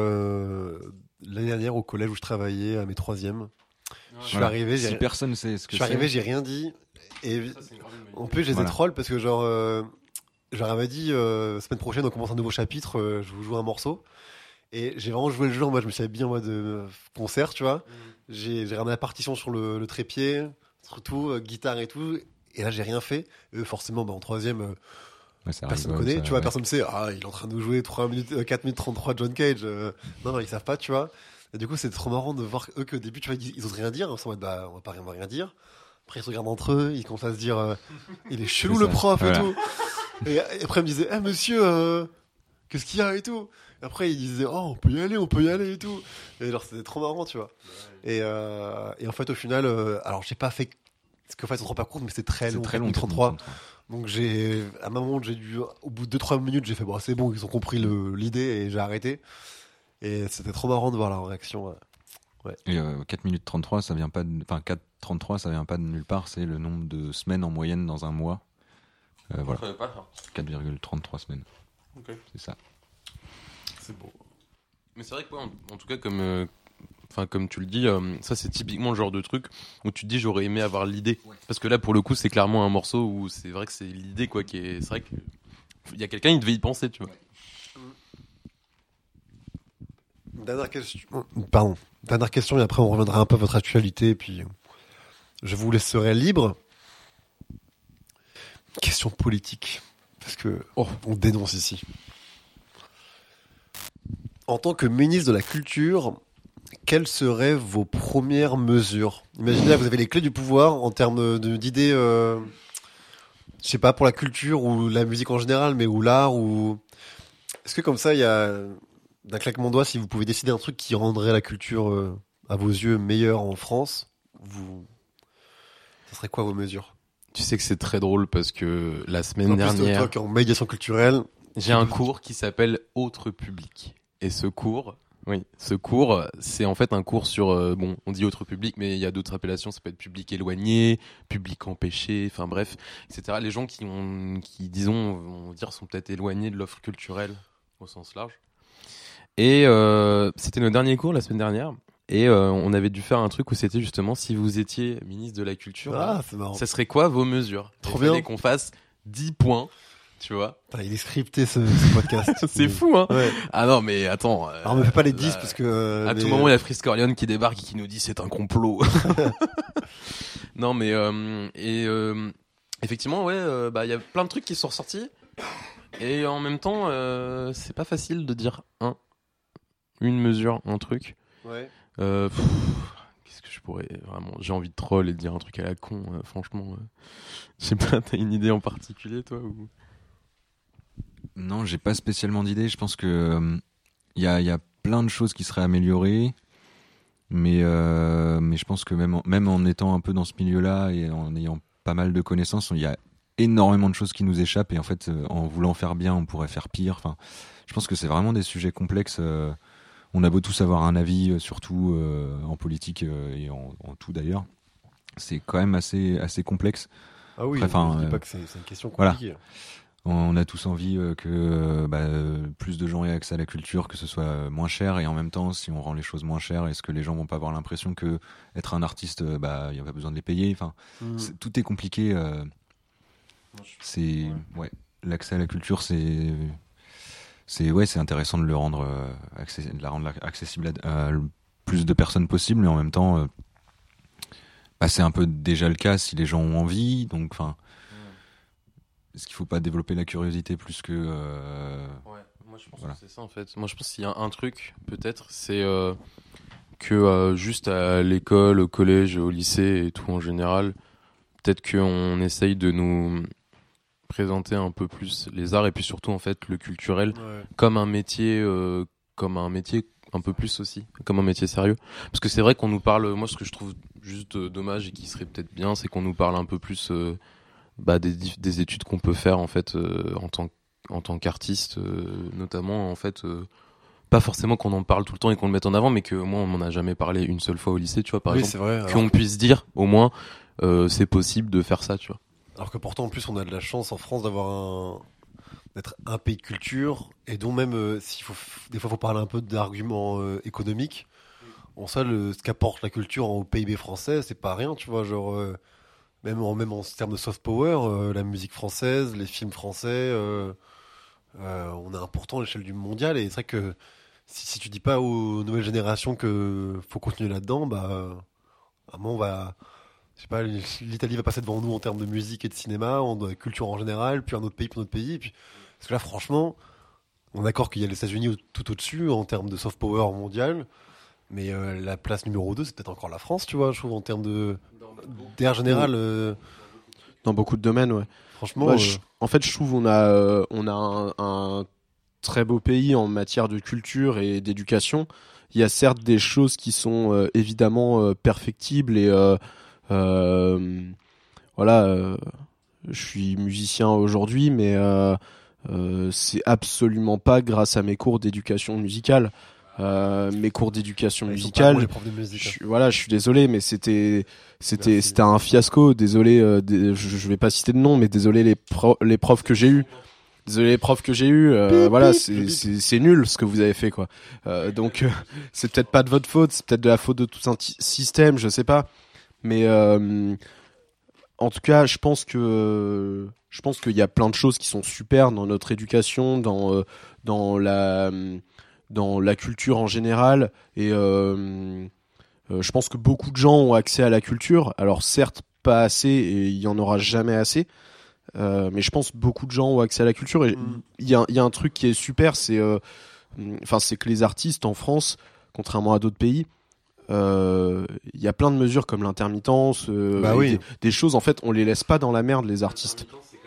euh, l'année dernière au collège où je travaillais à mes troisièmes. Je suis Voilà. arrivé, j'ai Si personne sait ce que je suis c'est. arrivé, j'ai rien dit. Et en plus, je les ai Voilà. troll parce que genre, euh, j'aurais avais dit euh, semaine prochaine on commence un nouveau chapitre, euh, je vous joue un morceau. Et j'ai vraiment joué le jeu. Moi, je me suis habillé en mode euh, concert, tu vois. J'ai j'ai ramené la partition sur le, le trépied, surtout euh, guitare et tout. Et là, j'ai rien fait. Eux, forcément, bah, en troisième, euh, Ouais, ça personne rigole, connaît, ça- tu vois, ouais. personne sait. Ah, il est en train de nous jouer trois minutes, euh, quatre minutes trente-trois John Cage. euh, non, non, ils savent pas, tu vois. Et du coup, c'est trop marrant de voir eux qu'au début, tu vois, ils, ils osent rien dire. Ils sont en mode, bah, on va pas rien, on va rien dire. Après, ils se regardent entre eux, ils commencent à se dire, euh, il est chelou C'est le ça. prof Voilà. et tout. Et, et après, ils me disaient, eh monsieur, euh, qu'est-ce qu'il y a et tout. Et après, ils disaient, oh, on peut y aller, on peut y aller et tout. Et genre, c'était trop marrant, tu vois. Et, euh, et en fait, au final, euh, alors, j'ai pas fait, parce qu'en fait, on se rend pas compte, mais c'est très C'est long, très long, trente-trois. Donc j'ai, à un moment, j'ai dû, au bout de deux trois minutes, j'ai fait bon, c'est bon, ils ont compris le, l'idée et j'ai arrêté. Et c'était trop marrant de voir leur réaction. Ouais. Et euh, quatre minutes trente-trois, ça vient pas de... enfin quatre trente-trois, ça vient pas de nulle part, c'est le nombre de semaines en moyenne dans un mois. Euh, voilà. quatre virgule trente-trois semaines. Ok. C'est ça. C'est beau. Mais c'est vrai que, ouais, en, en tout cas, comme, euh, enfin, comme tu le dis, euh, ça c'est typiquement le genre de truc où tu te dis j'aurais aimé avoir l'idée. Parce que là, pour le coup, c'est clairement un morceau où c'est vrai que c'est l'idée, quoi, qui est. C'est vrai que. Il y a quelqu'un, il devait y penser, tu vois. Dernière question. Pardon. Dernière question et après on reviendra un peu à votre actualité et puis je vous laisserai libre. Question politique. Parce que oh, on dénonce ici. En tant que ministre de la Culture, quelles seraient vos premières mesures? Imaginez là, vous avez les clés du pouvoir en termes de, d'idées, euh, je sais pas, pour la culture ou la musique en général, mais ou l'art ou. Est-ce que comme ça, il y a d'un claquement de doigts, si vous pouvez décider un truc qui rendrait la culture euh, à vos yeux meilleure en France, vous, ça serait quoi vos mesures? Tu sais que c'est très drôle parce que la semaine En plus, dernière. toi qui es en médiation culturelle, J'ai un cours qui s'appelle Autre public. Et ce cours, oui, ce cours, c'est en fait un cours sur, euh, bon, on dit autre public, mais il y a d'autres appellations, ça peut être public éloigné, public empêché, enfin bref, et cetera. Les gens qui ont, qui disons, on va dire, sont peut-être éloignés de l'offre culturelle au sens large. Et euh, c'était notre dernier cours la semaine dernière. Et euh, on avait dû faire un truc où c'était justement si vous étiez ministre de la Culture, ah, c'est marrant. ça serait quoi vos mesures? Trop Il fallait bien. qu'on fasse dix points, tu vois. Putain, il est scripté ce, ce podcast. C'est fou, hein. Ouais. Ah non, mais attends. euh, Alors, on me fait pas les dix là, parce que. euh, à mais- tout moment, il y a Frisk Corleone qui débarque et qui nous dit c'est un complot. Non, mais euh, et euh, effectivement, ouais, euh, bah il y a plein de trucs qui sont ressortis et en même temps, euh, c'est pas facile de dire un, une mesure, un truc. Ouais. Euh, pff, Qu'est-ce que je pourrais vraiment? J'ai envie de troll et de dire un truc à la con. euh, franchement, euh, je sais pas. T'as une idée en particulier, toi ou... Non, j'ai pas spécialement d'idée. Je pense que il y a, y a plein de choses qui seraient améliorées, mais euh, mais je pense que même en, même en étant un peu dans ce milieu-là et en ayant pas mal de connaissances, il y a énormément de choses qui nous échappent et en fait, euh, en voulant faire bien, on pourrait faire pire. Enfin, je pense que c'est vraiment des sujets complexes. Euh, on a beau tous avoir un avis, euh, surtout euh, en politique euh, et en, en tout d'ailleurs, c'est quand même assez assez complexe. Ah oui, Enfin, je dis euh, pas que c'est, c'est une question voilà. compliquée. On a tous envie euh, que euh, bah, euh, plus de gens aient accès à la culture, que ce soit moins cher, et en même temps, si on rend les choses moins chères, est-ce que les gens vont pas avoir l'impression que être un artiste, bah, il n'y a pas besoin de les payer. Enfin, Mmh. c'est- tout est compliqué. euh, c'est ouais, l'accès à la culture, c'est c'est ouais, c'est intéressant de le rendre, euh, accessi- de la rendre accessible à, à le plus de personnes possible, mais en même temps, euh, bah, c'est un peu déjà le cas si les gens ont envie. Donc, enfin, est-ce qu'il faut pas développer la curiosité plus que euh, Ouais, moi je pense Voilà. que c'est ça en fait. Moi je pense qu'il y a un truc peut-être, c'est euh, que euh, juste à l'école, au collège, au lycée et tout en général, peut-être qu'on essaye de nous présenter un peu plus les arts et puis surtout en fait le culturel Ouais. comme un métier, euh, comme un métier un peu plus aussi, comme un métier sérieux. Parce que c'est vrai qu'on nous parle, moi ce que je trouve juste euh, dommage et qui serait peut-être bien, c'est qu'on nous parle un peu plus euh, bah, des, dif- des études qu'on peut faire en fait euh, en tant en tant qu'artiste, euh, notamment en fait. Euh, pas forcément qu'on en parle tout le temps et qu'on le mette en avant, mais que moi on m'en a jamais parlé une seule fois au lycée, tu vois, par Oui, exemple. c'est vrai. Alors, Qu'on puisse dire au moins euh, c'est possible de faire ça, tu vois. alors que pourtant, en plus, on a de la chance en France d'avoir un d'être un pays de culture et dont même euh, s'il faut des fois faut parler un peu d'arguments euh, économiques. En ça, le, ce qu'apporte la culture au P I B français, c'est pas rien, tu vois, genre euh, même en même en termes de soft power, euh, la musique française, les films français, euh, euh, on est important à l'échelle du mondial et c'est vrai que si, si tu dis pas aux nouvelles générations que faut continuer là-dedans, bah à un moment on va je sais pas, l'Italie va passer devant nous en termes de musique et de cinéma, en de culture en général, puis un autre pays, puis un autre pays. Et puis, parce que là, franchement, on est d'accord qu'il y a les États-Unis au- tout au-dessus en termes de soft power mondial, mais euh, la place numéro deux, c'est peut-être encore la France, tu vois, je trouve, en termes de d'air général. euh, Dans beaucoup de domaines, ouais. franchement, Moi, euh, je- en fait, je trouve on a, euh, on a un, un très beau pays en matière de culture et d'éducation. Il y a certes des choses qui sont euh, évidemment euh, perfectibles et euh, euh, voilà. euh, je suis musicien aujourd'hui, mais euh, euh, c'est absolument pas grâce à mes cours d'éducation musicale. Euh, mes cours d'éducation ils sont pas bons, musicale, les profs de musique, je hein. suis- voilà, je suis désolé, mais c'était, c'était, Merci. c'était un fiasco. Désolé, euh, dé- je, je vais pas citer de nom, mais désolé les, pro- les profs que j'ai eu. Désolé les profs que j'ai eu. Euh, voilà, c'est, c'est, c'est nul ce que vous avez fait, quoi. Euh, donc, euh, c'est peut-être pas de votre faute, c'est peut-être de la faute de tout un ti- système, je sais pas. Mais euh, en tout cas, je pense que je pense qu'il y a plein de choses qui sont super dans notre éducation, dans euh, dans la dans la culture en général. Et euh, euh, je pense que beaucoup de gens ont accès à la culture. Alors certes, pas assez, et il y en aura jamais assez. Euh, mais je pense que beaucoup de gens ont accès à la culture. Et Mm. il y a il y a un truc qui est super, c'est euh, enfin c'est que les artistes en France, contrairement à d'autres pays, euh, il y a plein de mesures comme l'intermittence, euh, Bah et oui. des, des choses, en fait, on les laisse pas dans la merde, les artistes.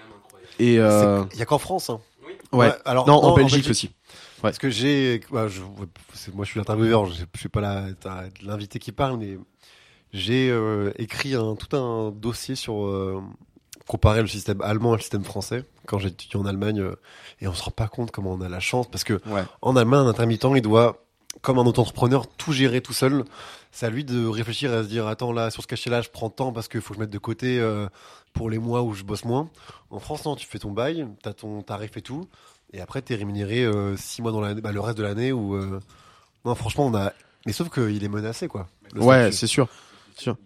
Et euh, c'est- il y a qu'en France. Hein. ouais. Ouais, alors, non, non, en en Belgique, Belgique. aussi. Parce que j'ai, bah, je, c'est- moi je suis l'intervieweur, je, je suis pas la, t'as l'invité qui parle, mais j'ai euh, écrit un, tout un dossier sur euh, comparer le système allemand et le système français quand j'ai étudié en Allemagne, euh, et on se rend pas compte comment on a la chance parce que Ouais. en Allemagne un intermittent il doit, comme un auto-entrepreneur, tout gérer tout seul. C'est à lui de réfléchir et à se dire attends là sur ce cachet-là je prends tant parce qu'il faut que je mette de côté euh, pour les mois où je bosse moins. En France non, tu fais ton bail, t'as ton tarif et tout. Et après, t'es rémunéré euh, six mois dans l'année, bah, le reste de l'année où. euh, Non, franchement, on a. Mais sauf qu'il est menacé, quoi. Le Ouais, statut. c'est sûr. C'est sûr.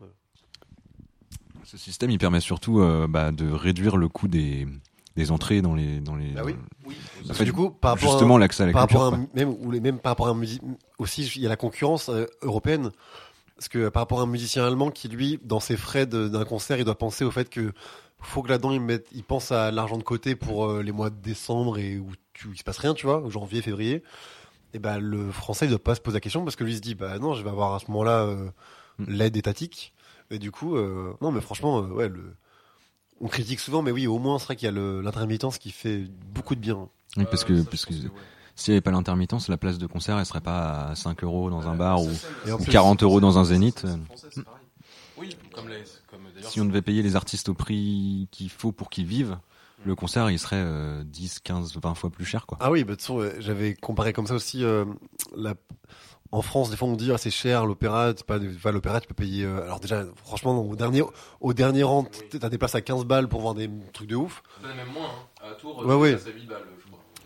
Ce système, il permet surtout euh, bah, de réduire le coût des, des entrées dans les dans les. Bah oui. dans- Parce En que fait, du coup, par rapport justement, à, l'accès à la par culture. rapport à quoi. un, même ou les même par rapport à un musique aussi, il y a la concurrence euh, européenne. Parce que par rapport à un musicien allemand qui lui, dans ses frais de- d'un concert, il doit penser au fait que faut que là-dedans il mette, il pense à l'argent de côté pour euh, les mois de décembre et où, tu, où il se passe rien, tu vois, janvier, février. Et ben le français il doit pas se poser la question parce que lui il se dit bah non, je vais avoir à ce moment-là euh, Mm. l'aide étatique. Et du coup, euh, non mais franchement, euh, ouais, le, on critique souvent, mais oui, au moins c'est vrai qu'il y a le- l'intermittence qui fait beaucoup de bien. Oui, parce que, parce que s'il n'y avait pas l'intermittence, la place de concert, elle serait pas à cinq euros dans un bar ou, Et en ou plus- quarante euros dans un zénith. Oui, comme, les, comme d'ailleurs. Si on devait payer les artistes au prix qu'il faut pour qu'ils vivent, le concert, il serait euh, dix, quinze, vingt fois plus cher, quoi. Ah oui, bah, de toute façon, euh, j'avais comparé comme ça aussi. euh, la... En France, des fois, on dit ah, c'est cher l'opéra. C'est pas, enfin, l'opéra, tu peux payer. euh, Alors déjà, franchement, au dernier, au dernier rang, t- t'as des places à quinze balles pour voir des trucs de ouf. Même moins, hein. À Tours, Ouais, ouais. à huit balles, je crois.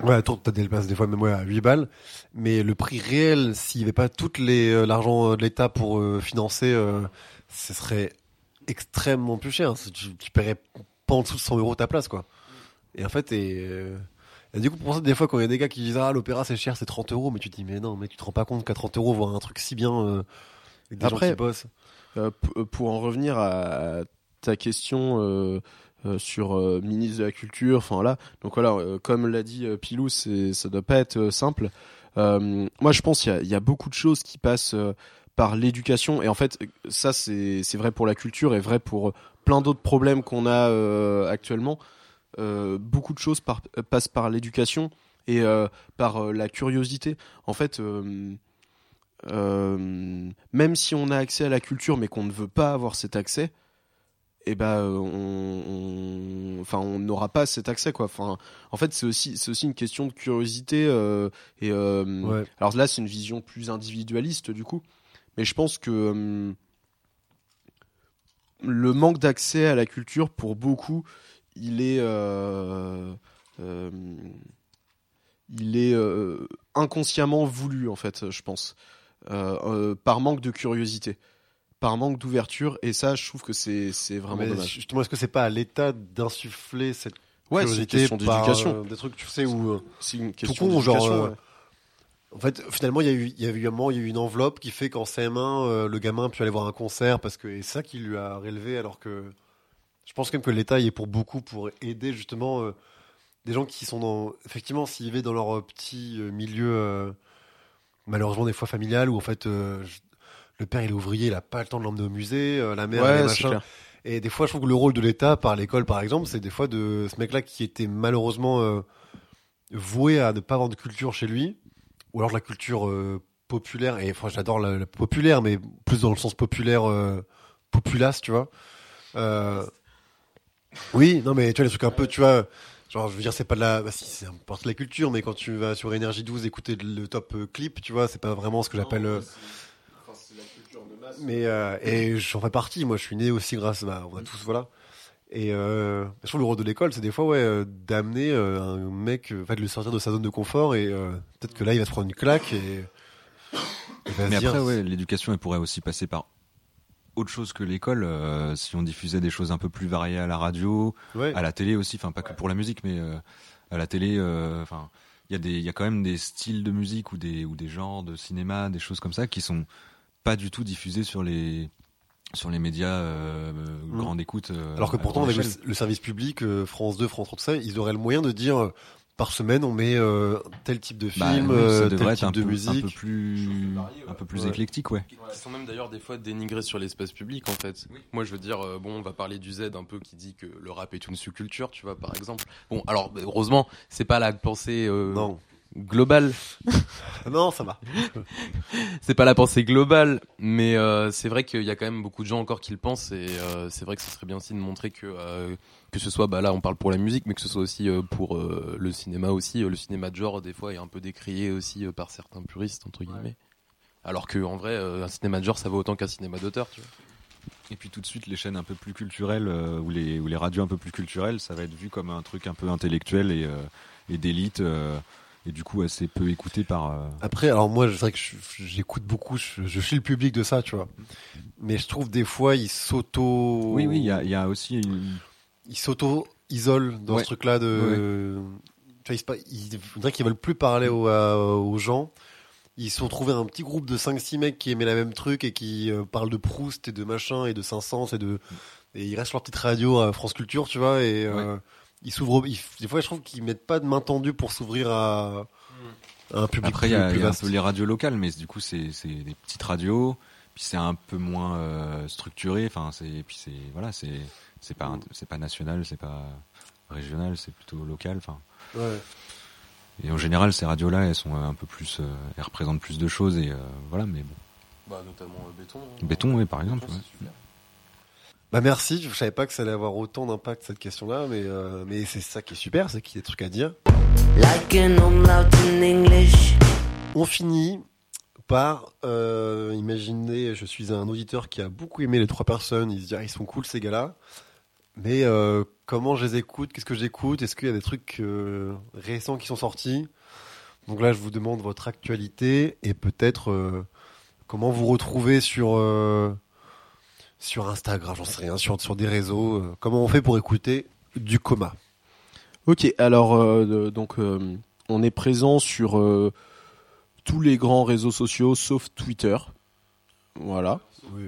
Ouais, attends, t'as des places des fois même ouais, à huit balles, mais le prix réel, s'il n'y avait pas tout les, euh, l'argent de l'État pour euh, financer, euh, ce serait extrêmement plus cher. Tu, tu paierais pas en dessous de cent euros ta place, quoi. Et en fait, et, euh, et du coup, pour ça, des fois, quand il y a des gars qui disent ah l'opéra c'est cher, c'est trente euros, mais tu te dis mais non, mais tu te rends pas compte qu'à trente euros voir un truc si bien euh, avec des Après, gens qui bossent. Euh, p- pour en revenir à ta question euh, euh, sur euh, ministre de la culture, enfin là, donc voilà, euh, comme l'a dit euh, Pilou, c'est ça doit pas être euh, simple. Euh, moi, je pense qu'il y a, il y a beaucoup de choses qui passent euh, par l'éducation, et en fait, ça c'est c'est vrai pour la culture et vrai pour plein d'autres problèmes qu'on a euh, actuellement. Euh, beaucoup de choses par, passent par l'éducation et euh, par euh, la curiosité. En fait. Euh, Euh, même si on a accès à la culture mais qu'on ne veut pas avoir cet accès, eh ben on, on, enfin on n'aura pas cet accès quoi. Enfin, en fait c'est aussi c'est aussi une question de curiosité euh, et euh, Ouais. alors là c'est une vision plus individualiste du coup, mais je pense que euh, le manque d'accès à la culture pour beaucoup il est euh, euh, il est euh, inconsciemment voulu en fait, je pense. Euh, euh, par manque de curiosité, par manque d'ouverture, et ça je trouve que c'est c'est vraiment Mais dommage. justement, est-ce que c'est pas à l'État d'insuffler cette Ouais, c'est une curiosité question par, d'éducation. euh, des trucs, tu sais, où euh, C'est une tout question con, genre. d'éducation, euh, ouais. En fait, finalement, il y a eu, il y a eu un moment, il y a eu une enveloppe qui fait qu'en C M un, euh, le gamin a pu aller voir un concert parce que et c'est ça qui lui a relevé, alors que je pense quand même que l'État y est pour beaucoup pour aider justement euh, des gens qui sont dans, effectivement, s'ils vivaient dans leur euh, petit euh, milieu, euh, malheureusement des fois familial, où en fait euh, je- le père il est ouvrier, il a pas le temps de l'emmener au musée, euh, la mère elle est Ouais, c'est machin. clair. Et des fois, je trouve que le rôle de l'État, par l'école par exemple, c'est des fois de ce mec-là qui était malheureusement euh, voué à ne pas avoir de culture chez lui, ou alors de la culture euh, populaire, et enfin, j'adore la, la populaire, mais plus dans le sens populaire, euh, populace, tu vois. Euh, oui, non, mais tu vois, les trucs un peu, tu vois, genre, je veux dire, c'est pas de la, bah, si, c'est un partie de la culture, mais quand tu vas sur Énergie douze écouter le top euh, clip, tu vois, c'est pas vraiment ce que j'appelle. euh, mais euh, et j'en fais partie, moi, je suis né aussi grâce, bah, on a tous, voilà. Et euh, je trouve le rôle de l'école, c'est des fois ouais, euh, d'amener euh, un mec, euh, en fait, de le sortir de sa zone de confort, et euh, peut-être que là, il va se prendre une claque et. il va se Mais dire, après, ouais, l'éducation, elle pourrait aussi passer par autre chose que l'école. euh, si on diffusait des choses un peu plus variées à la radio, ouais. à la télé aussi, enfin pas que pour la musique, mais euh, à la télé, euh, enfin il y a des, il y a quand même des styles de musique ou des ou des genres de cinéma, des choses comme ça qui sont pas du tout diffusés sur les sur les médias euh, Mm. grande écoute. euh, Alors que à pourtant, grande avec le, échelle. le service public, euh, France deux, France trois, tout ça, ils auraient le moyen de dire euh, par semaine, on met euh, tel type de Bah, film, oui, ça euh, devrait tel être type un de peu, musique. un peu plus un peu plus Ouais. éclectique, ouais. Qui sont même d'ailleurs des fois dénigrés sur l'espace public en fait. Moi je veux dire, euh, bon on va parler du Z un peu qui dit que le rap est une sous-culture, tu vois par exemple. Bon alors heureusement c'est pas la pensée euh, Non. globale, Non, ça va. c'est pas la pensée globale, mais euh, c'est vrai qu'il y a quand même beaucoup de gens encore qui le pensent et euh, c'est vrai que ce serait bien aussi de montrer que euh, que ce soit, bah là on parle pour la musique, mais que ce soit aussi euh, pour euh, le cinéma aussi, euh, le cinéma de genre des fois est un peu décrié aussi euh, par certains puristes entre guillemets. Alors que en vrai, euh, un cinéma de genre, ça vaut autant qu'un cinéma d'auteur, tu vois. Et puis tout de suite, les chaînes un peu plus culturelles euh, ou les ou les radios un peu plus culturelles, ça va être vu comme un truc un peu intellectuel et euh, et d'élite euh, et du coup assez peu écouté par. Euh... Après, alors moi, c'est vrai que je- j'écoute beaucoup, je, je suis le public de ça, tu vois. Mais je trouve des fois, ils s'auto. Oui, oui, il y a, il y a aussi une. Ils s'auto-isolent dans Ouais. ce truc-là de. Tu vois, ils, se pa- ils, on dirait qu'ils veulent plus parler aux, à- aux gens. Ils se sont trouvés un petit groupe de cinq six mecs qui aimaient la même truc et qui euh, parlent de Proust et de machin et de Saint-Saëns et de. Et ils restent sur leur petite radio à France Culture, tu vois, et euh, ils s'ouvrent. Ils, des fois, je trouve qu'ils mettent pas de main tendue pour s'ouvrir à, à un public Après, il plus, y a, plus il y a un vaste. peu les radios locales, mais du coup, c'est c'est des petites radios, puis c'est un peu moins euh, structuré. Enfin, c'est puis c'est voilà, c'est c'est pas c'est pas national, c'est pas régional, c'est plutôt local. Enfin. Ouais. Et en général, ces radios-là, elles sont un peu plus, euh, elles représentent plus de choses et euh, voilà. Mais bon. Bah notamment euh, Béton. hein. Béton, oui, par exemple. Béton, Ouais. c'est super. Bah merci, je savais pas que ça allait avoir autant d'impact cette question-là, mais euh, mais c'est ça qui est super, c'est qu'il y a des trucs à dire. Like an umlaut in English. On finit par euh, imaginer, je suis un auditeur qui a beaucoup aimé les trois personnes, il se dit ah, ils sont cool ces gars-là. Mais euh, comment je les écoute? Qu'est-ce que j'écoute? Est-ce qu'il y a des trucs euh, récents qui sont sortis? Donc là, je vous demande votre actualité et peut-être euh, comment vous retrouvez sur euh, sur Instagram, j'en sais rien, sur sur des réseaux. Euh, comment on fait pour écouter du Coma? Ok, alors euh, donc euh, on est présent sur euh, tous les grands réseaux sociaux sauf Twitter. Voilà. Oui.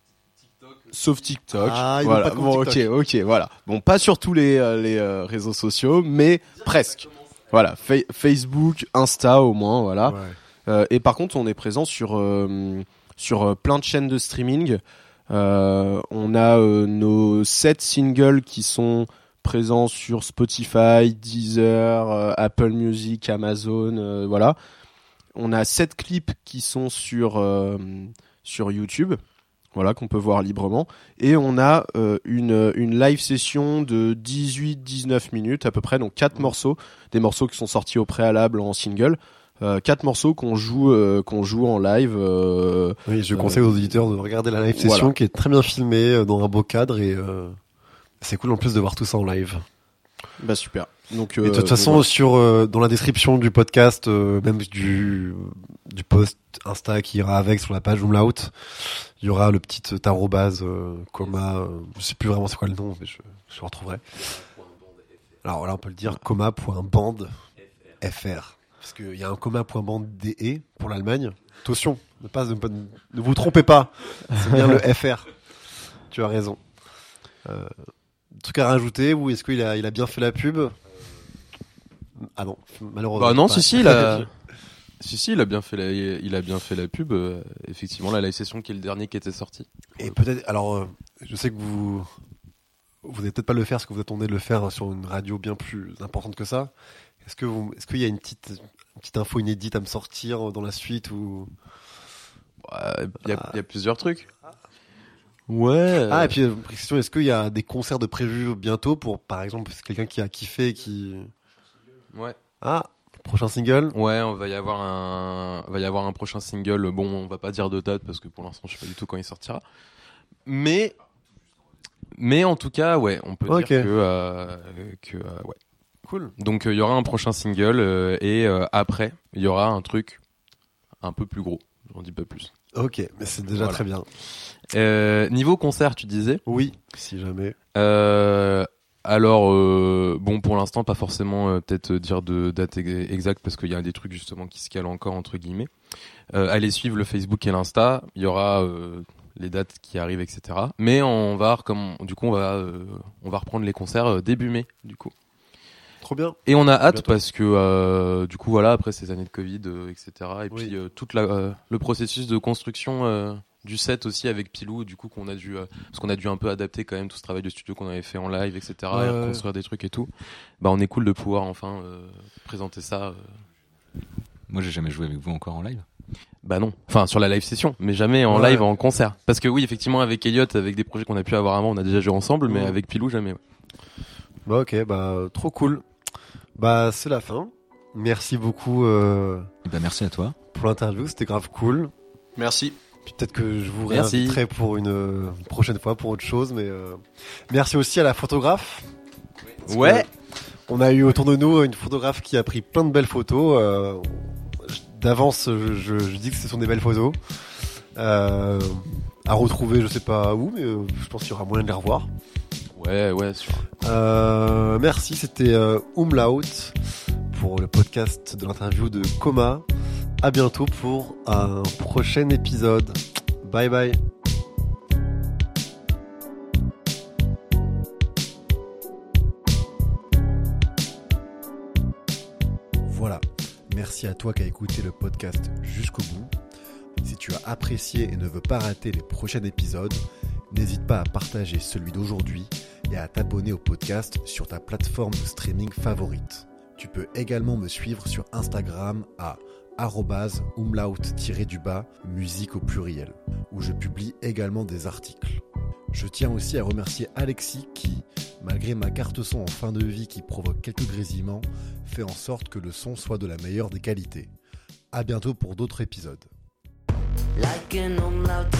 Sauf TikTok. Ah, il veut voilà. pas de Bon, TikTok. ok, ok, voilà. Bon, pas sur tous les euh, les euh, réseaux sociaux, mais presque. Voilà, Fa- Facebook, Insta au moins, voilà. Ouais. Euh, et par contre, on est présent sur euh, sur euh, plein de chaînes de streaming. Euh, on a euh, nos sept singles qui sont présents sur Spotify, Deezer, euh, Apple Music, Amazon, euh, voilà. On a sept clips qui sont sur euh, sur YouTube. Voilà, qu'on peut voir librement. Et on a euh, une, une live session de dix-huit dix-neuf minutes à peu près, donc quatre morceaux, des morceaux qui sont sortis au préalable en single, euh, quatre morceaux qu'on joue, euh, qu'on joue en live. Euh, Oui, je euh, conseille aux auditeurs de regarder la live session voilà. qui est très bien filmée euh, dans un beau cadre et euh, c'est cool en plus de voir tout ça en live. Bah super. Donc, Et euh, de toute façon, voilà. sur euh, dans la description du podcast, euh, même du du post Insta qui ira avec sur la page Umlaut, il y aura le petit arrobase euh, Coma. Euh, je sais plus vraiment c'est quoi le nom, mais je je le retrouverai. Alors là, on peut le dire coma.band F R parce qu'il y a un coma.band D E pour l'Allemagne. Attention, ne pas ne, pas- ne vous trompez pas, c'est bien le F R. Tu as raison. Euh, truc à rajouter ou est-ce qu'il a il a bien fait la pub? Ah non, malheureusement. Bah non, pas. si si, il a... si si, il a bien fait la, il a bien fait la pub. euh, effectivement, la live session qui est le dernier qui était sorti. Et peut-être, alors, euh, je sais que vous, vous n'allez peut-être pas le faire, parce que vous attendez de le faire sur une radio bien plus importante que ça. Est-ce que vous, est-ce qu'il y a une petite, une petite info inédite à me sortir dans la suite ou? Ouais, Il y, a- il y a plusieurs trucs. Ouais. Ah, et puis, euh, question, est-ce qu'il y a des concerts de prévus bientôt pour, par exemple, c'est quelqu'un qui a kiffé, qui, Ouais. ah, prochain single? Ouais, on va y avoir un, va y avoir un prochain single. Bon, on va pas dire de date parce que pour l'instant, je sais pas du tout quand il sortira. Mais, mais en tout cas, ouais, on peut Ok. dire que, euh, que, euh, ouais. Cool. Donc, il y aura un prochain single euh, et euh, après, il y aura un truc un peu plus gros. J'en dis pas plus. Ok, mais c'est déjà Voilà. très bien. Euh, niveau concert, tu disais. Oui, si jamais. Euh, alors, euh, bon, pour l'instant, pas forcément euh, peut-être dire de date ex- exacte parce qu'il y a des trucs justement qui se calent encore entre guillemets. Euh, allez suivre le Facebook et l'Insta, il y aura euh, les dates qui arrivent, et cetera. Mais on va, comme du coup, on va, euh, on va reprendre les concerts euh, début mai, du coup. Trop bien. Et on a hâte bientôt. parce que euh, du coup, voilà, après ces années de Covid, euh, et cetera. Et Oui. puis euh, toute la, euh, le processus de construction. Euh, du set aussi avec Pilou, du coup qu'on a dû, euh, parce qu'on a dû un peu adapter quand même tout ce travail de studio qu'on avait fait en live, et cetera. Ouais, Et ouais. construire des trucs et tout. Bah on est cool de pouvoir enfin euh, présenter ça. Euh... Moi, j'ai jamais joué avec vous encore en live. Bah non, enfin sur la live session, mais jamais en Ouais. live en concert. Parce que oui, effectivement avec Elliot, avec des projets qu'on a pu avoir avant, on a déjà joué ensemble, mais Mhm. avec Pilou jamais. Ouais. Bah ok, bah trop cool. Bah c'est la fin. Merci beaucoup euh, Et ben, merci à toi. pour l'interview, c'était grave cool. Merci. Puis peut-être que je vous Merci. réinviterai pour une, euh, une prochaine fois pour autre chose, mais euh, merci aussi à la photographe. Parce Ouais. que On a eu autour de nous une photographe qui a pris plein de belles photos. Euh, je- D'avance, je, je, je dis que ce sont des belles photos. Euh, à retrouver, je sais pas où, mais euh, je pense qu'il y aura moyen de les revoir. Ouais, ouais, sûr. Euh, merci, c'était euh, Umlaut pour le podcast de l'interview de Coma. À bientôt pour un prochain épisode. Bye bye. Voilà. Merci à toi qui as écouté le podcast jusqu'au bout. Si tu as apprécié et ne veux pas rater les prochains épisodes, n'hésite pas à partager celui d'aujourd'hui et à t'abonner au podcast sur ta plateforme de streaming favorite. Tu peux également me suivre sur Instagram à arobase umlaut-du-bas musique au pluriel, où je publie également des articles. Je tiens aussi à remercier Alexis qui, malgré ma carte son en fin de vie qui provoque quelques grésillements, fait en sorte que le son soit de la meilleure des qualités. À bientôt pour d'autres épisodes. Like an umlaut